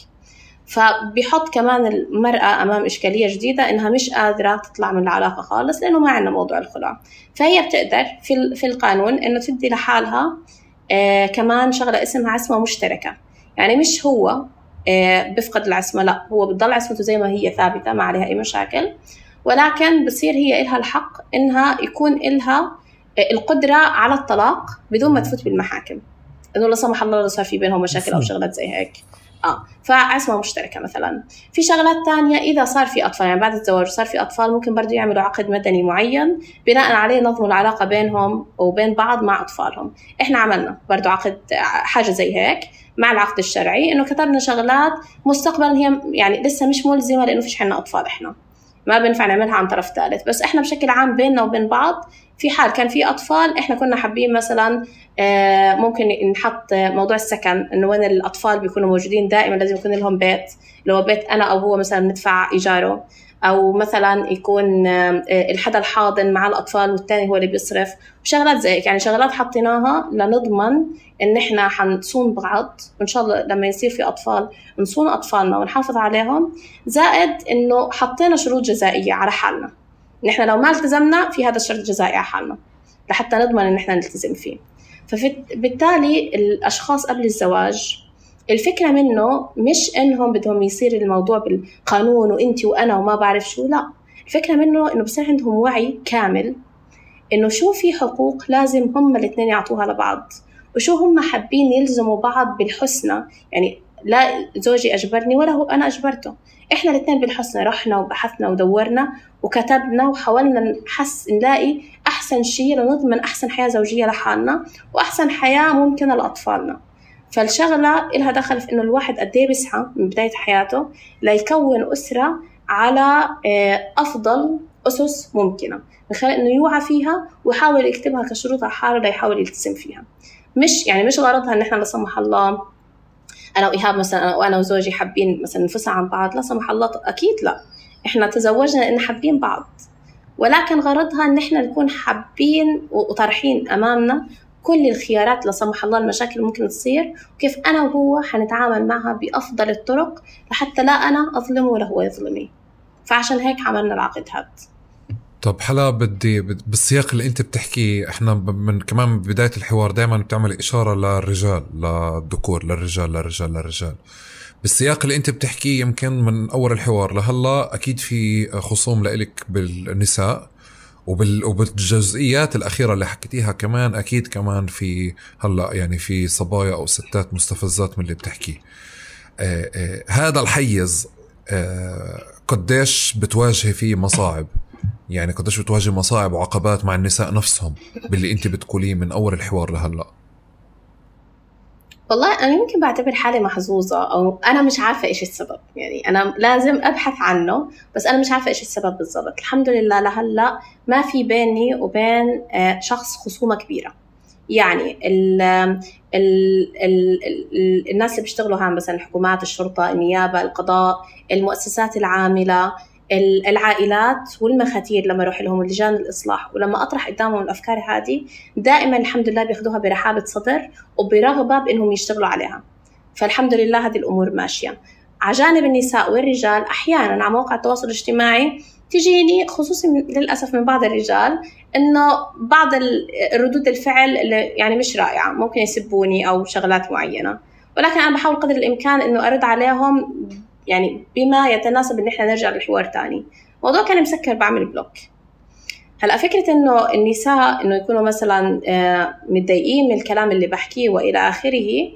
فبيحط كمان المرأة أمام إشكالية جديدة إنها مش قادرة تطلع من العلاقة خالص لأنه ما عندنا موضوع الخلع. فهي بتقدر في في القانون إنه تدي لحالها آه كمان شغلة اسمها عصمة مشتركة، يعني مش هو آه بفقد العصمة، لا هو بتضل عصمته زي ما هي ثابتة ما عليها أي مشاكل، ولكن بصير هي إلها الحق إنها يكون إلها القدرة على الطلاق بدون ما تفوت بالمحاكم، إنه لا سمح الله لو صار في بينهم مشاكل أو شغلات زي هيك. آه فعصمة مشتركة مثلا. في شغلات تانية إذا صار في أطفال، يعني بعد الزواج صار في أطفال، ممكن برضو يعملوا عقد مدني معين بناء عليه نظموا العلاقة بينهم وبين بعض مع أطفالهم. إحنا عملنا برضو عقد حاجة زي هيك مع العقد الشرعي، إنه كتبنا شغلات مستقبلا هي يعني لسه مش ملزمة لأنه فيش حنا أطفال، إحنا ما بنفع نعملها عن طرف ثالث، بس إحنا بشكل عام بيننا وبين بعض في حال كان في أطفال إحنا كنا حابين مثلا ممكن نحط موضوع السكن، إنه وين الأطفال بيكونوا موجودين دائما لازم يكون لهم بيت، لو بيت أنا أو هو مثلا ندفع إيجاره، أو مثلا يكون الحدا الحاضن مع الأطفال والتاني هو اللي بيصرف، وشغلات زي يعني شغلات حطيناها لنضمن إن إحنا حنصون بعض، وإن شاء الله لما يصير في أطفال نصون أطفالنا ونحافظ عليهم. زائد إنه حطينا شروط جزائية على حالنا، نحن لو ما التزمنا في هذا الشرط الجزائي على حالنا لحتى نضمن إن إحنا نلتزم فيه. فبالتالي الأشخاص قبل الزواج الفكرة منه مش إنهم بدهم يصير الموضوع بالقانون وإنتي وأنا وما بعرف شو، لا، الفكرة منه إنه بصير عندهم وعي كامل إنه شو في حقوق لازم هم الاثنين يعطوها لبعض، وشو هم حابين يلزموا بعض بالحسنى. يعني لا زوجي أجبرني ولا هو أنا أجبرته، إحنا الاثنين بالحسنى رحنا وبحثنا ودورنا وكتبنا وحاولنا نحس نلاقي أحسن شيء لنضمن أحسن حياة زوجية لحالنا وأحسن حياة ممكنة لأطفالنا. فالشغلة إلها دخل في إنه الواحد قد إيه بيسعى من بداية حياته ليكون أسرة على أفضل أسس ممكنة، من خلال إنه يوعى فيها ويحاول يكتبها كشروط على حاله ليحاول يلتزم فيها. مش يعني مش غرضها إن إحنا لا سمح الله أنا وإيهاب مثلا وأنا وزوجي حابين مثلا ننفصل عن بعض، لا سمح الله أكيد لا، إحنا تزوجنا لأن حابين بعض، ولكن غرضها إن إحنا نكون حابين وطرحين أمامنا كل الخيارات لا سمح الله المشاكل ممكن تصير، وكيف أنا وهو حنتعامل معها بأفضل الطرق لحتى لا أنا أظلمه ولا هو يظلمني. فعشان هيك عملنا العقد هذا. طب حلا بدي بالسياق اللي انت بتحكي، احنا من كمان بداية الحوار دائما بتعمل إشارة للرجال للذكور للرجال للرجال للرجال بالسياق اللي انت بتحكيه يمكن من أول الحوار لهلا أكيد في خصوم لإلك بالنساء، وبال وبالجزئيات الأخيرة اللي حكيتيها كمان أكيد كمان في هلا يعني في صبايا أو ستات مستفزات من اللي بتحكيه. آه آه هذا الحيز آه قديش بتواجه فيه مصاعب؟ يعني قديش بتواجه مصاعب وعقبات مع النساء نفسهم باللي انت بتقوليه من أول الحوار لهلا؟ والله أنا يمكن بعتبر حالي محظوظة، أو أنا مش عارفة إيش السبب، يعني أنا لازم أبحث عنه بس أنا مش عارفة إيش السبب بالضبط. الحمد لله لهلا ما في بيني وبين شخص خصومة كبيرة. يعني ال ال ال ال الناس اللي بيشتغلوا هان مثلا الحكومات، الشرطة، النيابة، القضاء، المؤسسات العاملة، العائلات والمخاتير، لما أروح لهم لجان الإصلاح ولما أطرح قدامهم الأفكار هذه دائما الحمد لله بياخدوها برحابة صدر وبرغبة بأنهم يشتغلوا عليها. فالحمد لله هذه الأمور ماشية. عجانب النساء والرجال أحيانا على مواقع التواصل الاجتماعي تجيني خصوصا للأسف من بعض الرجال إنه بعض الردود الفعل اللي يعني مش رائعة، ممكن يسبوني أو شغلات معينة، ولكن أنا بحاول قدر الإمكان إنه أرد عليهم يعني بما يتناسب إن إحنا نرجع للحوار تاني. موضوع كان مسكر بعمل بلوك. هلأ فكرة إنه النساء إنه يكونوا مثلا متضايقين من الكلام اللي بحكيه وإلى آخره،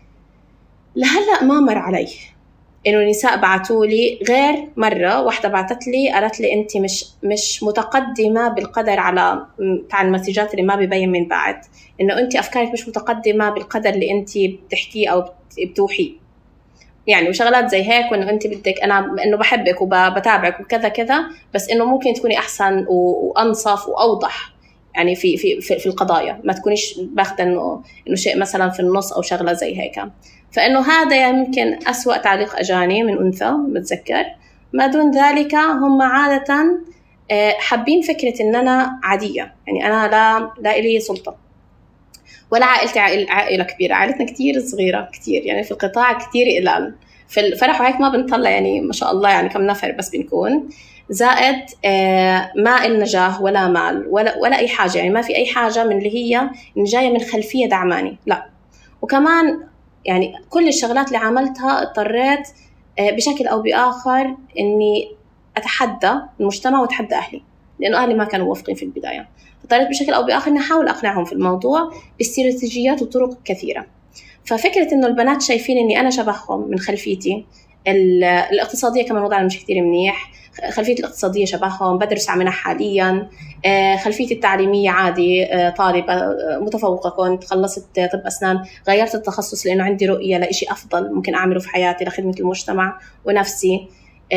لهلأ ما مر علي إنه النساء بعتوا لي، غير مرة واحدة بعتت لي قالت لي أنت مش مش متقدمة بالقدر، على تاع المسجات اللي ما بيبين من بعد إنه أنت أفكارك مش متقدمة بالقدر اللي أنت بتحكيه أو بتوحيه، يعني وشغلات زي هيك، وإنه أنت بدك أنا إنه بحبك وبتابعك وكذا كذا، بس إنه ممكن تكوني أحسن وأنصف وأوضح يعني في في في, في القضايا، ما تكونيش باخدة إنه إنه شيء مثلا في النص أو شغلة زي هيك. فإنه هذا يمكن أسوأ تعليق أجاني من أنثى متذكر. ما دون ذلك هم عادة حابين فكرة إن أنا عادية، يعني أنا لا لا إلي سلطة ولا عائلتي عائلة كبيرة، عائلتنا كتير صغيرة كتير، يعني في القطاع كتير قلال، في الفرح وهيك ما بنطلع يعني ما شاء الله يعني كم نفر بس بنكون، زائد ما إلنا جاه ولا مال ولا ولا أي حاجة، يعني ما في أي حاجة من اللي هي جاية من خلفية دعماني، لا. وكمان يعني كل الشغلات اللي عملتها اضطريت بشكل أو بآخر إني أتحدى المجتمع وأتحدى أهلي، لأنه أهلي ما كانوا موافقين في البداية. فاضطريت بشكل أو بآخر إني أحاول أقنعهم في الموضوع باستراتيجيات وطرق كثيرة. ففكرة إنه البنات شايفين إني أنا شبههم من خلفيتي الاقتصادية، كمان وضعنا مش كتير منيح، خلفيتي الاقتصادية شبههم، بدرس على منح حاليا، خلفيتي التعليمية عادي، طالبة متفوقة كنت، خلصت طب أسنان، غيرت التخصص لأنه عندي رؤية لإشي أفضل ممكن أعمله في حياتي لخدمة المجتمع ونفسي.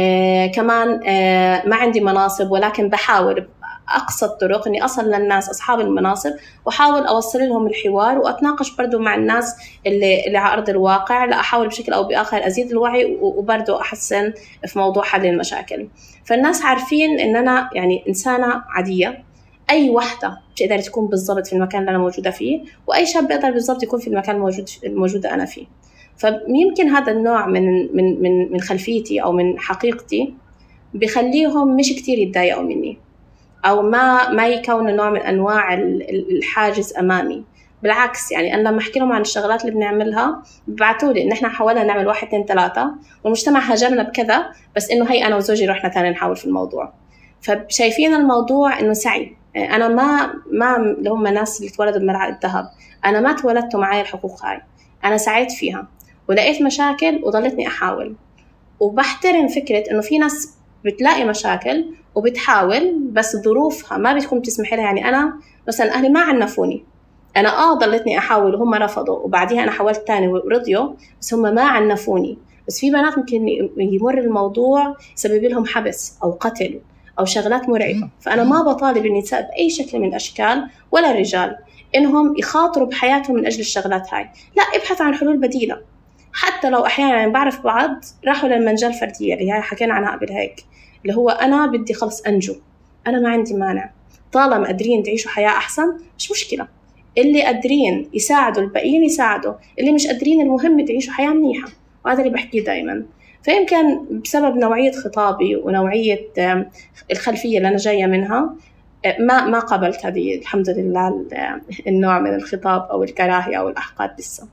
كمان ما عندي مناصب، ولكن بحاول أقصى الطرق إني أصل للناس أصحاب المناصب وأحاول أوصل لهم الحوار، وأتناقش برضو مع الناس اللي, اللي على أرض الواقع، لا أحاول بشكل أو بآخر أزيد الوعي وبرضو أحسن في موضوع حل المشاكل. فالناس عارفين إن أنا يعني إنسانة عادية، أي وحدة بتقدر تكون بالضبط في المكان اللي أنا موجودة فيه، وأي شاب بيقدر بالضبط يكون في المكان الموجود الموجودة أنا فيه. فيمكن هذا النوع من من من من خلفيتي أو من حقيقتي بيخليهم مش كتير يتضايقوا مني، أو ما ما يكون نوع من أنواع الحاجز أمامي. بالعكس، يعني أنا لما أحكي لهم عن الشغلات اللي بنعملها ببعتوا لي إن إحنا حاولنا نعمل واحد اثنين ثلاثة والمجتمع هاجمنا بكذا، بس إنه هي أنا وزوجي رحنا ثاني نحاول في الموضوع. فشايفين الموضوع إنه سعي. أنا ما ما اللي هم ناس اللي تولدوا بملعقة الذهب، أنا ما تولدت معي الحقوق هاي، أنا سعيت فيها ولقيت مشاكل وضلتني أحاول. وبحترم فكرة إنه في ناس بتلاقي مشاكل وبتحاول بس ظروفها ما بتكون بتسمح لها. يعني أنا مثلا أهلي ما عنفوني، أنا آه ضلتني أحاول وهم رفضوا، وبعديها أنا حاولت تاني ورضيوا، بس هم ما عنفوني. بس في بنات ممكن يمر الموضوع يسبب لهم حبس أو قتل أو شغلات مرعبة. فأنا ما بطالب النساء بأي شكل من الأشكال ولا الرجال إنهم يخاطروا بحياتهم من أجل الشغلات هاي، لا، ابحث عن حلول بديلة. حتى لو أحيانا يعني بعرف بعض راحوا للمنجل الفردية اللي هي حكينا عنها قبل هيك، اللي هو أنا بدي خلص أنجو، أنا ما عندي مانع، طالما قادرين تعيشوا حياة أحسن مش مشكلة، اللي قادرين يساعدوا الباقيين يساعدوا، اللي مش قادرين المهم تعيشوا حياة منيحة. وهذا اللي بحكيه دايما. فيمكن بسبب نوعية خطابي ونوعية الخلفية اللي أنا جاية منها ما ما قبلت هذه الحمد لله النوع من الخطاب أو الكراهية أو الأحقاد لسه.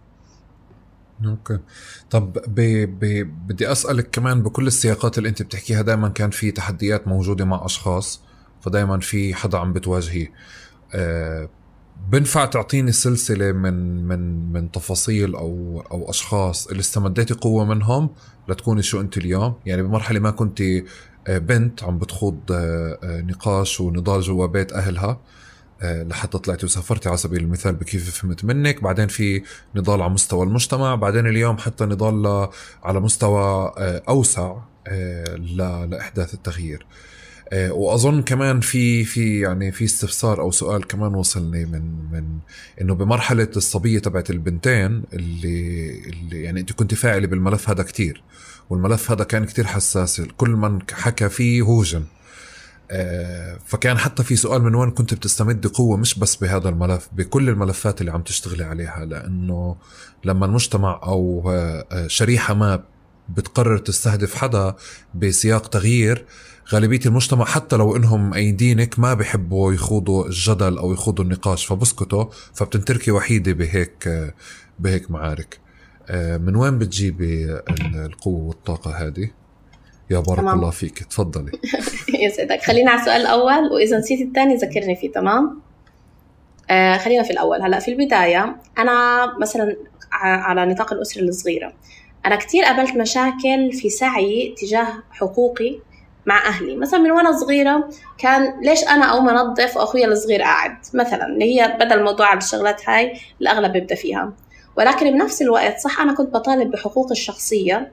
اوكي، طب ب... ب... بدي أسألك كمان، بكل السياقات اللي انت بتحكيها دائما كان في تحديات موجودة مع أشخاص، فدائما في حدا عم بتواجهيه. أه... بنفع تعطيني سلسلة من من من تفاصيل أو أو أشخاص اللي استمديتي قوة منهم لتكوني شو أنت اليوم؟ يعني بمرحلة ما كنت بنت عم بتخوض نقاش ونضال جوا بيت أهلها لحتى طلعتي وسافرتي على سبيل المثال بكيف فهمت منك، بعدين في نضال على مستوى المجتمع، بعدين اليوم حتى نضال على مستوى أوسع لإحداث التغيير. وأظن كمان في في يعني في استفسار أو سؤال كمان وصلني من من إنه بمرحلة الصبية تبعت البنتين اللي اللي يعني أنت كنت فاعلة بالملف هذا كتير، والملف هذا كان كتير حساس، كل من حكى فيه هوجن. فكان حتى في سؤال من وين كنت بتستمد قوة، مش بس بهذا الملف، بكل الملفات اللي عم تشتغلي عليها، لأنه لما المجتمع أو شريحة ما بتقرر تستهدف حدا بسياق تغيير، غالبية المجتمع حتى لو إنهم أيدينك ما بيحبوا يخوضوا الجدل أو يخوضوا النقاش فبسكتوا، فبتنتركي وحيدة بهيك بهيك معارك. من وين بتجيبي القوة والطاقة هذه؟ يا بارك تمام. الله فيك، تفضلي. يسعدك. خلينا على السؤال الأول، وإذا نسيت الثاني ذكرني فيه. تمام. آه خلينا في الأول. هلأ في البداية أنا مثلا على نطاق الأسرة الصغيرة أنا كتير قابلت مشاكل في سعي تجاه حقوقي مع أهلي. مثلا من وأنا صغيرة كان ليش أنا أو منظف وأخويا الصغير قاعد مثلا، اللي هي بدل الموضوع على الشغلات هاي الأغلب بيبدأ فيها. ولكن بنفس الوقت صح أنا كنت بطالب بحقوق الشخصية،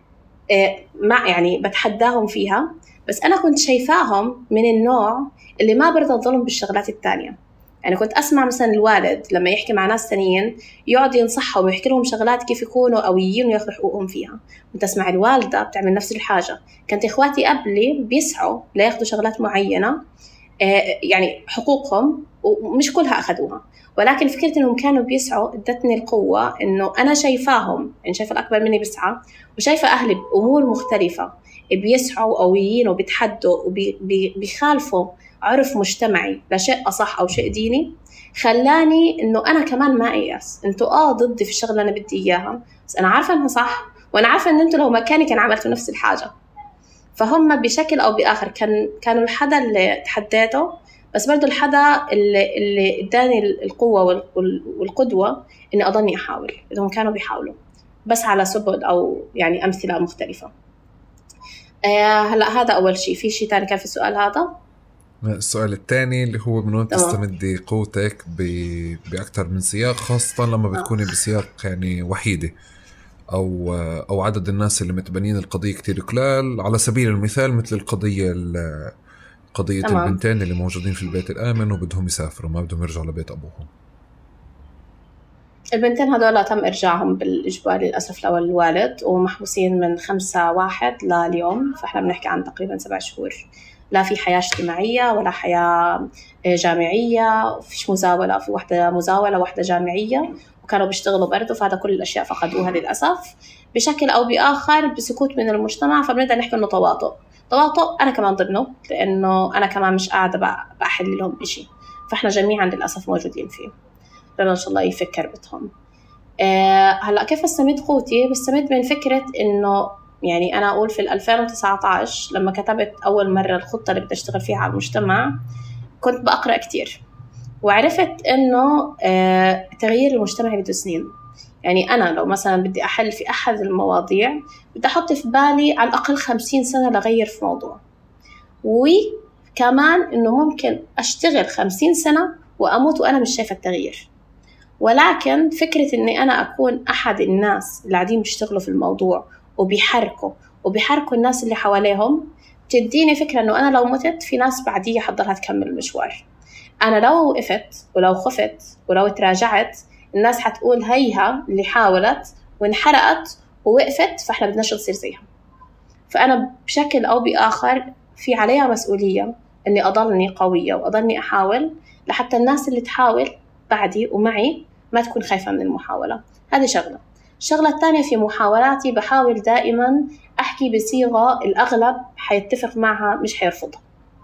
مع يعني بتحداهم فيها، بس أنا كنت شايفاهم من النوع اللي ما برضى الظلم بالشغلات التانية. يعني كنت أسمع مثلا الوالد لما يحكي مع ناس تانيين يقعد ينصحهم ويحكي لهم شغلات كيف يكونوا قويين وياخذوا حقوقهم فيها، كنت أسمع الوالدة بتعمل نفس الحاجة. كانت إخواتي قبلي بيسعوا لياخذوا شغلات معينة يعني حقوقهم، ومش كلها أخذوها، ولكن فكرة إنهم كانوا بيسعوا ادتني القوة إنه أنا شايفاهم، يعني شايفة الأكبر مني بيسعى، وشايفة أهلي بأمور مختلفة بيسعوا قويين وبيتحدوا وبيخالفوا عرف مجتمعي لشيء أصح أو شيء ديني، خلاني إنه أنا كمان ما أيأس. أنتوا آه ضدي في الشغلة اللي أنا بدي إياها، بس أنا عارفة إنها صح، وأنا عارفة إن أنتوا لو مكاني كان عملتوا نفس الحاجة. فهم بشكل أو بآخر كان كانوا الحدا اللي تحديته، بس برضو الحدا اللي اللي اداني القوة والقدوة إني أضلني أحاول، إنهم كانوا بيحاولوا بس على سبل أو يعني أمثلة مختلفة. آه هلا هذا أول شيء. في شيء تاني كان في السؤال هذا؟ السؤال الثاني اللي هو من وين تستمدي قوتك بأكثر من سياق، خاصة لما بتكوني بسياق يعني وحيدة أو أو عدد الناس اللي متبنين القضية كتير قلال، على سبيل المثال مثل القضية قضية تمام. البنتين اللي موجودين في البيت الآمن وبدهم يسافروا، ما بدهم يرجعوا لبيت أبوهم. البنتين هذولا تم إرجاعهم بالإجبار للأسف لو الوالد، ومحبوسين من خمسة واحد لليوم، فإحنا بنحكي عن تقريبا سبع شهور. لا في حياة اجتماعية ولا حياة جامعية، فيش مزاولة، في واحدة مزاولة واحدة جامعية، وكانوا بيشتغلوا برضو، فهذا كل الأشياء فقدوها للأسف بشكل أو بآخر بسكوت من المجتمع. فبنبدأ نحكي إنه تواطؤ تواطؤ أنا كمان ضمنه، لأنه أنا كمان مش قاعدة بأحل لهم إشي، فإحنا جميعا للأسف موجودين فيه، لأنه إن شاء الله يفكر بتهم. أه هلأ كيف استمد قوتي؟ بستمد من فكرة إنه يعني أنا أقول في ألفين وتسعة عشر لما كتبت أول مرة الخطة اللي بدي أشتغل فيها على المجتمع، كنت بقرأ كتير وعرفت إنه أه تغيير المجتمع بده سنين. يعني أنا لو مثلا بدي أحل في أحد المواضيع بدي أحط في بالي على الأقل خمسين سنة لغير في موضوع، وكمان إنه ممكن أشتغل خمسين سنة وأموت وأنا مش شايفة التغيير. ولكن فكرة إني أنا أكون أحد الناس اللي قاعدين بيشتغلوا في الموضوع وبيحركوا وبيحركوا الناس اللي حواليهم، تديني فكرة إنه أنا لو متت في ناس بعدية حضرها تكمل المشوار. أنا لو وقفت ولو خفت ولو تراجعت، الناس حتقول هيها اللي حاولت وانحرقت ووقفت، فإحنا بدناش نصير زيها. فأنا بشكل أو بآخر في عليها مسؤولية إني أضلني قوية وأضلني أحاول، لحتى الناس اللي تحاول بعدي ومعي ما تكون خايفة من المحاولة. هذه شغلة. الشغلة الثانية في محاولاتي بحاول دائما أحكي بصيغة الأغلب حيتفق معها مش حيرفضها.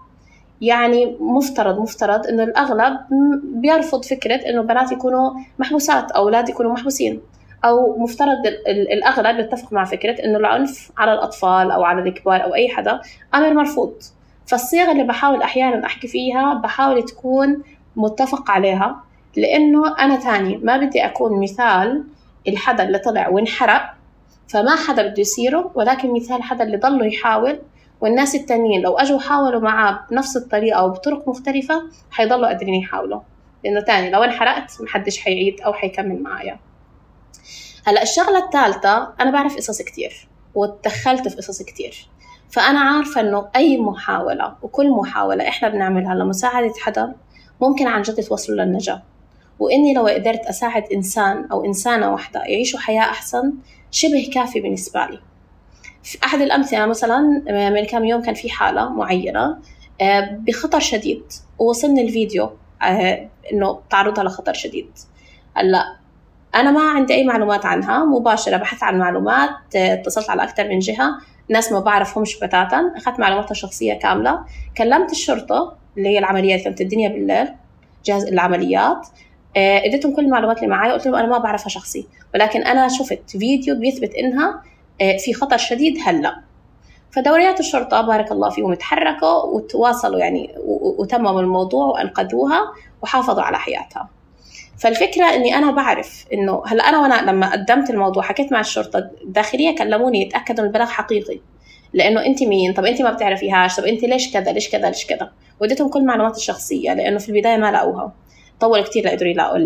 يعني مفترض مفترض إنه الأغلب بيرفض فكرة إنه بنات يكونوا محبوسات أو أولاد يكونوا محبوسين، أو مفترض الأغلب يتفق مع فكرة إنه العنف على الأطفال أو على الكبار أو أي حدا أمر مرفوض. فالصيغة اللي بحاول أحيانا أحكي فيها بحاول تكون متفق عليها، لأنه أنا تاني ما بدي أكون مثال الحدا اللي طلع وانحرق فما حدا بده يصيره، ولكن مثال حدا اللي ضلوا يحاول، والناس التانيين لو أجوا حاولوا معاه بنفس الطريقة أو بطرق مختلفة حيضلوا قادرين يحاولوا، لأنه تاني لو انحرقت محدش حيعيد أو حيكمل معايا. هلأ الشغلة الثالثة، أنا بعرف قصص كتير واتدخلت في قصص كتير، فأنا عارفة إنه أي محاولة وكل محاولة إحنا بنعملها لمساعدة حدا ممكن عن جد توصلوا للنجاة. وإني لو قدرت أساعد إنسان أو إنسانة واحدة يعيشوا حياة أحسن شبه كافي بالنسبة لي. في أحد الأمثلة مثلا من كم يوم كان في حالة معينة بخطر شديد، ووصلني الفيديو إنه تعرضها لخطر شديد. هلا أنا ما عندي أي معلومات عنها مباشرة، بحثت عن معلومات، اتصلت على أكثر من جهة، ناس ما بعرفهمش بتاتا، أخذت معلوماتها الشخصية كاملة، كلمت الشرطة اللي هي العمليات كانت الدنيا بالليل جهاز العمليات، اديتهم كل المعلومات اللي معايا، قلت لهم أنا ما بعرفها شخصي، ولكن أنا شفت فيديو بيثبت إنها في خطر شديد هلأ. فدوريات الشرطة بارك الله فيهم تحركوا وتواصلوا يعني وتمموا الموضوع وأنقذوها وحافظوا على حياتها. فالفكرة إني أنا بعرف إنه هلأ أنا وأنا لما قدمت الموضوع حكيت مع الشرطة الداخلية، كلموني يتأكدوا إن البلاغ حقيقي، لأنه أنت مين؟ طب أنت ما بتعرفيهاش؟ طب أنت ليش كذا ليش كذا ليش كذا؟ وديتهم كل معلومات الشخصية، لأنه في البداية ما لقوها، طول كتير لقدروا يلاقوا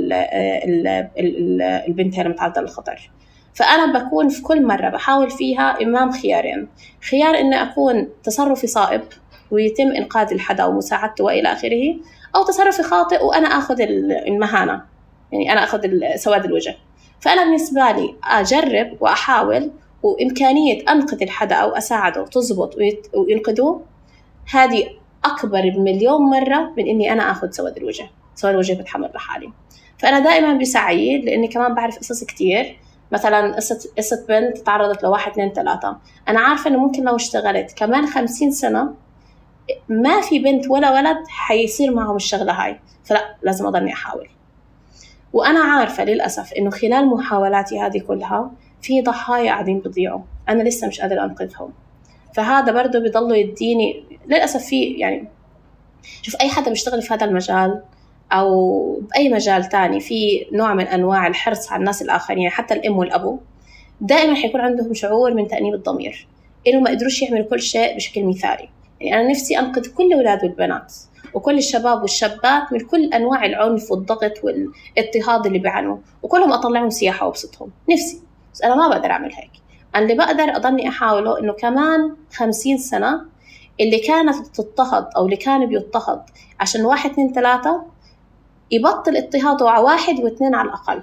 البنت اللي متعرضة للخطر. فأنا بكون في كل مرة بحاول فيها إمام خيارين، خيار إني أكون تصرفي صائب ويتم إنقاذ الحدا ومساعدته وإلى آخره، أو تصرفي خاطئ وأنا أخذ المهانة، يعني أنا أخذ سواد الوجه. فأنا بالنسبة لي أجرب وأحاول، وإمكانية أنقذ الحدا أو أساعده تزبط وينقذوه هذه أكبر بمليون مرة من إني أنا أخذ سواد الوجه. سواد الوجه بتحمل لحالي. فأنا دائما بسعي، لأني كمان بعرف قصص كتير، مثلا قصة قصة بنت تعرضت لواحد اثنين ثلاثة، أنا عارفة إنه ممكن لو اشتغلت كمان خمسين سنة ما في بنت ولا ولد حيصير معهم الشغلة هاي، فلا لازم أضلني أحاول. وأنا عارفة للأسف إنه خلال محاولاتي هذه كلها في ضحايا قاعدين بيضيعوا، أنا لسه مش قادرة أنقذهم. فهذا برضه بيضلوا يديني للأسف في يعني، شوف أي حدا بيشتغل في هذا المجال أو بأي مجال تاني في نوع من أنواع الحرص على الناس الآخرين، حتى الأم والأبو دائما حيكون عندهم شعور من تأنيب الضمير إنه ما قدروش يعملوا كل شيء بشكل مثالي. يعني أنا نفسي أنقذ كل الأولاد والبنات وكل الشباب والشابات من كل أنواع العنف والضغط والاضطهاد اللي بيعانوا، وكلهم أطلعهم سياحة وابسطهم، نفسي. بس أنا ما بقدر أعمل هيك. أنا اللي بقدر أضلني أحاوله إنه كمان خمسين سنة اللي كانت تضطهد أو اللي كان بيضطهد عشان واحد اثنين ثلاثة يبطل اضطهاده على واحد واثنين على الأقل.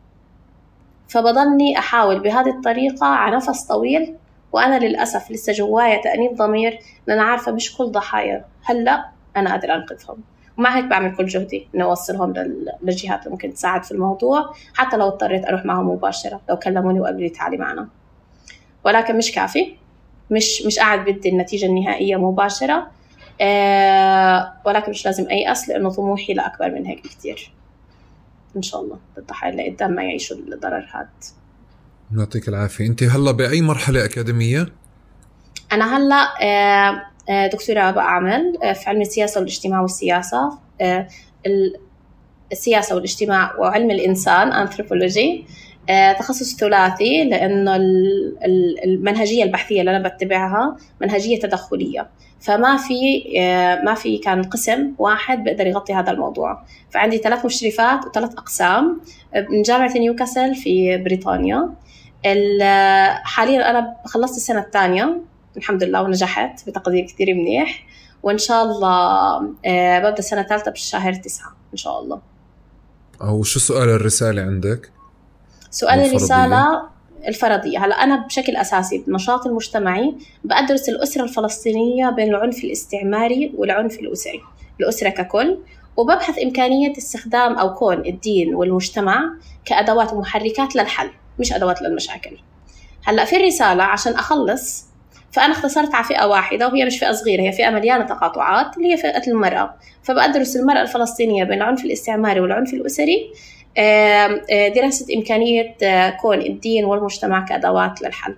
فبضلني أحاول بهذه الطريقة على نفس طويل، وأنا للأسف لسه جوايا تأنيب ضمير لأن أنا عارفة مش كل ضحايا هلأ أنا قادر أنقذهم، ومع هيك بعمل كل جهدي إنه أوصلهم للجهات اللي ممكن تساعد في الموضوع، حتى لو اضطريت أروح معهم مباشرة لو كلموني وقالوا لي تعالي معنا. ولكن مش كافي، مش مش قاعد بدي النتيجة النهائية مباشرة، أه ولكن مش لازم أيأس لأنه طموحي لأكبر من هيك بكتير. إن شاء الله الضحايا اللي قدام ما يعيشوا الضرر هذا. يعطيك العافية. أنت هلا بأي مرحلة أكاديمية؟ أنا هلا أه دكتورة بأعمل في علم السياسة والاجتماع والسياسة، أه السياسة والاجتماع وعلم الإنسان أنثروبولوجي، أه تخصص ثلاثي لأنه المنهجية البحثية اللي أنا بتبعها منهجية تدخلية، فما في ما في كان قسم واحد بيقدر يغطي هذا الموضوع. فعندي ثلاث مشرفات وثلاث أقسام من جامعة نيوكاسل في بريطانيا. حاليا أنا خلصت السنة الثانية الحمد لله ونجحت بتقدير كتير منيح، وإن شاء الله ببدأ السنة الثالثة بالشهر تسعة إن شاء الله. أو شو سؤال الرسالة عندك؟ سؤال الرسالة الفرضية. هلأ أنا بشكل أساسي بالنشاط المجتمعي بأدرس الأسرة الفلسطينية بين العنف الاستعماري والعنف الأسري، الأسرة ككل، وببحث إمكانية استخدام أو كون الدين والمجتمع كأدوات ومحركات للحل مش أدوات للمشاكل. هلأ في الرسالة عشان أخلص فأنا اختصرت على فئة واحدة، وهي مش فئة صغيرة، هي فئة مليانة تقاطعات اللي هي فئة المرأة. فبأدرس المرأة الفلسطينية بين العنف الاستعماري والعنف الأسري، دراسة إمكانية كون الدين والمجتمع كأدوات للحل.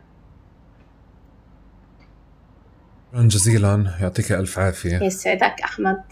شكرا جزيلا، يعطيك ألف عافية. يسعدك أحمد.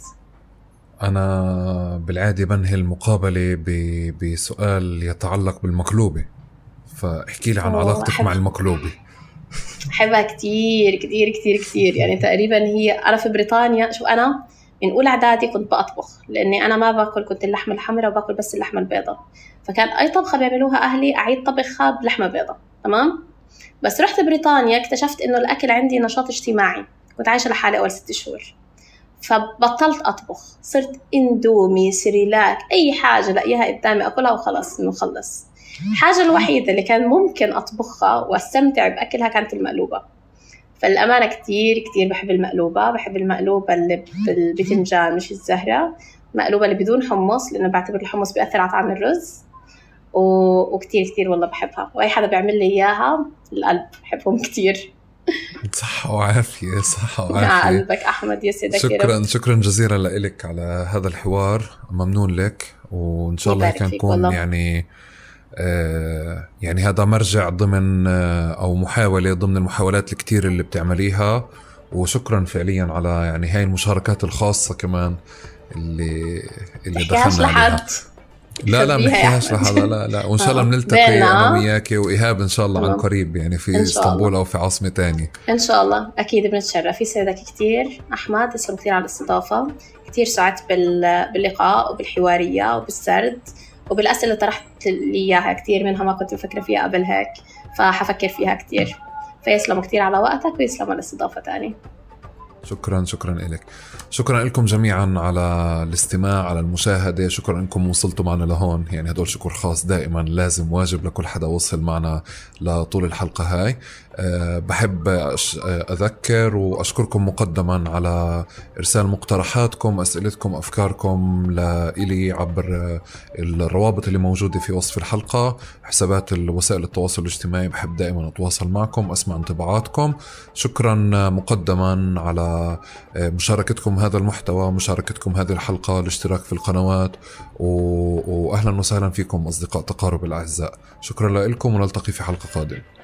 أنا بالعادة بنهي المقابلة بسؤال يتعلق بالمقلوبة، فاحكي لي عن علاقتك أحب. مع المقلوبة. أحبها كتير كتير كتير كتير، يعني تقريبا هي أنا في بريطانيا، شو أنا من أولى إعدادي كنت بأطبخ، لأني أنا ما باكل كنت اللحمة الحمراء وباكل بس اللحمة البيضاء، فكان أي طبخة بيعملوها أهلي أعيد طبخها بلحمة بيضاء. تمام. بس رحت بريطانيا اكتشفت إنه الأكل عندي نشاط اجتماعي، كنت عايشة لحالي أول ست شهور، فبطلت أطبخ، صرت إندومي سريلاك أي حاجة لقيها قدامي أكلها وخلص إنه خلص. الحاجة الوحيدة اللي كان ممكن أطبخها واستمتع بأكلها كانت المقلوبة. فالأمانة كتير كتير بحب المقلوبة، بحب المقلوبة اللي بالبتنجان مش الزهرة، مقلوبة اللي بدون حمص لأنه بعتبر الحمص بيأثر على طعم الرز، وكتير كتير والله بحبها، وأي حدا بيعمل لي إياها القلب بحبهم كتير. صحة وعافية. صحة وعافية. مع قلبك أحمد، يسعدك. شكرا شكرا جزيلا لك على هذا الحوار، ممنون لك، وإن شاء الله كان نكون يعني آه يعني هذا مرجع ضمن آه أو محاولة ضمن المحاولات الكتير اللي بتعمليها، وشكرا فعليا على يعني هاي المشاركات الخاصة كمان اللي اللي دخلنا عليها. لا لا محكيهاش لحدا، لا لا وإن شاء الله بنلتقي أنا وياك وإيهاب إن شاء الله عن قريب، يعني في اسطنبول أو في عاصمة تانية إن شاء الله. أكيد بنتشرف. يسعدك كتير أحمد، تسلم كتير على الاستضافة، كتير سعدت باللقاء وبالحوارية وبالسرد وبالأسئلة اللي طرحت لي إياها، كتير منها ما كنت مفكرة فيها قبل هيك، فحفكر فيها كتير. فيسلم كتير على وقتك ويسلم على الاستضافة تاني. شكرا شكرا لك. شكرا لكم جميعا على الاستماع، على المشاهدة. شكرا انكم وصلتوا معنا لهون، يعني هدول شكر خاص دائما لازم واجب لكل حدا وصل معنا لطول الحلقة هاي. أه بحب أذكر وأشكركم مقدما على إرسال مقترحاتكم، أسئلتكم، أفكاركم لإلي عبر الروابط اللي موجودة في وصف الحلقة، حسابات وسائل التواصل الاجتماعي. بحب دائما أتواصل معكم، أسمع انطباعاتكم. شكرا مقدما على مشاركتكم هذا المحتوى، مشاركتكم هذه الحلقة، الاشتراك في القنوات، وأهلا وسهلا فيكم أصدقاء تقارب الأعزاء. شكرا لكم ونلتقي في حلقة قادمة.